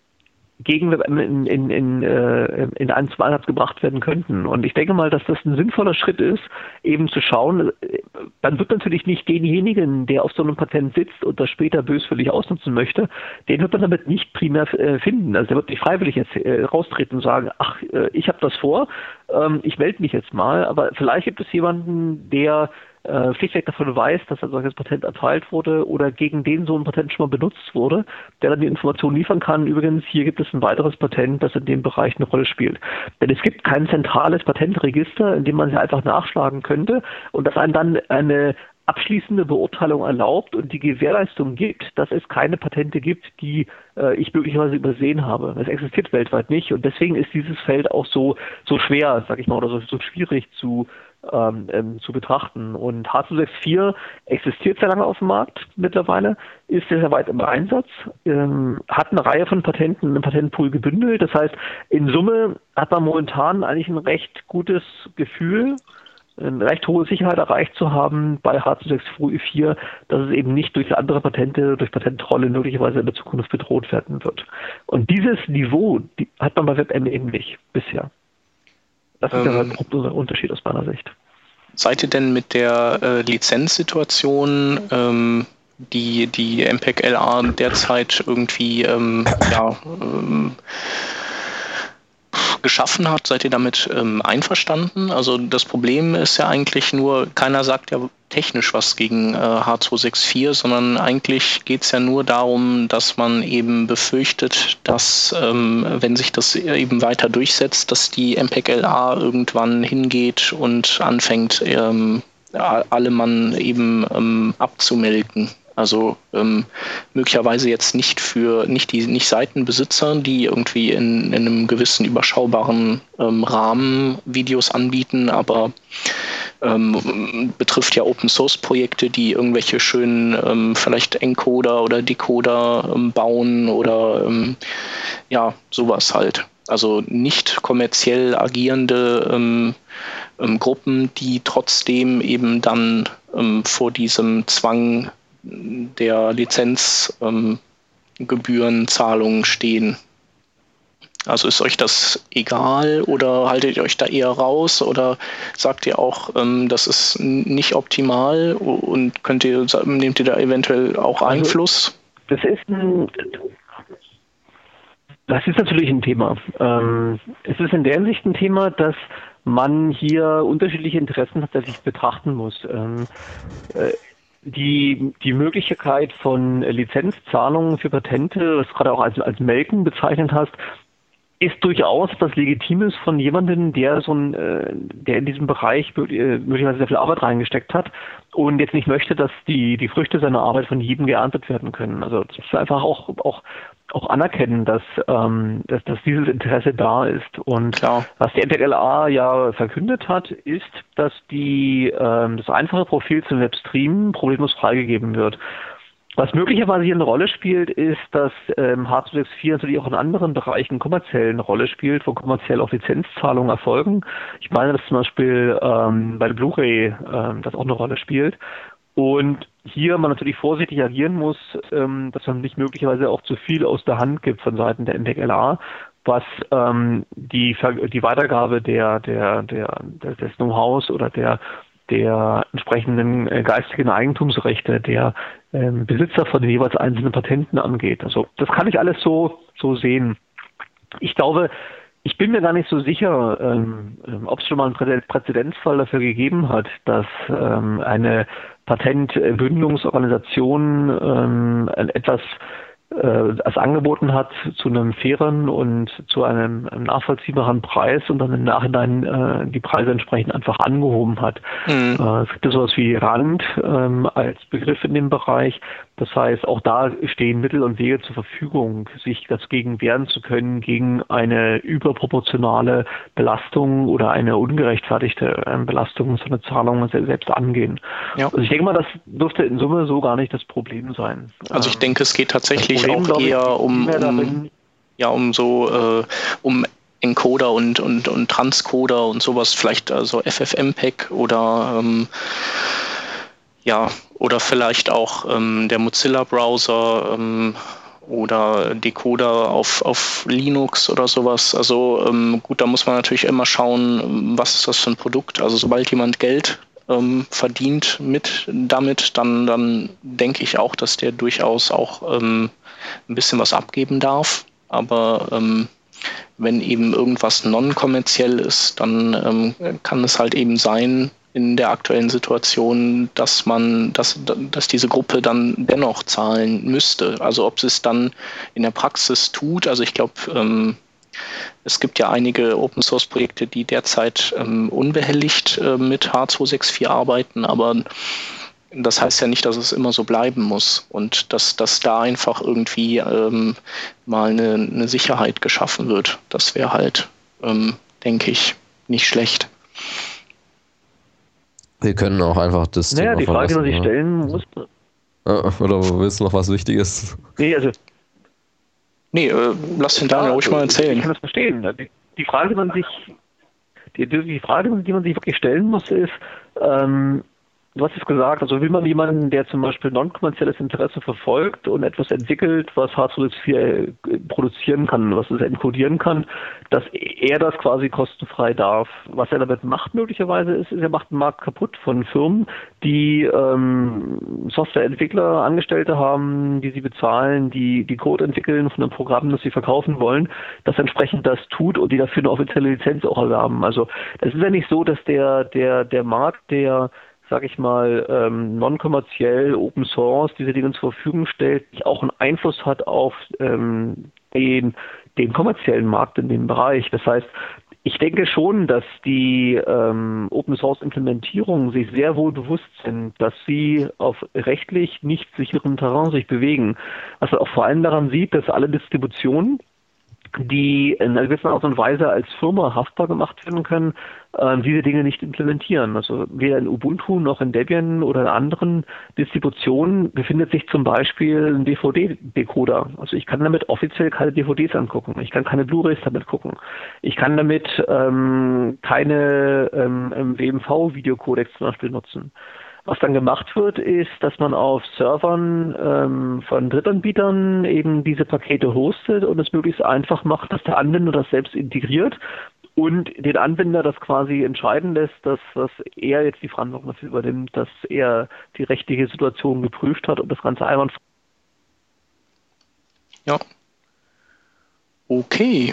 gegen WebM in einen Einsatz gebracht werden könnten. Und ich denke mal, dass das ein sinnvoller Schritt ist, eben zu schauen, dann wird natürlich nicht denjenigen, der auf so einem Patent sitzt und das später böswillig ausnutzen möchte, den wird man damit nicht primär finden. Also der wird nicht freiwillig jetzt raustreten und sagen, ach, ich habe das vor, ich melde mich jetzt mal, aber vielleicht gibt es jemanden, der schlichtweg davon weiß, dass ein solches Patent erteilt wurde oder gegen den so ein Patent schon mal benutzt wurde, der dann die Information liefern kann, übrigens, hier gibt es ein weiteres Patent, das in dem Bereich eine Rolle spielt. Denn es gibt kein zentrales Patentregister, in dem man sie einfach nachschlagen könnte und das einem dann eine abschließende Beurteilung erlaubt und die Gewährleistung gibt, dass es keine Patente gibt, die ich möglicherweise übersehen habe. Das existiert weltweit nicht und deswegen ist dieses Feld auch so schwer, sag ich mal, oder so schwierig zu betrachten. Und H264 existiert sehr lange auf dem Markt mittlerweile, ist sehr weit im Einsatz, hat eine Reihe von Patenten im Patentpool gebündelt. Das heißt, in Summe hat man momentan eigentlich ein recht gutes Gefühl, eine recht hohe Sicherheit erreicht zu haben bei H264, dass es eben nicht durch andere Patente, durch Patentrolle möglicherweise in der Zukunft bedroht werden wird. Und dieses Niveau hat man bei WebM eben nicht bisher. Das ist der Unterschied aus meiner Sicht. Seid ihr denn mit der Lizenzsituation, die MPEG-LA derzeit irgendwie geschaffen hat, seid ihr damit einverstanden? Also das Problem ist ja eigentlich nur, keiner sagt ja technisch was gegen H264, sondern eigentlich geht es ja nur darum, dass man eben befürchtet, dass wenn sich das eben weiter durchsetzt, dass die MPEG-LA irgendwann hingeht und anfängt, alle Mann eben abzumelken. Also möglicherweise jetzt nicht Seitenbesitzer, die irgendwie in einem gewissen überschaubaren Rahmen Videos anbieten, aber betrifft ja Open-Source-Projekte, die irgendwelche schönen vielleicht Encoder oder Decoder bauen oder sowas halt. Also nicht kommerziell agierende Gruppen, die trotzdem eben dann vor diesem Zwang der Lizenzgebührenzahlungen stehen. Also ist euch das egal oder haltet ihr euch da eher raus oder sagt ihr auch, das ist nicht optimal und nehmt ihr da eventuell auch Einfluss? Das ist natürlich ein Thema. Es ist in der Hinsicht ein Thema, dass man hier unterschiedliche Interessen tatsächlich betrachten muss. Die Möglichkeit von Lizenzzahlungen für Patente, was du gerade auch als Melken bezeichnet hast, ist durchaus etwas Legitimes von jemandem, der der in diesem Bereich möglicherweise sehr viel Arbeit reingesteckt hat und jetzt nicht möchte, dass die Früchte seiner Arbeit von jedem geerntet werden können. Also das ist einfach auch anerkennen, dass dieses Interesse da ist. Und Klar. Was die NTLA ja verkündet hat, ist, dass das einfache Profil zum Webstream problemlos freigegeben wird. Was möglicherweise hier eine Rolle spielt, ist, dass H264 natürlich auch in anderen Bereichen kommerziell eine Rolle spielt, wo kommerziell auch Lizenzzahlungen erfolgen. Ich meine, dass zum Beispiel bei der Blu-ray das auch eine Rolle spielt. Und hier man natürlich vorsichtig agieren muss, dass man nicht möglicherweise auch zu viel aus der Hand gibt von Seiten der NTLA, was die Weitergabe des Know-hows oder der entsprechenden geistigen Eigentumsrechte der Besitzer von den jeweils einzelnen Patenten angeht. Also das kann ich alles so sehen. Ich glaube, ich bin mir gar nicht so sicher, ob es schon mal einen Präzedenzfall dafür gegeben hat, dass eine Patentbündelungsorganisation etwas es angeboten hat zu einem fairen und zu einem nachvollziehbaren Preis und dann im Nachhinein die Preise entsprechend einfach angehoben hat. Es gibt ja sowas wie Rand als Begriff in dem Bereich. Das heißt, auch da stehen Mittel und Wege zur Verfügung, sich dagegen wehren zu können, gegen eine überproportionale Belastung oder eine ungerechtfertigte Belastung, so eine Zahlung selbst angehen. Ja. Also ich denke mal, das dürfte in Summe so gar nicht das Problem sein. Also ich denke, es geht tatsächlich Problem, auch eher um Encoder und Transcoder und sowas, vielleicht also FFmpeg oder oder vielleicht auch der Mozilla-Browser oder Decoder auf Linux oder sowas. Also gut, da muss man natürlich immer schauen, was ist das für ein Produkt. Also sobald jemand Geld verdient damit, dann denke ich auch, dass der durchaus auch ein bisschen was abgeben darf. Aber wenn eben irgendwas non-kommerziell ist, dann kann es halt eben sein, in der aktuellen Situation, dass diese Gruppe dann dennoch zahlen müsste. Also ob sie es dann in der Praxis tut, also ich glaube, es gibt ja einige Open-Source-Projekte, die derzeit unbehelligt mit H264 arbeiten, aber das heißt ja nicht, dass es immer so bleiben muss und dass da einfach irgendwie mal eine Sicherheit geschaffen wird. Das wäre halt, denke ich, nicht schlecht. Wir können auch einfach das Thema die Frage, die man sich stellen muss. Oder willst du noch was Wichtiges? Lass den Daniel ruhig mal erzählen. Ich kann das verstehen. Die Frage, die man sich wirklich stellen muss, ist, du hast es gesagt, also will man jemanden, der zum Beispiel non-kommerzielles Interesse verfolgt und etwas entwickelt, was H264 produzieren kann, was es encodieren kann, dass er das quasi kostenfrei darf. Was er damit macht möglicherweise ist, er macht den Markt kaputt von Firmen, die Softwareentwickler, Angestellte haben, die sie bezahlen, die Code entwickeln von einem Programm, das sie verkaufen wollen, das entsprechend das tut und die dafür eine offizielle Lizenz auch erwerben. Also es ist ja nicht so, dass der Markt, der sag ich mal, non-kommerziell, Open Source, diese Dinge zur Verfügung stellt, auch einen Einfluss hat auf den kommerziellen Markt in dem Bereich. Das heißt, ich denke schon, dass die Open Source Implementierungen sich sehr wohl bewusst sind, dass sie auf rechtlich nicht sicherem Terrain sich bewegen. Was man auch vor allem daran sieht, dass alle Distributionen, die in einer gewissen Art und Weise als Firma haftbar gemacht werden können, diese Dinge nicht implementieren. Also weder in Ubuntu noch in Debian oder in anderen Distributionen befindet sich zum Beispiel ein DVD-Decoder. Also ich kann damit offiziell keine DVDs angucken. Ich kann keine Blu-rays damit gucken. Ich kann damit keine WMV-Videocodecs zum Beispiel nutzen. Was dann gemacht wird, ist, dass man auf Servern von Drittanbietern eben diese Pakete hostet und es möglichst einfach macht, dass der Anwender das selbst integriert und den Anwender das quasi entscheiden lässt, dass er jetzt die Verantwortung dafür übernimmt, dass er die rechtliche Situation geprüft hat und das Ganze einwandfrei. Ja. Okay.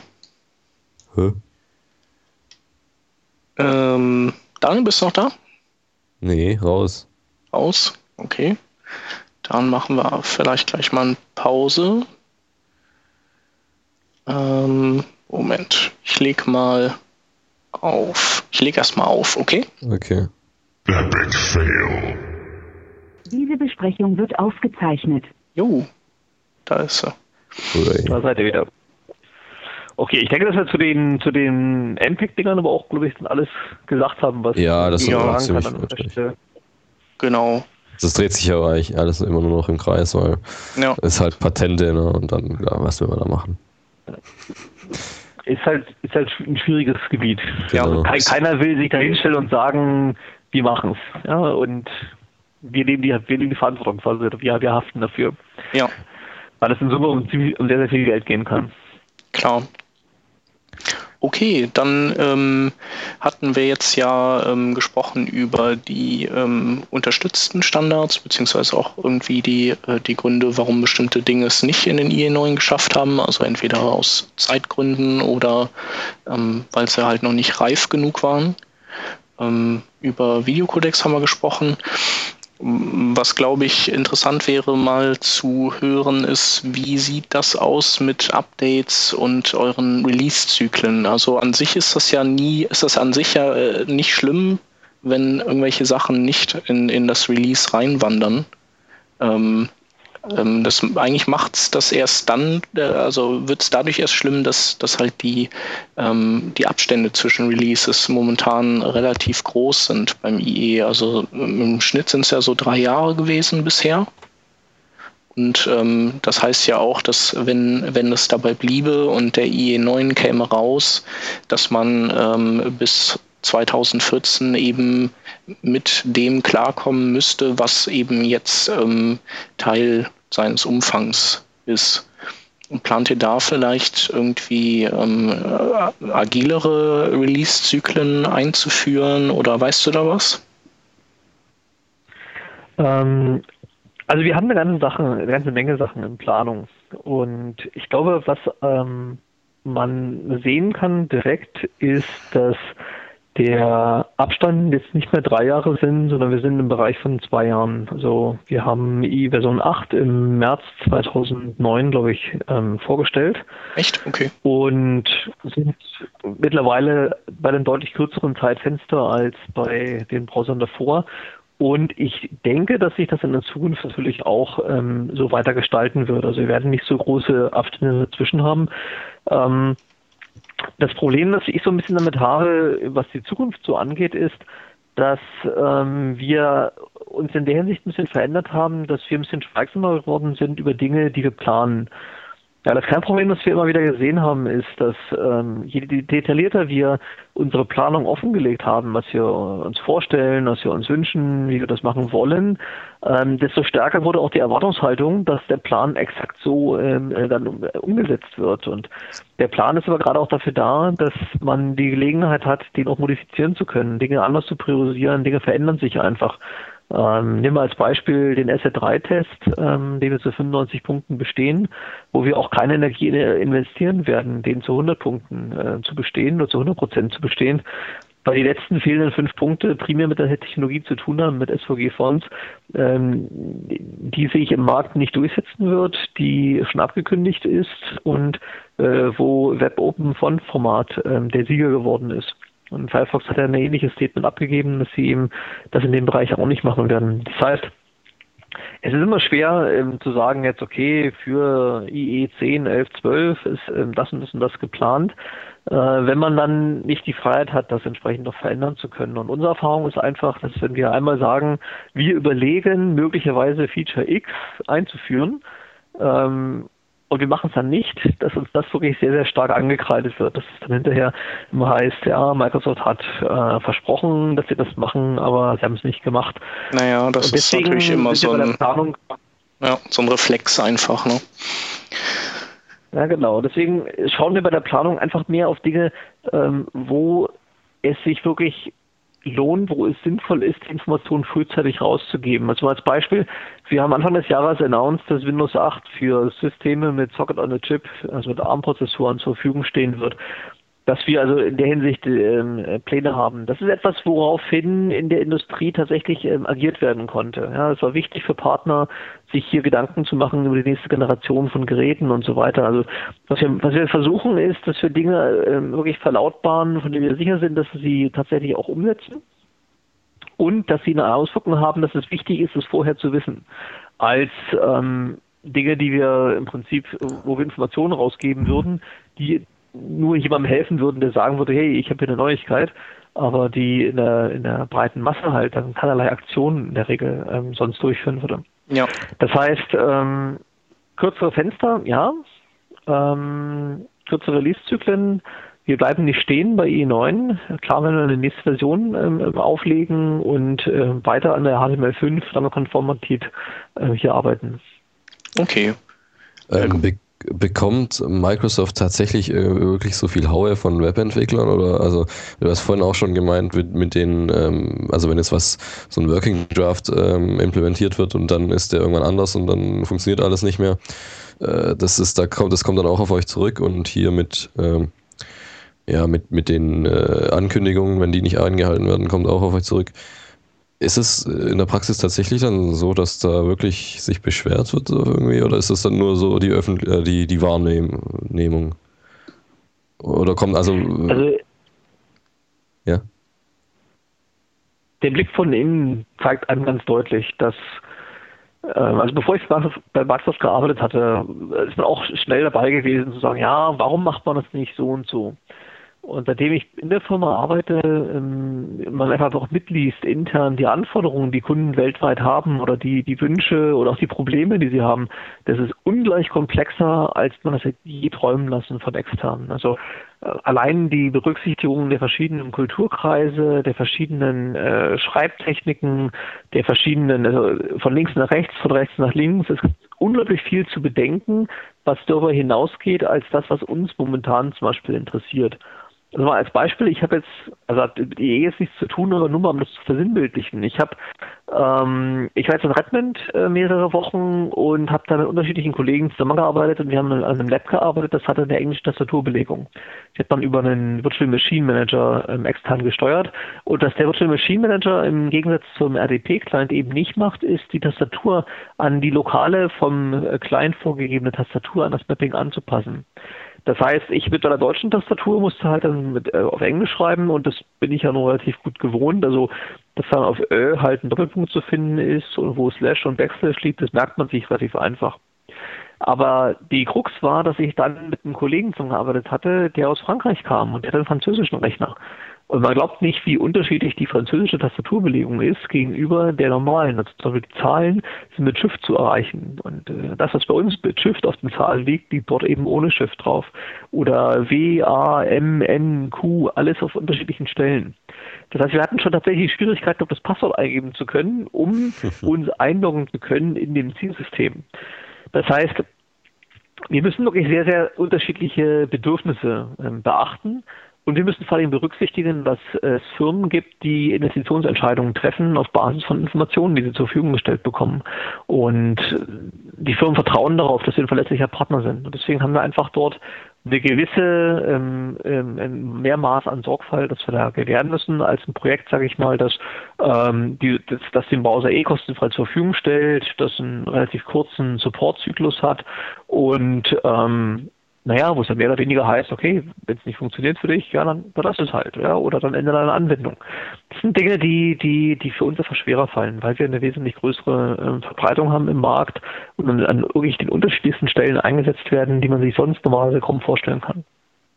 Daniel, bist du noch da? Nee, raus. Raus? Okay. Dann machen wir vielleicht gleich mal eine Pause. Und Moment. Ich lege mal auf. Ich lege erstmal auf, okay? Okay. Epic Fail. Diese Besprechung wird aufgezeichnet. Jo, da ist er. Da seid ihr wieder. Okay, ich denke, dass wir zu den MPEG-Dingern aber auch, glaube ich, alles gesagt haben, was das ja, war ziemlich deutlich. Genau. Das dreht sich aber eigentlich alles immer nur noch im Kreis, weil es halt Patente, ne? Und dann, was will man da machen? Ist halt ein schwieriges Gebiet. Genau. Keiner will sich da hinstellen und sagen, wir machen es. Ja, und wir nehmen die Verantwortung quasi, wir haften dafür. Ja. Weil es in Summe um sehr, sehr viel Geld gehen kann. Klar. Okay, dann hatten wir jetzt ja gesprochen über die unterstützten Standards, beziehungsweise auch irgendwie die Gründe, warum bestimmte Dinge es nicht in den IE9 geschafft haben, also entweder aus Zeitgründen oder weil sie halt noch nicht reif genug waren. Über Videocodecs haben wir gesprochen. Was, glaube ich, interessant wäre, mal zu hören, ist, wie sieht das aus mit Updates und euren Release-Zyklen? Also an sich ist das an sich ja nicht schlimm, wenn irgendwelche Sachen nicht in das Release reinwandern. Eigentlich macht es das erst dann, also wird es dadurch erst schlimm, dass halt die Abstände zwischen Releases momentan relativ groß sind beim IE. Also im Schnitt sind es ja so 3 Jahre gewesen bisher. Und das heißt ja auch, dass wenn es dabei bliebe und der IE9 käme raus, dass man bis 2014 eben mit dem klarkommen müsste, was eben jetzt Teil seines Umfangs ist. Und plant ihr da vielleicht irgendwie agilere Release-Zyklen einzuführen oder weißt du da was? Also wir haben eine ganze Menge Sachen in Planung. Und ich glaube, was man sehen kann direkt ist, dass der Abstand jetzt nicht mehr 3 Jahre sind, sondern wir sind im Bereich von 2 Jahren. Also wir haben i-Version 8 im März 2009, glaube ich, vorgestellt. Echt? Okay. Und sind mittlerweile bei einem deutlich kürzeren Zeitfenster als bei den Browsern davor. Und ich denke, dass sich das in der Zukunft natürlich auch so weiter gestalten wird. Also wir werden nicht so große Abstände dazwischen haben. Das Problem, das ich so ein bisschen damit habe, was die Zukunft so angeht, ist, dass wir uns in der Hinsicht ein bisschen verändert haben, dass wir ein bisschen schweigsamer geworden sind über Dinge, die wir planen. Ja, das kein Problem, das wir immer wieder gesehen haben, ist, dass je detaillierter wir unsere Planung offengelegt haben, was wir uns vorstellen, was wir uns wünschen, wie wir das machen wollen, desto stärker wurde auch die Erwartungshaltung, dass der Plan exakt so dann umgesetzt wird. Und der Plan ist aber gerade auch dafür da, dass man die Gelegenheit hat, den auch modifizieren zu können, Dinge anders zu priorisieren, Dinge verändern sich einfach. Nehmen wir als Beispiel den SR3-Test, den wir zu 95 Punkten bestehen, wo wir auch keine Energie investieren werden, den zu 100 Punkten zu bestehen oder zu 100% zu bestehen, weil die letzten fehlenden 5 Punkte primär mit der Technologie zu tun haben, mit SVG-Fonts, die sich im Markt nicht durchsetzen wird, die schon abgekündigt ist und wo Web-Open-Font-Format der Sieger geworden ist. Und Firefox hat ja ein ähnliches Statement abgegeben, dass sie eben das in dem Bereich auch nicht machen werden. Das heißt, es ist immer schwer zu sagen jetzt, okay, für IE 10, 11, 12 ist das und das geplant, wenn man dann nicht die Freiheit hat, das entsprechend noch verändern zu können. Und unsere Erfahrung ist einfach, dass wenn wir einmal sagen, wir überlegen, möglicherweise Feature X einzuführen, und wir machen es dann nicht, dass uns das wirklich sehr, sehr stark angekreidet wird. Dass es dann hinterher immer heißt, ja, Microsoft hat versprochen, dass sie das machen, aber sie haben es nicht gemacht. Naja, das ist natürlich immer so ein Reflex einfach, ne? Ja, genau. Deswegen schauen wir bei der Planung einfach mehr auf Dinge, wo es sich wirklich lohnt, wo es sinnvoll ist, die Informationen frühzeitig rauszugeben. Also als Beispiel, wir haben Anfang des Jahres announced, dass Windows 8 für Systeme mit Socket on a Chip, also mit ARM-Prozessoren zur Verfügung stehen wird. dass wir also in der Hinsicht Pläne haben. Das ist etwas, woraufhin in der Industrie tatsächlich agiert werden konnte. Ja, es war wichtig für Partner, sich hier Gedanken zu machen über die nächste Generation von Geräten und so weiter. Also was wir versuchen ist, dass wir Dinge wirklich verlautbaren, von denen wir sicher sind, dass wir sie tatsächlich auch umsetzen und dass sie eine Auswirkung haben, dass es wichtig ist, es vorher zu wissen, als Dinge, die wir im Prinzip, wo wir Informationen rausgeben würden, die nur jemandem helfen würden, der sagen würde, hey, ich habe hier eine Neuigkeit, aber die in der breiten Masse halt dann keinerlei Aktionen in der Regel sonst durchführen würde. Ja. Das heißt, kürzere Fenster, ja, kürzere Release-Zyklen, wir bleiben nicht stehen bei IE9. Klar, wenn wir eine nächste Version auflegen und weiter an der HTML5 standardkonformität hier arbeiten. Okay. Bekommt Microsoft tatsächlich wirklich so viel Haue von Webentwicklern? Oder, also, du hast vorhin auch schon gemeint, mit den, also wenn jetzt so ein Working Draft implementiert wird und dann ist der irgendwann anders und dann funktioniert alles nicht mehr, das kommt dann auch auf euch zurück und hier mit den Ankündigungen, wenn die nicht eingehalten werden, kommt auch auf euch zurück. Ist es in der Praxis tatsächlich dann so, dass da wirklich sich beschwert wird irgendwie, oder ist das dann nur so die Wahrnehmung? Oder kommt ja? Der Blick von innen zeigt einem ganz deutlich, dass also bevor ich bei Microsoft gearbeitet hatte, ist man auch schnell dabei gewesen zu sagen, ja, warum macht man das nicht so und so? Und seitdem ich in der Firma arbeite, man einfach auch mitliest intern die Anforderungen, die Kunden weltweit haben oder die Wünsche oder auch die Probleme, die sie haben, das ist ungleich komplexer, als man das je träumen lassen von externen. Also allein die Berücksichtigung der verschiedenen Kulturkreise, der verschiedenen Schreibtechniken, der verschiedenen, also von links nach rechts, von rechts nach links, es gibt unglaublich viel zu bedenken, was darüber hinausgeht, als das, was uns momentan zum Beispiel interessiert. Also mal als Beispiel, ich habe jetzt, also hat mit EE jetzt nichts zu tun, aber nur mal um das zu versinnbildlichen. Ich war jetzt in Redmond mehrere Wochen und habe da mit unterschiedlichen Kollegen zusammengearbeitet und wir haben an einem Lab gearbeitet, das hatte eine englische Tastaturbelegung. Die hat man über einen Virtual Machine Manager extern gesteuert. Und was der Virtual Machine Manager im Gegensatz zum RDP-Client eben nicht macht, ist die Tastatur an die lokale vom Client vorgegebene Tastatur an das Mapping anzupassen. Das heißt, ich mit einer deutschen Tastatur musste halt dann auf Englisch schreiben und das bin ich ja noch relativ gut gewohnt. Also, dass dann auf Ö halt ein Doppelpunkt zu finden ist und wo Slash und Backslash liegt, das merkt man sich relativ einfach. Aber die Krux war, dass ich dann mit einem Kollegen zusammengearbeitet hatte, der aus Frankreich kam und der hat einen französischen Rechner. Und man glaubt nicht, wie unterschiedlich die französische Tastaturbelegung ist gegenüber der normalen. Also zum Beispiel die Zahlen sind mit Shift zu erreichen. Und das, was bei uns mit Shift auf den Zahlen liegt, liegt dort eben ohne Shift drauf. Oder W, A, M, N, Q, alles auf unterschiedlichen Stellen. Das heißt, wir hatten schon tatsächlich Schwierigkeiten, das Passwort eingeben zu können, um uns einloggen zu können in dem Zielsystem. Das heißt, wir müssen wirklich sehr, sehr unterschiedliche Bedürfnisse beachten. Und wir müssen vor allem berücksichtigen, dass es Firmen gibt, die Investitionsentscheidungen treffen auf Basis von Informationen, die sie zur Verfügung gestellt bekommen. Und die Firmen vertrauen darauf, dass wir ein verlässlicher Partner sind. Und deswegen haben wir einfach dort eine gewisse mehr Maß an Sorgfalt, dass wir da gewähren müssen, als ein Projekt, sage ich mal, das den Browser kostenfrei zur Verfügung stellt, das einen relativ kurzen Supportzyklus hat und wo es dann mehr oder weniger heißt, okay, wenn es nicht funktioniert für dich, ja, dann lass es halt, ja, oder dann ändere deine Anwendung. Das sind Dinge, die für uns einfach schwerer fallen, weil wir eine wesentlich größere Verbreitung haben im Markt und an wirklich den unterschiedlichsten Stellen eingesetzt werden, die man sich sonst normalerweise kaum vorstellen kann.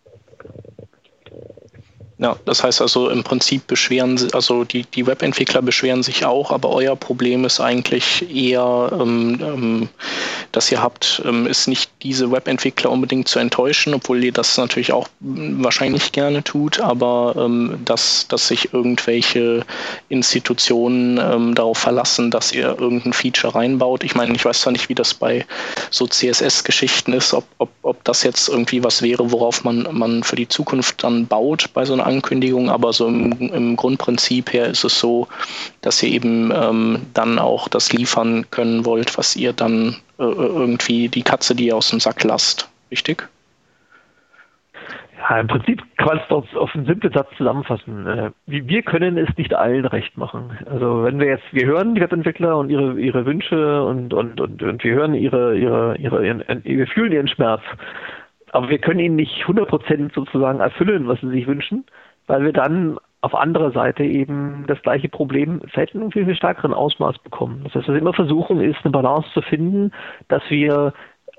Ja, das heißt also im Prinzip die Webentwickler beschweren sich auch, aber euer Problem ist eigentlich eher, dass ihr habt, ist nicht diese Webentwickler unbedingt zu enttäuschen, obwohl ihr das natürlich auch wahrscheinlich gerne tut, aber dass sich irgendwelche Institutionen darauf verlassen, dass ihr irgendein Feature reinbaut. Ich meine, ich weiß zwar nicht, wie das bei so CSS-Geschichten ist, ob das jetzt irgendwie was wäre, worauf man für die Zukunft dann baut bei so einer Ankündigung, aber so im Grundprinzip her ist es so, dass ihr eben dann auch das liefern können wollt, was ihr dann irgendwie die Katze, die ihr aus dem Sack lasst. Richtig? Ja, im Prinzip kann man es doch auf einen simplen Satz zusammenfassen. Wir können es nicht allen recht machen. Also wenn wir hören die Webentwickler und ihre Wünsche und wir hören wir fühlen ihren Schmerz. Aber wir können ihnen nicht 100% sozusagen erfüllen, was sie sich wünschen, weil wir dann auf anderer Seite eben das gleiche Problem vielleicht in einem viel stärkeren Ausmaß bekommen. Das heißt, was wir immer versuchen, ist eine Balance zu finden, dass wir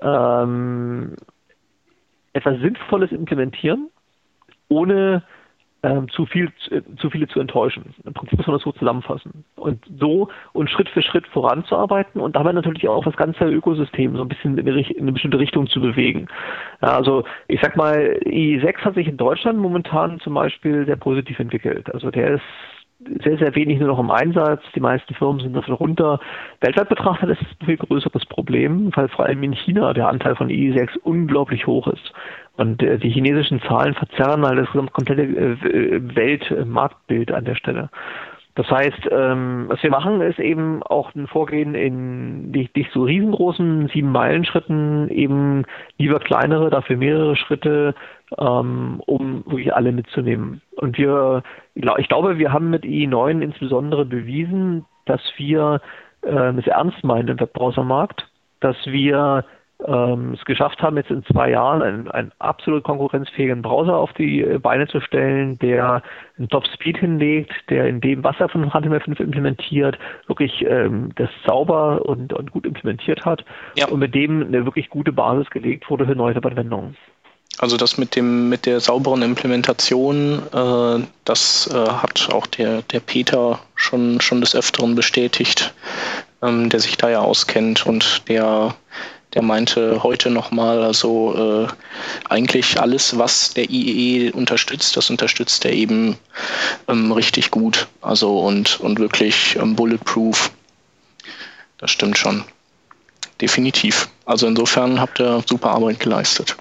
etwas Sinnvolles implementieren, ohne zu viele zu enttäuschen. Im Prinzip muss man das so zusammenfassen. Und Schritt für Schritt voranzuarbeiten und dabei natürlich auch das ganze Ökosystem so ein bisschen in eine bestimmte Richtung zu bewegen. Ja, also ich sag mal, IE6 hat sich in Deutschland momentan zum Beispiel sehr positiv entwickelt. Also der ist sehr, sehr wenig nur noch im Einsatz. Die meisten Firmen sind davon runter. Weltweit betrachtet ist es ein viel größeres Problem, weil vor allem in China der Anteil von IE6 unglaublich hoch ist. Und die chinesischen Zahlen verzerren halt das komplette Weltmarktbild an der Stelle. Das heißt, was wir machen, ist eben auch ein Vorgehen in nicht so riesengroßen 7-Meilen-Schritten, eben lieber kleinere, dafür mehrere Schritte, um wirklich alle mitzunehmen. Und ich glaube, wir haben mit IE9 insbesondere bewiesen, dass wir es ernst meinen im Webbrowsermarkt, dass wir es geschafft haben, jetzt in 2 Jahren einen absolut konkurrenzfähigen Browser auf die Beine zu stellen, der einen Top-Speed hinlegt, der in dem, was er von HTML5 implementiert, wirklich das sauber und gut implementiert hat und mit dem eine wirklich gute Basis gelegt wurde für neue Anwendungen. Also das mit der sauberen Implementation, das hat auch der Peter schon des Öfteren bestätigt, der sich da ja auskennt und der meinte heute nochmal, also eigentlich alles, was der IE unterstützt, das unterstützt er eben richtig gut. Also und wirklich bulletproof. Das stimmt schon. Definitiv. Also insofern habt ihr super Arbeit geleistet.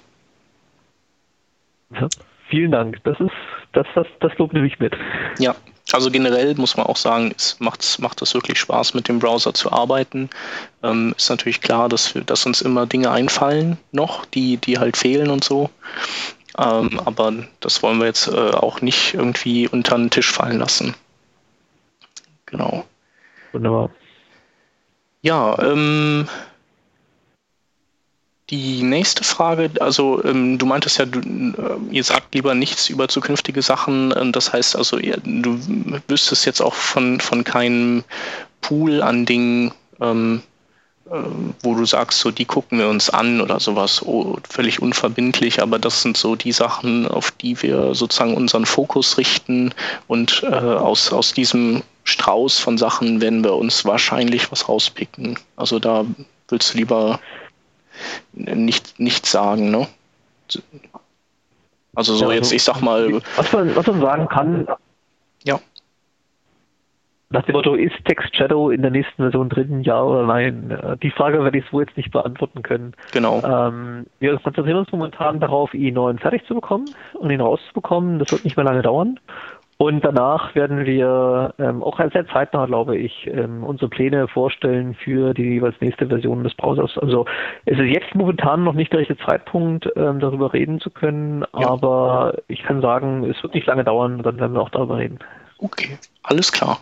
Ja, vielen Dank. Das Lob nehme ich mit. Ja. Also generell muss man auch sagen, macht es wirklich Spaß, mit dem Browser zu arbeiten. Ist natürlich klar, dass uns immer Dinge einfallen noch, die halt fehlen und so. Aber das wollen wir jetzt auch nicht irgendwie unter den Tisch fallen lassen. Genau. Wunderbar. Ja, die nächste Frage, also du meintest ja, ihr sagt lieber nichts über zukünftige Sachen. Das heißt also, du wüsstest jetzt auch von keinem Pool an Dingen, wo du sagst, so die gucken wir uns an oder sowas, völlig unverbindlich, aber das sind so die Sachen, auf die wir sozusagen unseren Fokus richten und aus diesem Strauß von Sachen werden wir uns wahrscheinlich was rauspicken. Also da willst du lieber nichts sagen, ne? Also so jetzt, ich sag mal... Was man sagen kann... Ja. Nach dem Motto, ist Text Shadow in der nächsten Version drin, ja oder nein? Die Frage werde ich so jetzt nicht beantworten können. Genau. Wir konzentrieren uns momentan darauf, IE9 fertig zu bekommen und ihn rauszubekommen. Das wird nicht mehr lange dauern. Und danach werden wir auch sehr zeitnah, glaube ich, unsere Pläne vorstellen für die jeweils nächste Version des Browsers. Also es ist jetzt momentan noch nicht der richtige Zeitpunkt, darüber reden zu können, aber ich kann sagen, es wird nicht lange dauern, dann werden wir auch darüber reden. Okay, alles klar.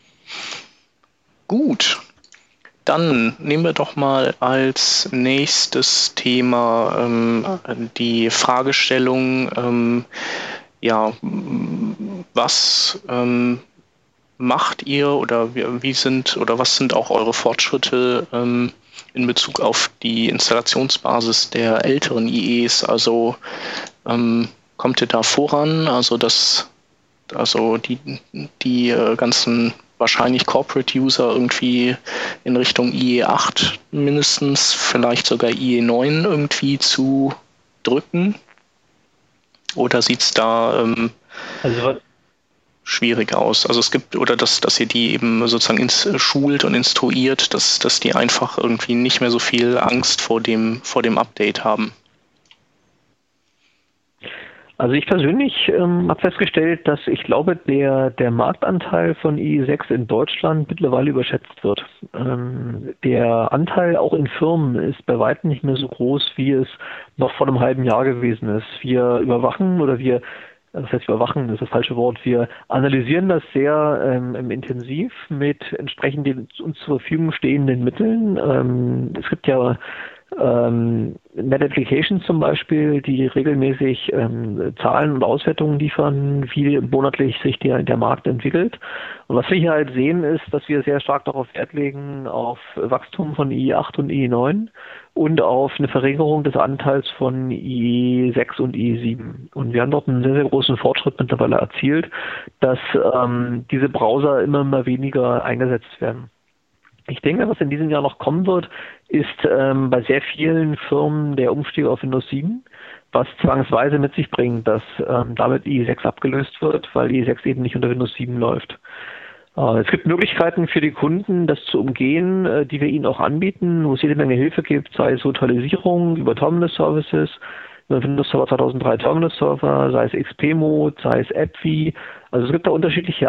Gut, dann nehmen wir doch mal als nächstes Thema die Fragestellung, was macht ihr oder was sind auch eure Fortschritte in Bezug auf die Installationsbasis der älteren IEs? Also kommt ihr da voran? Also die ganzen wahrscheinlich Corporate User irgendwie in Richtung IE8 mindestens, vielleicht sogar IE9 irgendwie zu drücken? Oder sieht es da schwierig aus? Also es gibt, oder dass ihr die eben sozusagen schult und instruiert, dass die einfach irgendwie nicht mehr so viel Angst vor dem Update haben. Also ich persönlich habe festgestellt, dass ich glaube, der Marktanteil von IE6 in Deutschland mittlerweile überschätzt wird. Der Anteil auch in Firmen ist bei weitem nicht mehr so groß, wie es noch vor einem halben Jahr gewesen ist. Wir überwachen das heißt überwachen, das ist das falsche Wort, wir analysieren das sehr intensiv mit entsprechend den uns zur Verfügung stehenden Mitteln. Es gibt ja Net Applications zum Beispiel, die regelmäßig Zahlen und Auswertungen liefern, wie monatlich sich der Markt entwickelt. Und was wir hier halt sehen, ist, dass wir sehr stark darauf Wert legen, auf Wachstum von IE8 und IE9 und auf eine Verringerung des Anteils von IE6 und IE7. Und wir haben dort einen sehr, sehr großen Fortschritt mittlerweile erzielt, dass diese Browser immer weniger eingesetzt werden. Ich denke, was in diesem Jahr noch kommen wird, ist bei sehr vielen Firmen der Umstieg auf Windows 7, was zwangsweise mit sich bringt, dass damit IE6 abgelöst wird, weil IE6 eben nicht unter Windows 7 läuft. Es gibt Möglichkeiten für die Kunden, das zu umgehen, die wir ihnen auch anbieten, wo es jede Menge Hilfe gibt, sei es Virtualisierung über Terminal Services, über Windows Server 2003 Terminal Server, sei es XP-Mode, sei es AppV. Also es gibt da unterschiedliche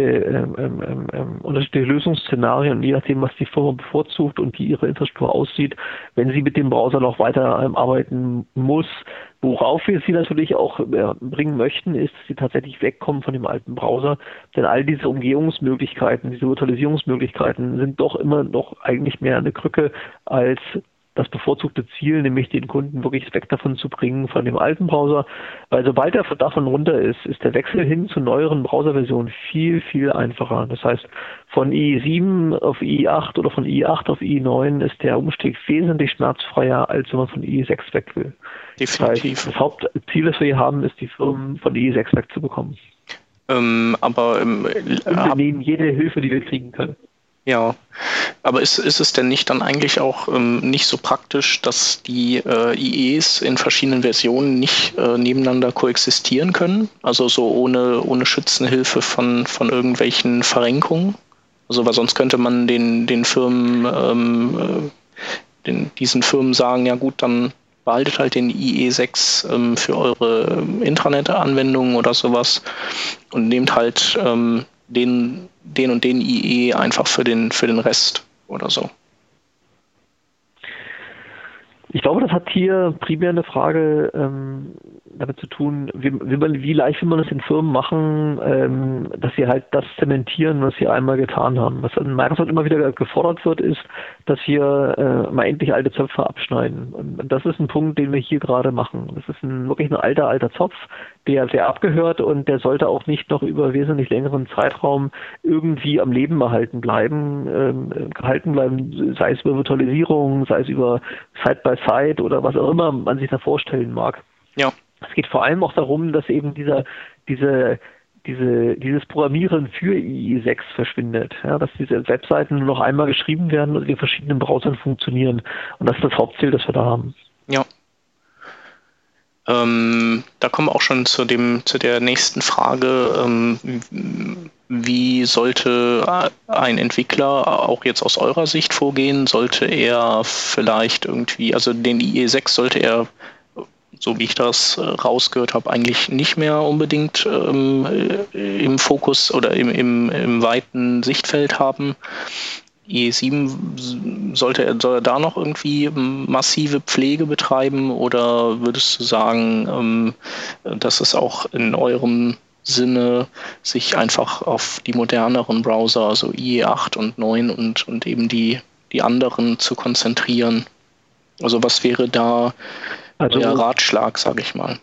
Lösungsszenarien, je nachdem, was die Firma bevorzugt und wie ihre Infrastruktur aussieht, wenn sie mit dem Browser noch weiter arbeiten muss. Worauf wir sie natürlich auch bringen möchten, ist, dass sie tatsächlich wegkommen von dem alten Browser. Denn all diese Umgehungsmöglichkeiten, diese Virtualisierungsmöglichkeiten sind doch immer noch eigentlich mehr eine Krücke als das bevorzugte Ziel, nämlich den Kunden wirklich weg davon zu bringen, von dem alten Browser. Weil sobald er davon runter ist, ist der Wechsel hin zu neueren Browserversionen viel, viel einfacher. Das heißt, von IE7 auf IE8 oder von IE8 auf IE9 ist der Umstieg wesentlich schmerzfreier, als wenn man von IE6 weg will. Definitiv. Das heißt, das Hauptziel, das wir hier haben, ist, die Firmen von IE6 wegzubekommen. Wir nehmen jede Hilfe, die wir kriegen können. Ja, aber ist es denn nicht dann eigentlich auch nicht so praktisch, dass die IEs in verschiedenen Versionen nicht nebeneinander koexistieren können? Also so ohne Schützenhilfe von irgendwelchen Verrenkungen? Also weil sonst könnte man den Firmen, diesen Firmen sagen, ja gut, dann behaltet halt den IE6 für eure Intranet-Anwendungen oder sowas und nehmt halt den und den IE einfach für den Rest oder so. Ich glaube, das hat hier primär eine Frage damit zu tun, wie leicht will man das in Firmen machen, dass sie halt das zementieren, was sie einmal getan haben. Was in Microsoft immer wieder gefordert wird, ist, dass wir mal endlich alte Zöpfe abschneiden. Und das ist ein Punkt, den wir hier gerade machen. Das ist wirklich ein alter Zopf, der abgehört und der sollte auch nicht noch über wesentlich längeren Zeitraum irgendwie am Leben gehalten bleiben, sei es über Virtualisierung, sei es über Side-by-Side oder was auch immer man sich da vorstellen mag. Ja. Es geht vor allem auch darum, dass eben dieses Programmieren für IE6 verschwindet. Ja, dass diese Webseiten nur noch einmal geschrieben werden und in verschiedenen Browsern funktionieren. Und das ist das Hauptziel, das wir da haben. Ja. Da kommen wir auch schon zu der nächsten Frage. Wie sollte ein Entwickler auch jetzt aus eurer Sicht vorgehen? Sollte er vielleicht irgendwie, also den IE6 sollte er, so wie ich das rausgehört habe, eigentlich nicht mehr unbedingt im Fokus oder im weiten Sichtfeld haben. IE7, soll er da noch irgendwie massive Pflege betreiben oder würdest du sagen, dass es auch in eurem Sinne, sich einfach auf die moderneren Browser, also IE8 und 9 und eben die anderen zu konzentrieren? Also was wäre da euer Ratschlag, sage ich mal?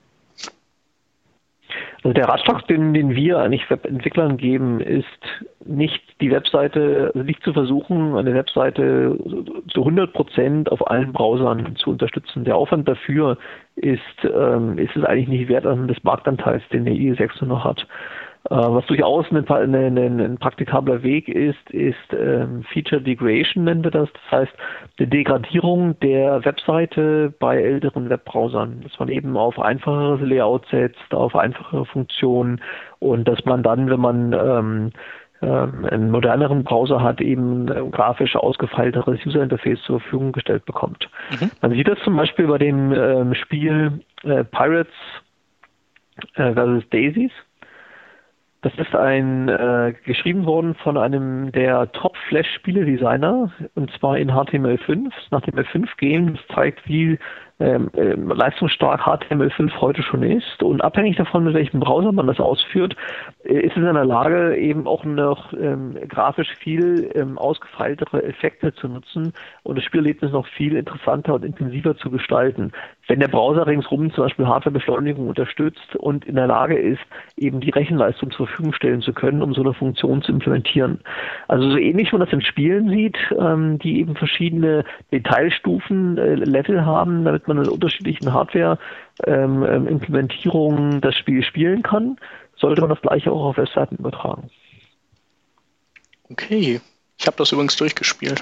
Also der Ratschlag, den wir eigentlich Webentwicklern geben, ist nicht die Webseite, also nicht zu versuchen, eine Webseite zu 100% auf allen Browsern zu unterstützen. Der Aufwand dafür ist es eigentlich nicht wert des Marktanteils, den der IE6 nur noch hat. Was durchaus ein praktikabler Weg ist Feature Degradation, nennen wir das. Das heißt, die Degradierung der Webseite bei älteren Webbrowsern. Dass man eben auf einfacheres Layout setzt, auf einfachere Funktionen und dass man dann, wenn man einen moderneren Browser hat, eben ein grafisch ausgefeilteres User-Interface zur Verfügung gestellt bekommt. Man sieht das zum Beispiel bei dem Spiel Pirates Das ist Daisies. Das ist geschrieben worden von einem der Top-Flash-Spiele-Designer, und zwar in HTML5. Nach dem HTML5 gehen, das zeigt, wie leistungsstark HTML5 heute schon ist, und abhängig davon, mit welchem Browser man das ausführt, ist es in der Lage, eben auch noch grafisch viel ausgefeiltere Effekte zu nutzen und das Spielerlebnis noch viel interessanter und intensiver zu gestalten. Wenn der Browser ringsrum zum Beispiel Hardwarebeschleunigung unterstützt und in der Lage ist, eben die Rechenleistung zur Verfügung stellen zu können, um so eine Funktion zu implementieren. Also so ähnlich, wie man das in Spielen sieht, die eben verschiedene Detailstufen, Level haben, damit man in unterschiedlichen Hardware-Implementierungen das Spiel spielen kann, sollte man das gleiche auch auf Webseiten übertragen. Okay, ich habe das übrigens durchgespielt.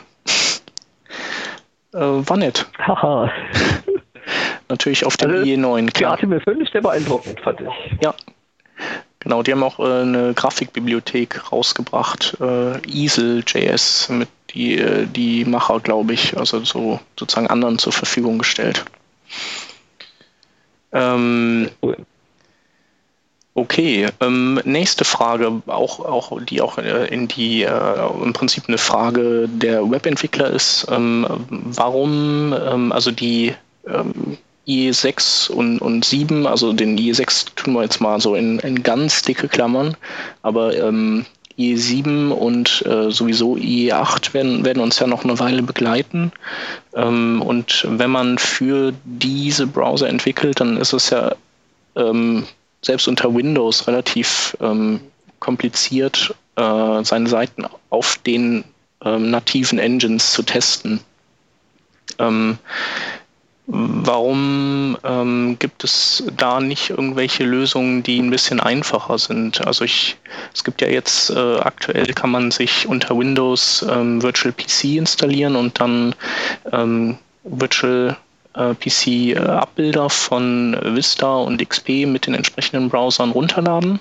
War nett. Haha. Natürlich auf dem IE9, klar. Die HTML5 ist sehr beeindruckend, fand ich. Ja, genau, die haben auch eine Grafikbibliothek rausgebracht, Easel.js, mit die Macher, glaube ich, also so sozusagen anderen zur Verfügung gestellt. Okay, nächste Frage, im Prinzip eine Frage der Webentwickler ist, warum also die IE6 und 7, also den IE6 tun wir jetzt mal so in ganz dicke Klammern, aber IE7 und sowieso IE8 werden uns ja noch eine Weile begleiten. Und wenn man für diese Browser entwickelt, dann ist es ja selbst unter Windows relativ kompliziert, seine Seiten auf den nativen Engines zu testen. Warum gibt es da nicht irgendwelche Lösungen, die ein bisschen einfacher sind? Also es gibt ja jetzt aktuell, kann man sich unter Windows Virtual PC installieren und dann Virtual PC Abbilder von Vista und XP mit den entsprechenden Browsern runterladen.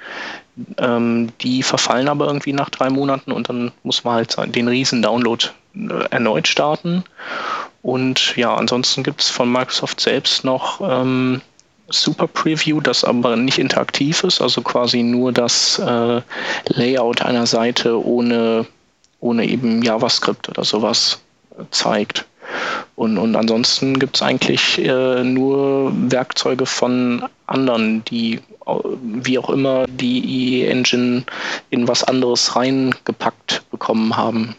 Die verfallen aber irgendwie nach 3 Monaten und dann muss man halt den riesen Download erneut starten. Und ja, ansonsten gibt es von Microsoft selbst noch Super Preview, das aber nicht interaktiv ist, also quasi nur das Layout einer Seite ohne eben JavaScript oder sowas zeigt. Und ansonsten gibt es eigentlich nur Werkzeuge von anderen, die wie auch immer die IE-Engine in was anderes reingepackt bekommen haben.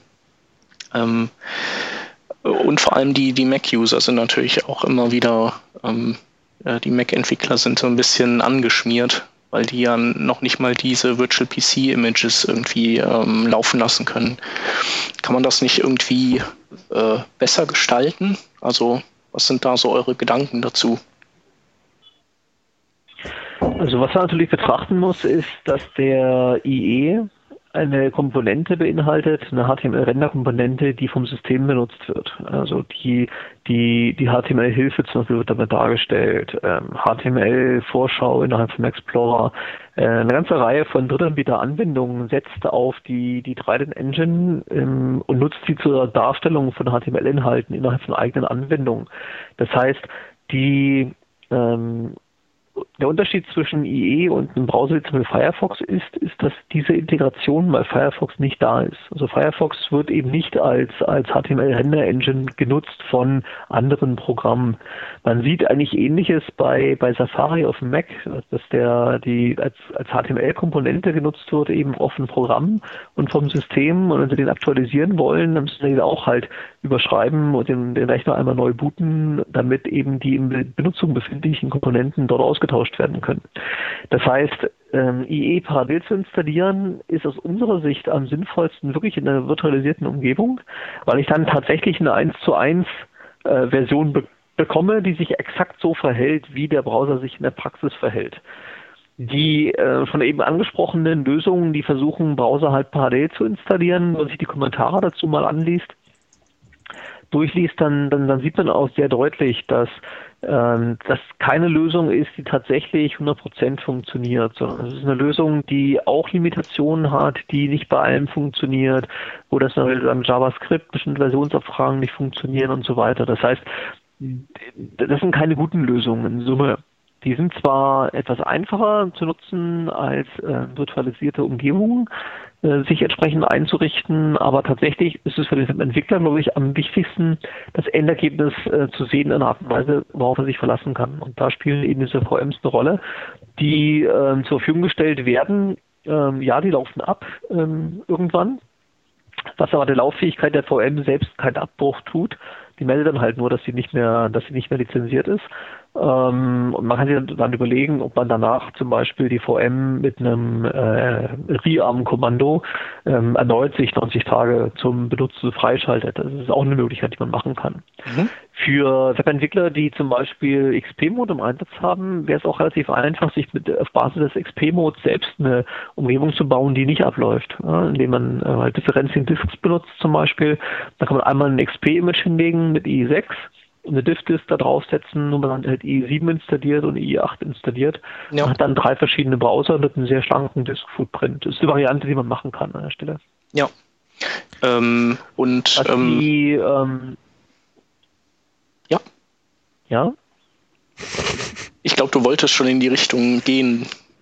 Und vor allem die Mac-User sind natürlich auch immer wieder, die Mac-Entwickler sind so ein bisschen angeschmiert, weil die ja noch nicht mal diese Virtual PC-Images irgendwie laufen lassen können. Kann man das nicht irgendwie besser gestalten? Also was sind da so eure Gedanken dazu? Also was man natürlich betrachten muss, ist, dass der IE eine Komponente beinhaltet, eine HTML-Render-Komponente, die vom System benutzt wird. Also die HTML-Hilfe zum Beispiel wird damit dargestellt, HTML-Vorschau innerhalb vom Explorer, eine ganze Reihe von Drittanbieter-Anwendungen setzt auf die Trident Engine und nutzt sie zur Darstellung von HTML-Inhalten innerhalb von eigenen Anwendungen. Das heißt, der Unterschied zwischen IE und einem Browser wie zum Beispiel Firefox ist, dass diese Integration bei Firefox nicht da ist. Also Firefox wird eben nicht als HTML-Render-Engine genutzt von anderen Programmen. Man sieht eigentlich Ähnliches bei Safari auf dem Mac, dass als HTML-Komponente genutzt wird, eben auch von Programmen und vom System. Und wenn Sie den aktualisieren wollen, dann müssen Sie den auch halt überschreiben und den Rechner einmal neu booten, damit eben die in Benutzung befindlichen Komponenten dort ausgetauscht werden können. Das heißt, IE parallel zu installieren, ist aus unserer Sicht am sinnvollsten wirklich in einer virtualisierten Umgebung, weil ich dann tatsächlich eine 1:1 Version bekomme, die sich exakt so verhält, wie der Browser sich in der Praxis verhält. Die von eben angesprochenen Lösungen, die versuchen, Browser halt parallel zu installieren, wenn man sich die Kommentare dazu mal durchliest, dann sieht man auch sehr deutlich, dass das keine Lösung ist, die tatsächlich 100% funktioniert, sondern es ist eine Lösung, die auch Limitationen hat, die nicht bei allem funktioniert, wo das beim JavaScript bestimmte Versionsabfragen nicht funktionieren und so weiter. Das heißt, das sind keine guten Lösungen in Summe. Die sind zwar etwas einfacher zu nutzen als virtualisierte Umgebungen, sich entsprechend einzurichten, aber tatsächlich ist es für den Entwickler, glaube ich, am wichtigsten, das Endergebnis zu sehen in einer Art und Weise, worauf er sich verlassen kann. Und da spielen eben diese VMs eine Rolle, die zur Verfügung gestellt werden. Ja, die laufen ab irgendwann, was aber der Lauffähigkeit der VM selbst keinen Abbruch tut. Die meldet dann halt nur, dass sie nicht mehr lizenziert ist. Und man kann sich dann überlegen, ob man danach zum Beispiel die VM mit einem Rearm-Kommando erneut sich 90 Tage zum Benutzen freischaltet. Das ist auch eine Möglichkeit, die man machen kann. Mhm. Für Webentwickler, die zum Beispiel XP-Mode im Einsatz haben, wäre es auch relativ einfach, sich auf Basis des XP-Modes selbst eine Umgebung zu bauen, die nicht abläuft. Ja, indem man halt Differential Disks benutzt zum Beispiel. Da kann man einmal ein XP-Image hinlegen mit i6, eine Diff-Disk da draufsetzen, wo man dann halt i7 installiert und i8 installiert. Ja. Man hat dann 3 verschiedene Browser mit einem sehr schlanken Disk-Footprint. Das ist eine Variante, die man machen kann an der Stelle. Ja. Ja? Ich glaube, du wolltest schon in die Richtung gehen.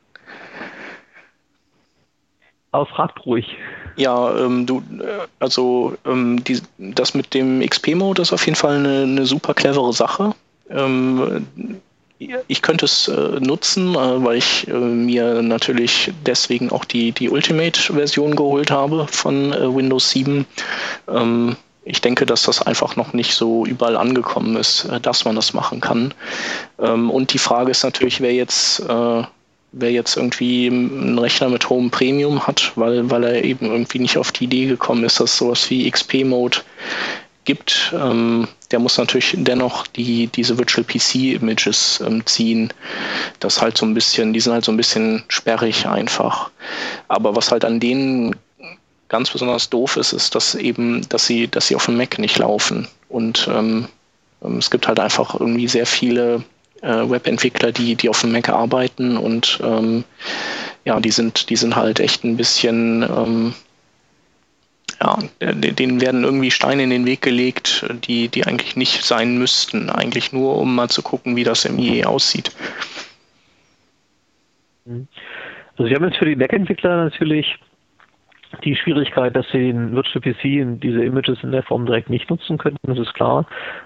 Aber fragt ruhig. Ja, das mit dem XP-Mode ist auf jeden Fall eine super clevere Sache. Ich könnte es nutzen, weil ich mir natürlich deswegen auch die Ultimate-Version geholt habe von Windows 7. Ich denke, dass das einfach noch nicht so überall angekommen ist, dass man das machen kann. Und die Frage ist natürlich, wer jetzt irgendwie einen Rechner mit hohem Premium hat, weil er eben irgendwie nicht auf die Idee gekommen ist, dass es sowas wie XP-Mode gibt, der muss natürlich dennoch diese Virtual PC-Images ziehen. Das halt so ein bisschen, die sind halt so ein bisschen sperrig einfach. Aber was halt an denen ganz besonders doof ist, dass sie auf dem Mac nicht laufen. Und es gibt halt einfach irgendwie sehr viele Webentwickler, die auf dem Mac arbeiten und die sind halt echt ein bisschen denen werden irgendwie Steine in den Weg gelegt, die eigentlich nicht sein müssten, eigentlich nur, um mal zu gucken, wie das im IE aussieht. Also wir haben jetzt für die Mac-Entwickler natürlich die Schwierigkeit, dass sie den Virtual PC in diese Images in der Form direkt nicht nutzen könnten, das ist klar.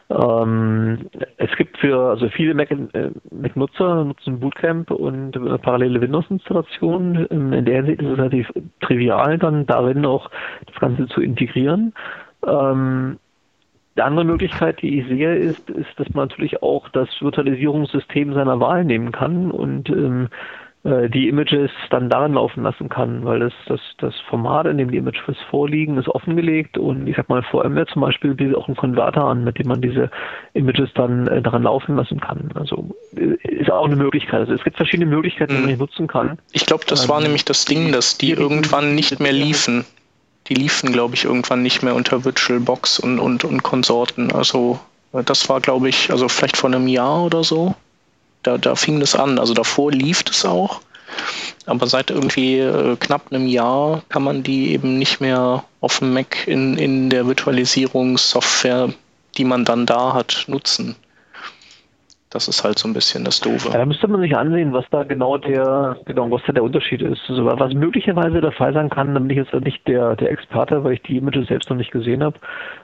Es gibt viele Mac-Nutzer nutzen Bootcamp und parallele Windows-Installationen. In der Hinsicht ist es relativ trivial, dann darin auch das Ganze zu integrieren. Die andere Möglichkeit, die ich sehe, ist, dass man natürlich auch das Virtualisierungssystem seiner Wahl nehmen kann und die Images dann darin laufen lassen kann, weil das Format, in dem die Images vorliegen, ist offengelegt und ich sag mal, VMware zum Beispiel bietet auch einen Konverter an, mit dem man diese Images dann daran laufen lassen kann. Also ist auch eine Möglichkeit. Also es gibt verschiedene Möglichkeiten, die man hier nutzen kann. Ich glaube, das war nämlich das Ding, dass die irgendwann nicht mehr liefen. Die liefen, glaube ich, irgendwann nicht mehr unter VirtualBox und Konsorten. Also das war, glaube ich, also vielleicht vor einem Jahr oder so. Da fing das an, also davor lief es auch, aber seit irgendwie knapp einem Jahr kann man die eben nicht mehr auf dem Mac in der Virtualisierungssoftware, die man dann da hat, nutzen. Das ist halt so ein bisschen das Doofe. Ja, da müsste man sich ansehen, was da genau der Unterschied ist. Also, was möglicherweise der Fall sein kann, da bin ich jetzt nicht der Experte, weil ich die Images selbst noch nicht gesehen habe.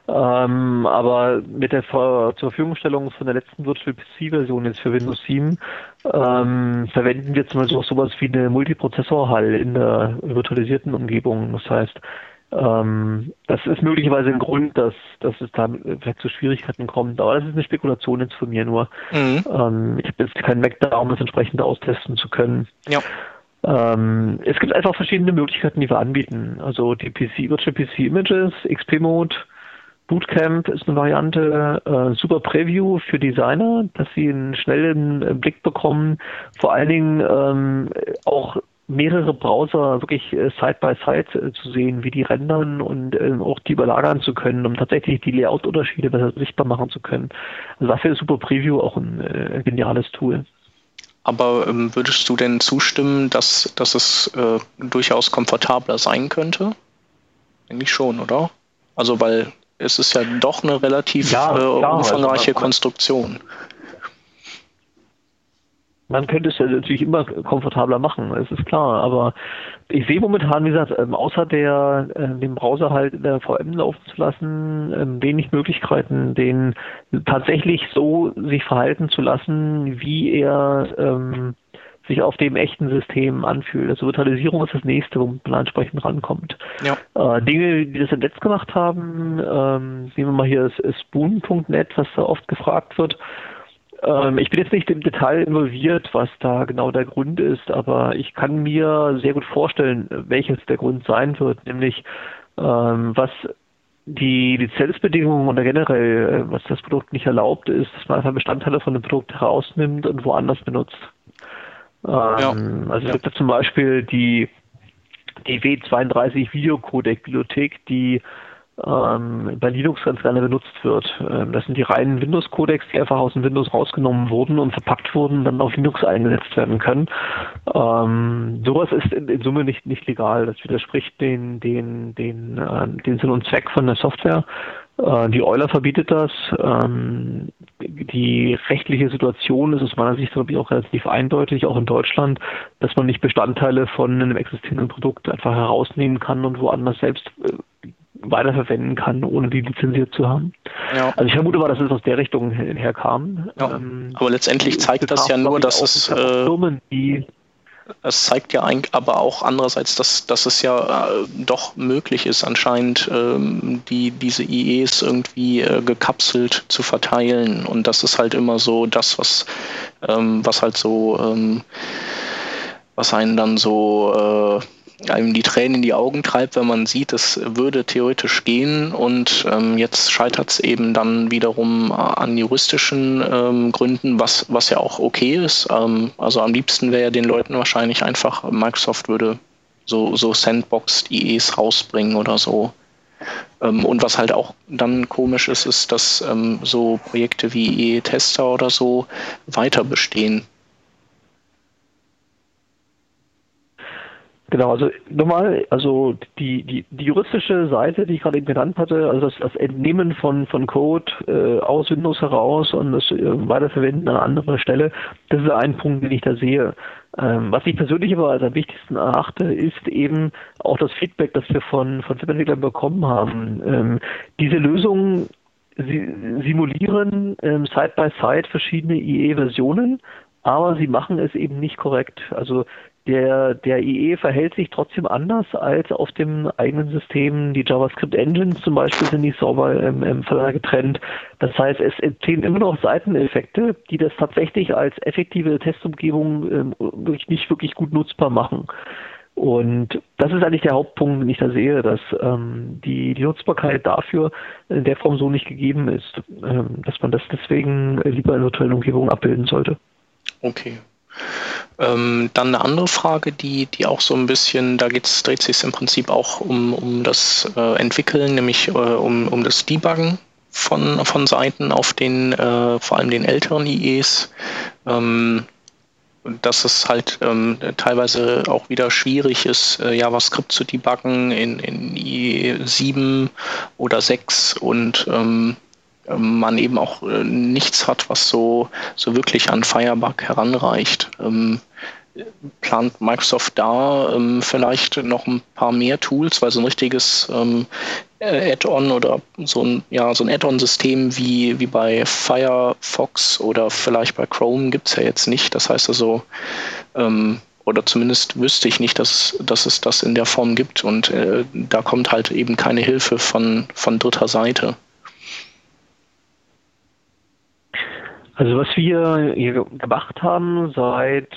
Aber mit der zur Verfügungstellung von der letzten Virtual PC-Version jetzt für Windows 7 verwenden wir zum Beispiel auch sowas wie eine Multiprozessor-Hall in der virtualisierten Umgebung. Das heißt, das ist möglicherweise ein Grund, dass es da vielleicht zu Schwierigkeiten kommt. Aber das ist eine Spekulation jetzt von mir nur. Ich habe jetzt keinen Mac da, um das entsprechend austesten zu können. Ja. Es gibt einfach verschiedene Möglichkeiten, die wir anbieten. Also die Virtual PC Images, XP-Mode, Bootcamp ist eine Variante, Super Preview für Designer, dass sie einen schnellen Blick bekommen, vor allen Dingen auch mehrere Browser wirklich Side-by-Side zu sehen, wie die rendern und auch die überlagern zu können, um tatsächlich die Layout-Unterschiede besser sichtbar machen zu können. Also dafür ist Super Preview auch ein geniales Tool. Aber würdest du denn zustimmen, dass es durchaus komfortabler sein könnte? Eigentlich schon, oder? Also weil es ist ja doch eine relativ umfangreiche Konstruktion. Man könnte es ja natürlich immer komfortabler machen, das ist klar, aber ich sehe momentan, wie gesagt, außer dem Browser halt in der VM laufen zu lassen, wenig Möglichkeiten, den tatsächlich so sich verhalten zu lassen, wie er sich auf dem echten System anfühlt. Also Virtualisierung ist das nächste, womit man entsprechend rankommt. Ja. Dinge, die das jetzt gemacht haben, sehen wir mal hier das Spoon.net, was da oft gefragt wird. Ich bin jetzt nicht im Detail involviert, was da genau der Grund ist, aber ich kann mir sehr gut vorstellen, welches der Grund sein wird, nämlich was die Lizenzbedingungen oder generell, was das Produkt nicht erlaubt ist, dass man einfach Bestandteile von dem Produkt herausnimmt und woanders benutzt. Also es gibt ja zum Beispiel die W32 Videocodec-Bibliothek, die bei Linux ganz gerne benutzt wird. Das sind die reinen Windows-Codecs, die einfach aus dem Windows rausgenommen wurden und verpackt wurden und dann auf Linux eingesetzt werden können. Sowas ist in Summe nicht legal. Das widerspricht den Sinn und Zweck von der Software. Die Euler verbietet das. Die rechtliche Situation ist aus meiner Sicht, glaube ich, auch relativ eindeutig, auch in Deutschland, dass man nicht Bestandteile von einem existierenden Produkt einfach herausnehmen kann und woanders selbst weiterverwenden kann, ohne die lizenziert zu haben. Ja. Also ich vermute mal, dass es aus der Richtung herkam. Ja. Aber letztendlich zeigt das ja nur, dass es es zeigt ja eigentlich aber auch andererseits, dass es ja doch möglich ist, anscheinend diese IEs irgendwie gekapselt zu verteilen. Und das ist halt immer so das, was halt so, was einen dann so einem die Tränen in die Augen treibt, wenn man sieht, es würde theoretisch gehen und jetzt scheitert es eben dann wiederum an juristischen Gründen, was ja auch okay ist. Also am liebsten wäre ja den Leuten wahrscheinlich einfach, Microsoft würde so Sandboxed IEs rausbringen oder so. Und was halt auch dann komisch ist, ist, dass so Projekte wie IE-Tester oder so weiter bestehen. Genau, also nochmal, also die juristische Seite, die ich gerade eben genannt hatte, also das Entnehmen von Code aus Windows heraus und das Weiterverwenden an anderer Stelle, das ist ein Punkt, den ich da sehe. Was ich persönlich aber als am wichtigsten erachte, ist eben auch das Feedback, das wir von Webentwicklern bekommen haben. Diese Lösungen simulieren Side by Side verschiedene IE-Versionen, aber sie machen es eben nicht korrekt. Also der IE verhält sich trotzdem anders als auf dem eigenen System. Die JavaScript-Engines zum Beispiel sind nicht sauber voneinander getrennt. Das heißt, es entstehen immer noch Seiteneffekte, die das tatsächlich als effektive Testumgebung nicht wirklich gut nutzbar machen. Und das ist eigentlich der Hauptpunkt, den ich da sehe, dass die Nutzbarkeit dafür in der Form so nicht gegeben ist, dass man das deswegen lieber in virtuellen Umgebungen abbilden sollte. Okay. Dann eine andere Frage, die auch so ein bisschen, dreht sich es im Prinzip auch um das Entwickeln, nämlich um das Debuggen von Seiten auf den, vor allem den älteren IEs. Dass es halt teilweise auch wieder schwierig ist, JavaScript zu debuggen in IE 7 oder 6 und man eben auch nichts hat, was so wirklich an Firebug heranreicht. Plant Microsoft da vielleicht noch ein paar mehr Tools, weil so ein richtiges Add-on oder so ein Add-on-System wie bei Firefox oder vielleicht bei Chrome gibt es ja jetzt nicht. Das heißt also, oder zumindest wüsste ich nicht, dass es das in der Form gibt und da kommt halt eben keine Hilfe von dritter Seite. Also was wir hier gemacht haben, seit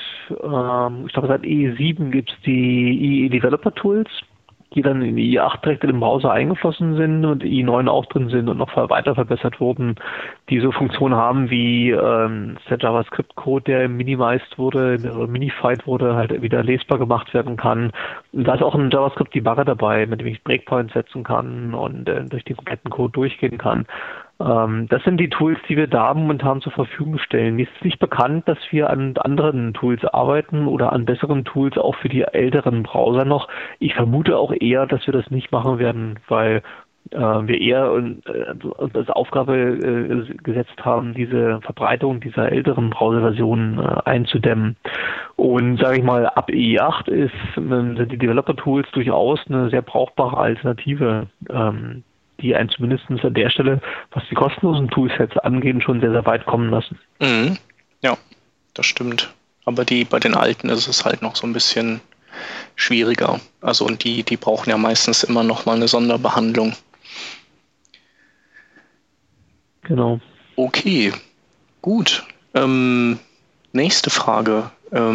IE7 gibt es die IE Developer Tools, die dann in die IE8 direkt in den Browser eingeflossen sind und IE9 auch drin sind und noch weiter verbessert wurden, die so Funktionen haben wie der JavaScript-Code, der minimized wurde, oder minified wurde, halt wieder lesbar gemacht werden kann. Und da ist auch ein JavaScript-Debugger dabei, mit dem ich Breakpoints setzen kann und durch den kompletten Code durchgehen kann. Das sind die Tools, die wir da momentan zur Verfügung stellen. Mir ist nicht bekannt, dass wir an anderen Tools arbeiten oder an besseren Tools auch für die älteren Browser noch. Ich vermute auch eher, dass wir das nicht machen werden, weil wir eher uns als Aufgabe gesetzt haben, diese Verbreitung dieser älteren Browser-Versionen einzudämmen. Und sage ich mal, ab IE8 sind die Developer-Tools durchaus eine sehr brauchbare Alternative, die einen zumindest an der Stelle, was die kostenlosen Toolsets angeht, schon sehr, sehr weit kommen lassen. Mhm. Ja, das stimmt. Aber bei den alten ist es halt noch so ein bisschen schwieriger. Also und die brauchen ja meistens immer noch mal eine Sonderbehandlung. Genau. Okay, gut. Nächste Frage.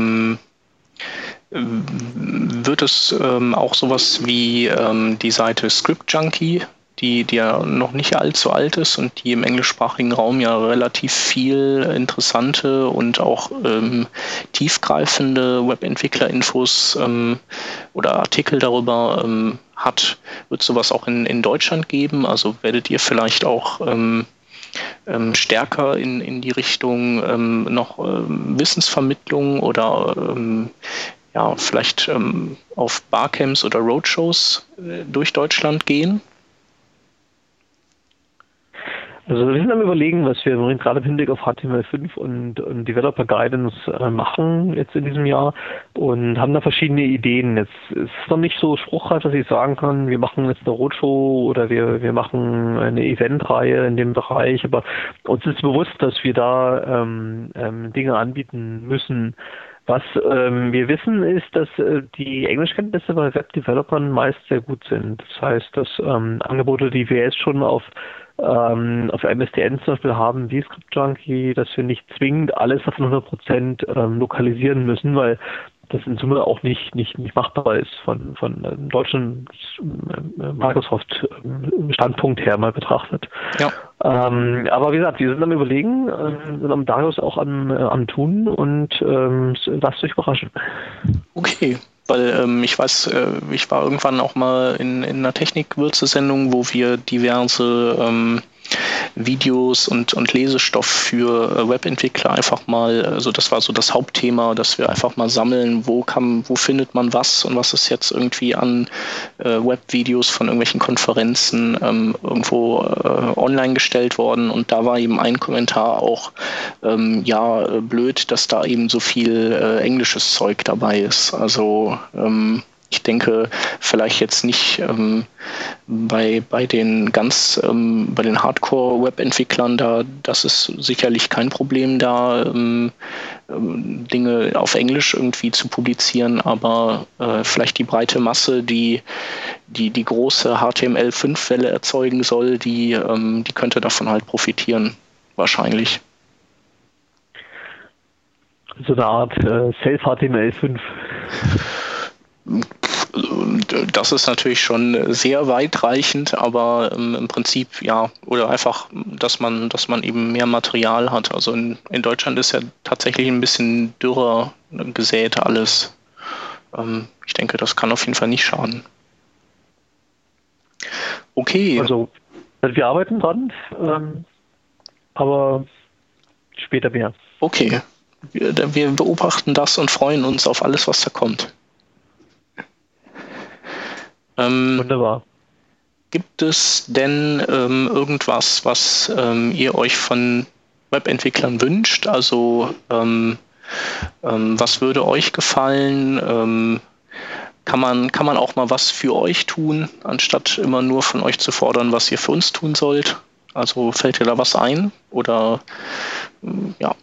Wird es auch sowas wie die Seite Script Junkie, die ja noch nicht allzu alt ist und die im englischsprachigen Raum ja relativ viel interessante und auch tiefgreifende Webentwickler-Infos oder Artikel darüber hat, wird sowas auch in Deutschland geben? Also werdet ihr vielleicht auch stärker in die Richtung noch Wissensvermittlung oder ja, vielleicht auf Barcamps oder Roadshows durch Deutschland gehen? Also wir sind am Überlegen, was wir gerade im Hinblick auf HTML5 und Developer Guidance machen jetzt in diesem Jahr und haben da verschiedene Ideen. Jetzt ist es noch nicht so spruchreif, dass ich sagen kann, wir machen jetzt eine Roadshow oder wir machen eine Eventreihe in dem Bereich, aber uns ist bewusst, dass wir da Dinge anbieten müssen. Was wir wissen ist, dass die Englischkenntnisse bei Webdevelopern meist sehr gut sind. Das heißt, dass Angebote, die wir jetzt schon auf MSDN zum Beispiel haben, wie Script Junkie, dass wir nicht zwingend alles auf 100% lokalisieren müssen, weil das in Summe auch nicht machbar ist von deutschen Microsoft-Standpunkt her mal betrachtet. Ja. Aber wie gesagt, wir sind am Überlegen, sind am Darius auch am Tun und lasst euch überraschen. Okay. Weil ich weiß, ich war irgendwann auch mal in einer Technikwürze-Sendung, wo wir diverse Videos und Lesestoff für Webentwickler einfach mal, also das war so das Hauptthema, dass wir einfach mal sammeln, wo findet man was und was ist jetzt irgendwie an Webvideos von irgendwelchen Konferenzen irgendwo online gestellt worden, und da war eben ein Kommentar auch, blöd, dass da eben so viel englisches Zeug dabei ist. Also ich denke, vielleicht jetzt nicht bei den bei den Hardcore-Web-Entwicklern, das ist sicherlich kein Problem, da Dinge auf Englisch irgendwie zu publizieren, aber vielleicht die breite Masse, die große HTML5-Welle erzeugen soll, die könnte davon halt profitieren, wahrscheinlich. So eine Art Self-HTML5. Das ist natürlich schon sehr weitreichend, aber im Prinzip ja, oder einfach, dass man eben mehr Material hat. Also in Deutschland ist ja tatsächlich ein bisschen dürrer gesät alles. Ich denke, das kann auf jeden Fall nicht schaden. Okay. Also wir arbeiten dran, aber später mehr. Okay. Wir beobachten das und freuen uns auf alles, was da kommt. Wunderbar. Gibt es denn irgendwas, was ihr euch von Webentwicklern wünscht? Also was würde euch gefallen? Kann man auch mal was für euch tun, anstatt immer nur von euch zu fordern, was ihr für uns tun sollt? Also fällt dir da was ein? Oder ja.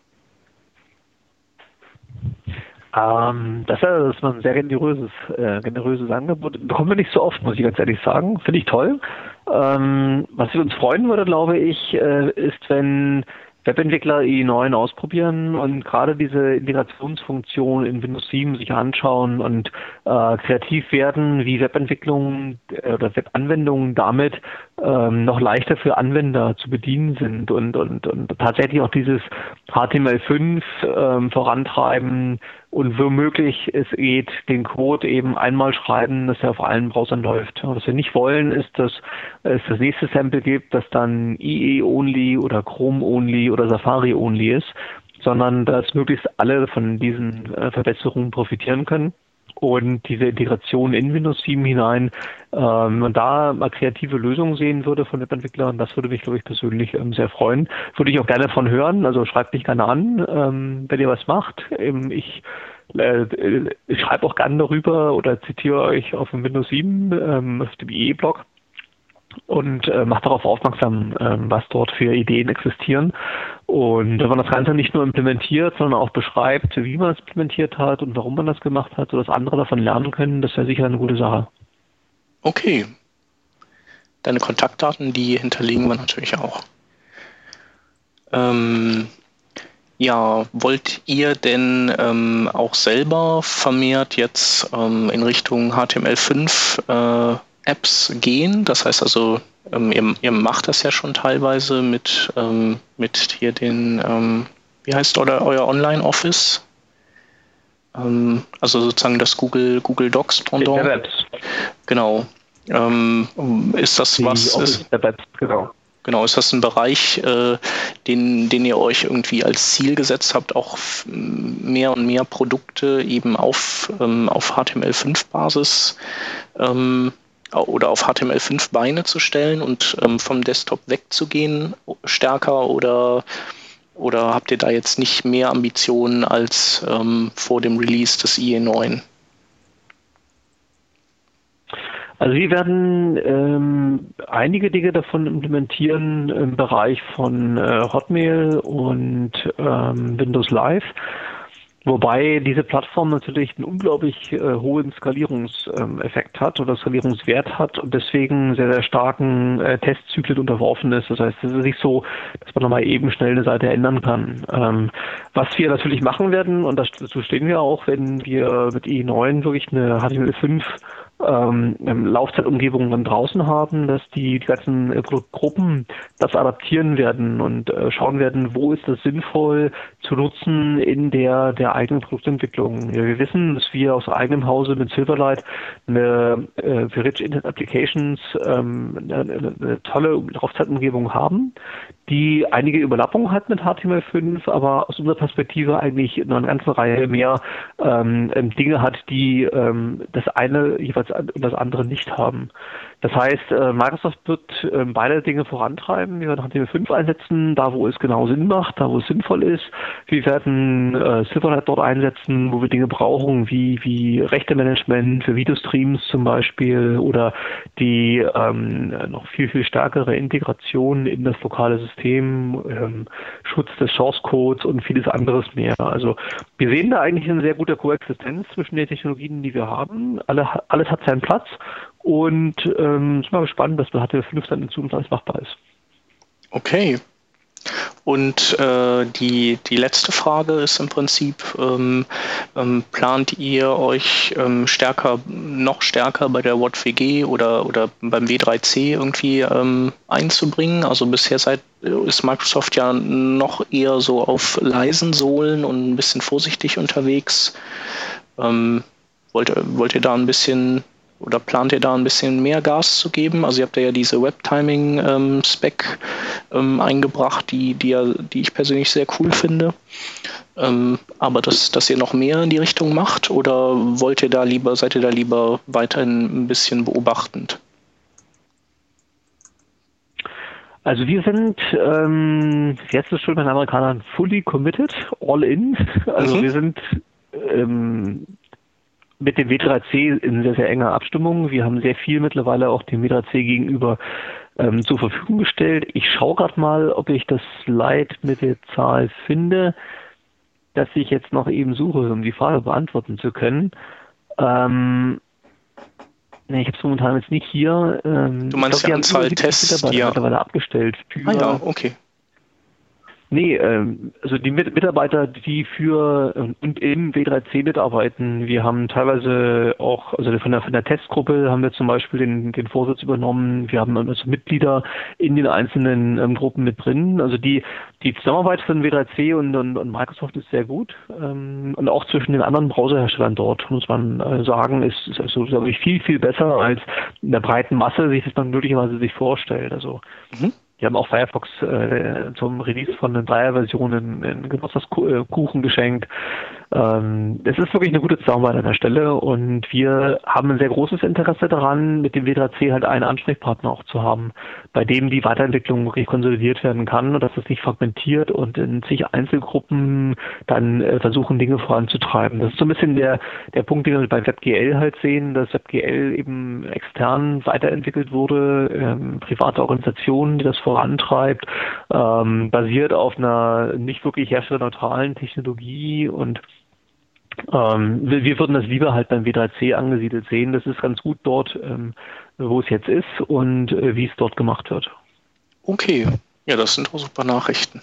Das ist ein sehr generöses Angebot. Bekommen wir nicht so oft, muss ich ganz ehrlich sagen. Finde ich toll. Was wir uns freuen würde, glaube ich, ist, wenn Webentwickler IE9 ausprobieren und gerade diese Integrationsfunktion in Windows 7 sich anschauen und kreativ werden, wie Webentwicklung oder Webanwendungen damit noch leichter für Anwender zu bedienen sind und tatsächlich auch dieses HTML5 vorantreiben und womöglich es geht, den Code eben einmal schreiben, dass er auf allen Browsern läuft. Was wir nicht wollen, ist, dass es das nächste Sample gibt, das dann IE-only oder Chrome-only oder Safari-only ist, sondern dass möglichst alle von diesen Verbesserungen profitieren können. und diese Integration in Windows 7 hinein, wenn man da mal kreative Lösungen sehen würde von Webentwicklern, das würde mich, glaube ich, persönlich sehr freuen. Würde ich auch gerne von hören, also schreibt mich gerne an, wenn ihr was macht. Ich schreibe auch gerne darüber oder zitiere euch auf dem Windows 7, auf dem IE-Blog und macht darauf aufmerksam, was dort für Ideen existieren. Und wenn man das Ganze nicht nur implementiert, sondern auch beschreibt, wie man es implementiert hat und warum man das gemacht hat, sodass andere davon lernen können, das wäre sicher eine gute Sache. Okay. Deine Kontaktdaten, die hinterlegen wir natürlich auch. Ja, wollt ihr denn auch selber vermehrt jetzt in Richtung HTML5 Apps gehen? Das heißt also, ihr macht das ja schon teilweise mit hier den, wie heißt euer Online-Office? Also sozusagen das Google Docs Pendant. Webs. Genau. Ist das was? Genau. Genau, ist das ein Bereich, den ihr euch irgendwie als Ziel gesetzt habt, auch mehr und mehr Produkte eben auf HTML5-Basis oder auf HTML5-Beine zu stellen und vom Desktop wegzugehen stärker oder habt ihr da jetzt nicht mehr Ambitionen als vor dem Release des IE9? Also wir werden einige Dinge davon implementieren im Bereich von Hotmail und Windows Live, wobei diese Plattform natürlich einen unglaublich hohen Skalierungseffekt hat oder Skalierungswert hat und deswegen sehr, sehr starken Testzyklen unterworfen ist. Das heißt, es ist nicht so, dass man nochmal eben schnell eine Seite ändern kann. Was wir natürlich machen werden, und dazu stehen wir auch, wenn wir mit IE9 wirklich eine HTML5 Laufzeitumgebungen dann draußen haben, dass die ganzen Produktgruppen das adaptieren werden und schauen werden, wo ist das sinnvoll zu nutzen in der eigenen Produktentwicklung. Ja, wir wissen, dass wir aus eigenem Hause mit Silverlight für Rich Internet Applications eine tolle Laufzeitumgebung haben, die einige Überlappungen hat mit HTML5, aber aus unserer Perspektive eigentlich noch eine ganze Reihe mehr Dinge hat, die das eine jeweils und das andere nicht haben. Das heißt, Microsoft wird beide Dinge vorantreiben. Wir werden HTML5 einsetzen, da wo es genau Sinn macht, da wo es sinnvoll ist. Wir werden Silverlight dort einsetzen, wo wir Dinge brauchen, wie Rechtemanagement für Videostreams zum Beispiel oder die noch viel, viel stärkere Integration in das lokale System, Schutz des Source Codes und vieles anderes mehr. Also wir sehen da eigentlich eine sehr gute Koexistenz zwischen den Technologien, die wir haben. Alles hat seinen Platz. Und sind mal gespannt, dass bei HTML5 dann in Zukunft alles machbar ist. Okay. Und die letzte Frage ist im Prinzip, plant ihr euch noch stärker bei der WattWG oder beim W3C irgendwie einzubringen? Also bisher ist Microsoft ja noch eher so auf leisen Sohlen und ein bisschen vorsichtig unterwegs. Wollt ihr da ein bisschen oder plant ihr da ein bisschen mehr Gas zu geben? Also ihr habt ja diese Web-Timing-Spec eingebracht, die ich persönlich sehr cool finde. Aber dass ihr noch mehr in die Richtung macht oder seid ihr da lieber weiterhin ein bisschen beobachtend? Also wir sind, jetzt ist schon bei den Amerikanern fully committed, all in. Also wir sind mit dem W3C in sehr, sehr enger Abstimmung. Wir haben sehr viel mittlerweile auch dem W3C gegenüber zur Verfügung gestellt. Ich schaue gerade mal, ob ich das Slide mit der Zahl finde, das ich jetzt noch eben suche, um die Frage beantworten zu können. Ich habe es momentan jetzt nicht hier. Du meinst die Anzahl Tests, die mittlerweile abgestellt. Ja, okay. Nee, also die Mitarbeiter, die für und im W3C mitarbeiten, wir haben teilweise auch, also von der Testgruppe haben wir zum Beispiel den Vorsitz übernommen, wir haben also Mitglieder in den einzelnen Gruppen mit drin. Also die Zusammenarbeit von W3C und Microsoft ist sehr gut und auch zwischen den anderen Browserherstellern dort, muss man sagen, ist also, glaube ich, viel, viel besser, als in der breiten Masse sich das dann möglicherweise sich vorstellt. Also wir haben auch Firefox zum Release von den 3er-Versionen einen Geburtstagskuchen geschenkt. Es ist wirklich eine gute Zusammenarbeit an der Stelle und wir haben ein sehr großes Interesse daran, mit dem W3C halt einen Ansprechpartner auch zu haben, bei dem die Weiterentwicklung wirklich konsolidiert werden kann und dass es nicht fragmentiert und in zig Einzelgruppen dann versuchen, Dinge voranzutreiben. Das ist so ein bisschen der Punkt, den wir bei WebGL halt sehen, dass WebGL eben extern weiterentwickelt wurde, private Organisationen, die das vorantreibt, basiert auf einer nicht wirklich herstellerneutralen Technologie und wir würden das lieber halt beim W3C angesiedelt sehen. Das ist ganz gut dort, wo es jetzt ist und wie es dort gemacht wird. Okay, ja, das sind auch super Nachrichten.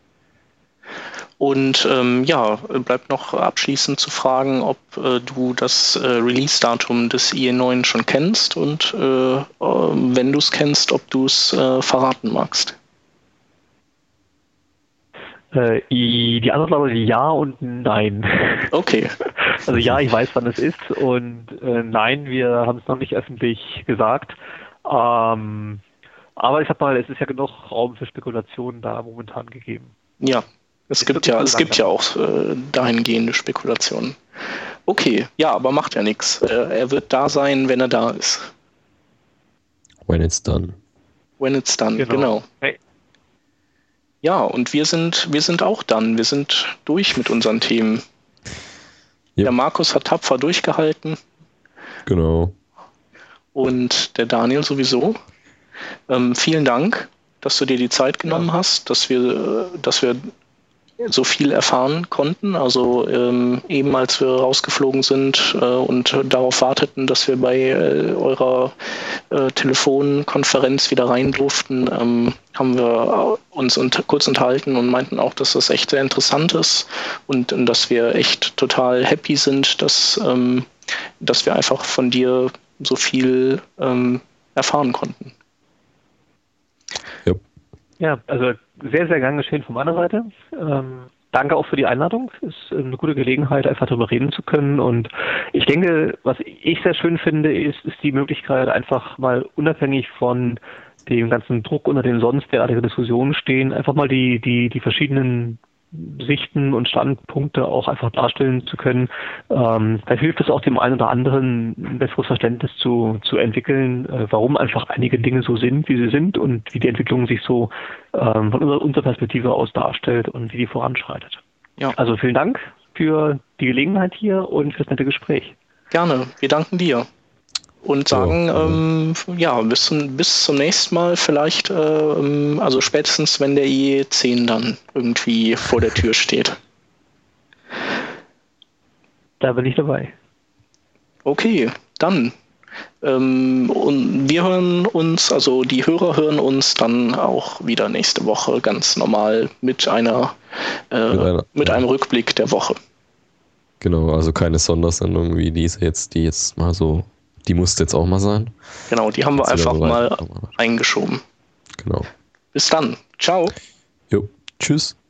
Und bleibt noch abschließend zu fragen, ob du das Release-Datum des IE9 schon kennst und wenn du es kennst, ob du es verraten magst. Die Antwort lautet ja und nein. Okay. Also ja, ich weiß, wann es ist und nein, wir haben es noch nicht öffentlich gesagt. Aber ich sag mal, es ist ja genug Raum für Spekulationen da momentan gegeben. Ja, es gibt ja auch dahingehende Spekulationen. Okay, ja, aber macht ja nichts. Er wird da sein, wenn er da ist. When it's done. When it's done, genau. Hey. Ja, und wir sind auch dann. Wir sind durch mit unseren Themen. Ja. Der Markus hat tapfer durchgehalten. Genau. Und der Daniel sowieso. Vielen Dank, dass du dir die Zeit genommen hast, dass wir so viel erfahren konnten. Also eben als wir rausgeflogen sind und darauf warteten, dass wir bei eurer Telefonkonferenz wieder rein durften, haben wir uns kurz unterhalten und meinten auch, dass das echt sehr interessant ist und dass wir echt total happy sind, dass wir einfach von dir so viel erfahren konnten. Ja, also sehr, sehr gern geschehen von meiner Seite. Danke auch für die Einladung. Es ist eine gute Gelegenheit, einfach darüber reden zu können. Und ich denke, was ich sehr schön finde, ist die Möglichkeit, einfach mal unabhängig von dem ganzen Druck, unter dem sonst derartige Diskussionen stehen, einfach mal die verschiedenen Sichten und Standpunkte auch einfach darstellen zu können. Da hilft es auch dem einen oder anderen, ein besseres Verständnis zu entwickeln, warum einfach einige Dinge so sind, wie sie sind und wie die Entwicklung sich so von unserer Perspektive aus darstellt und wie die voranschreitet. Ja. Also vielen Dank für die Gelegenheit hier und für das nette Gespräch. Gerne, wir danken dir. Und sagen, bis zum nächsten Mal vielleicht, also spätestens, wenn der IE10 dann irgendwie vor der Tür steht. Da bin ich dabei. Okay, dann. Und wir hören uns, also die Hörer hören uns dann auch wieder nächste Woche ganz normal mit einem Rückblick der Woche. Genau, also keine Sondersendung wie die jetzt mal so. Die musste jetzt auch mal sein. Genau, die haben wir einfach mal eingeschoben. Genau. Bis dann. Ciao. Jo, tschüss.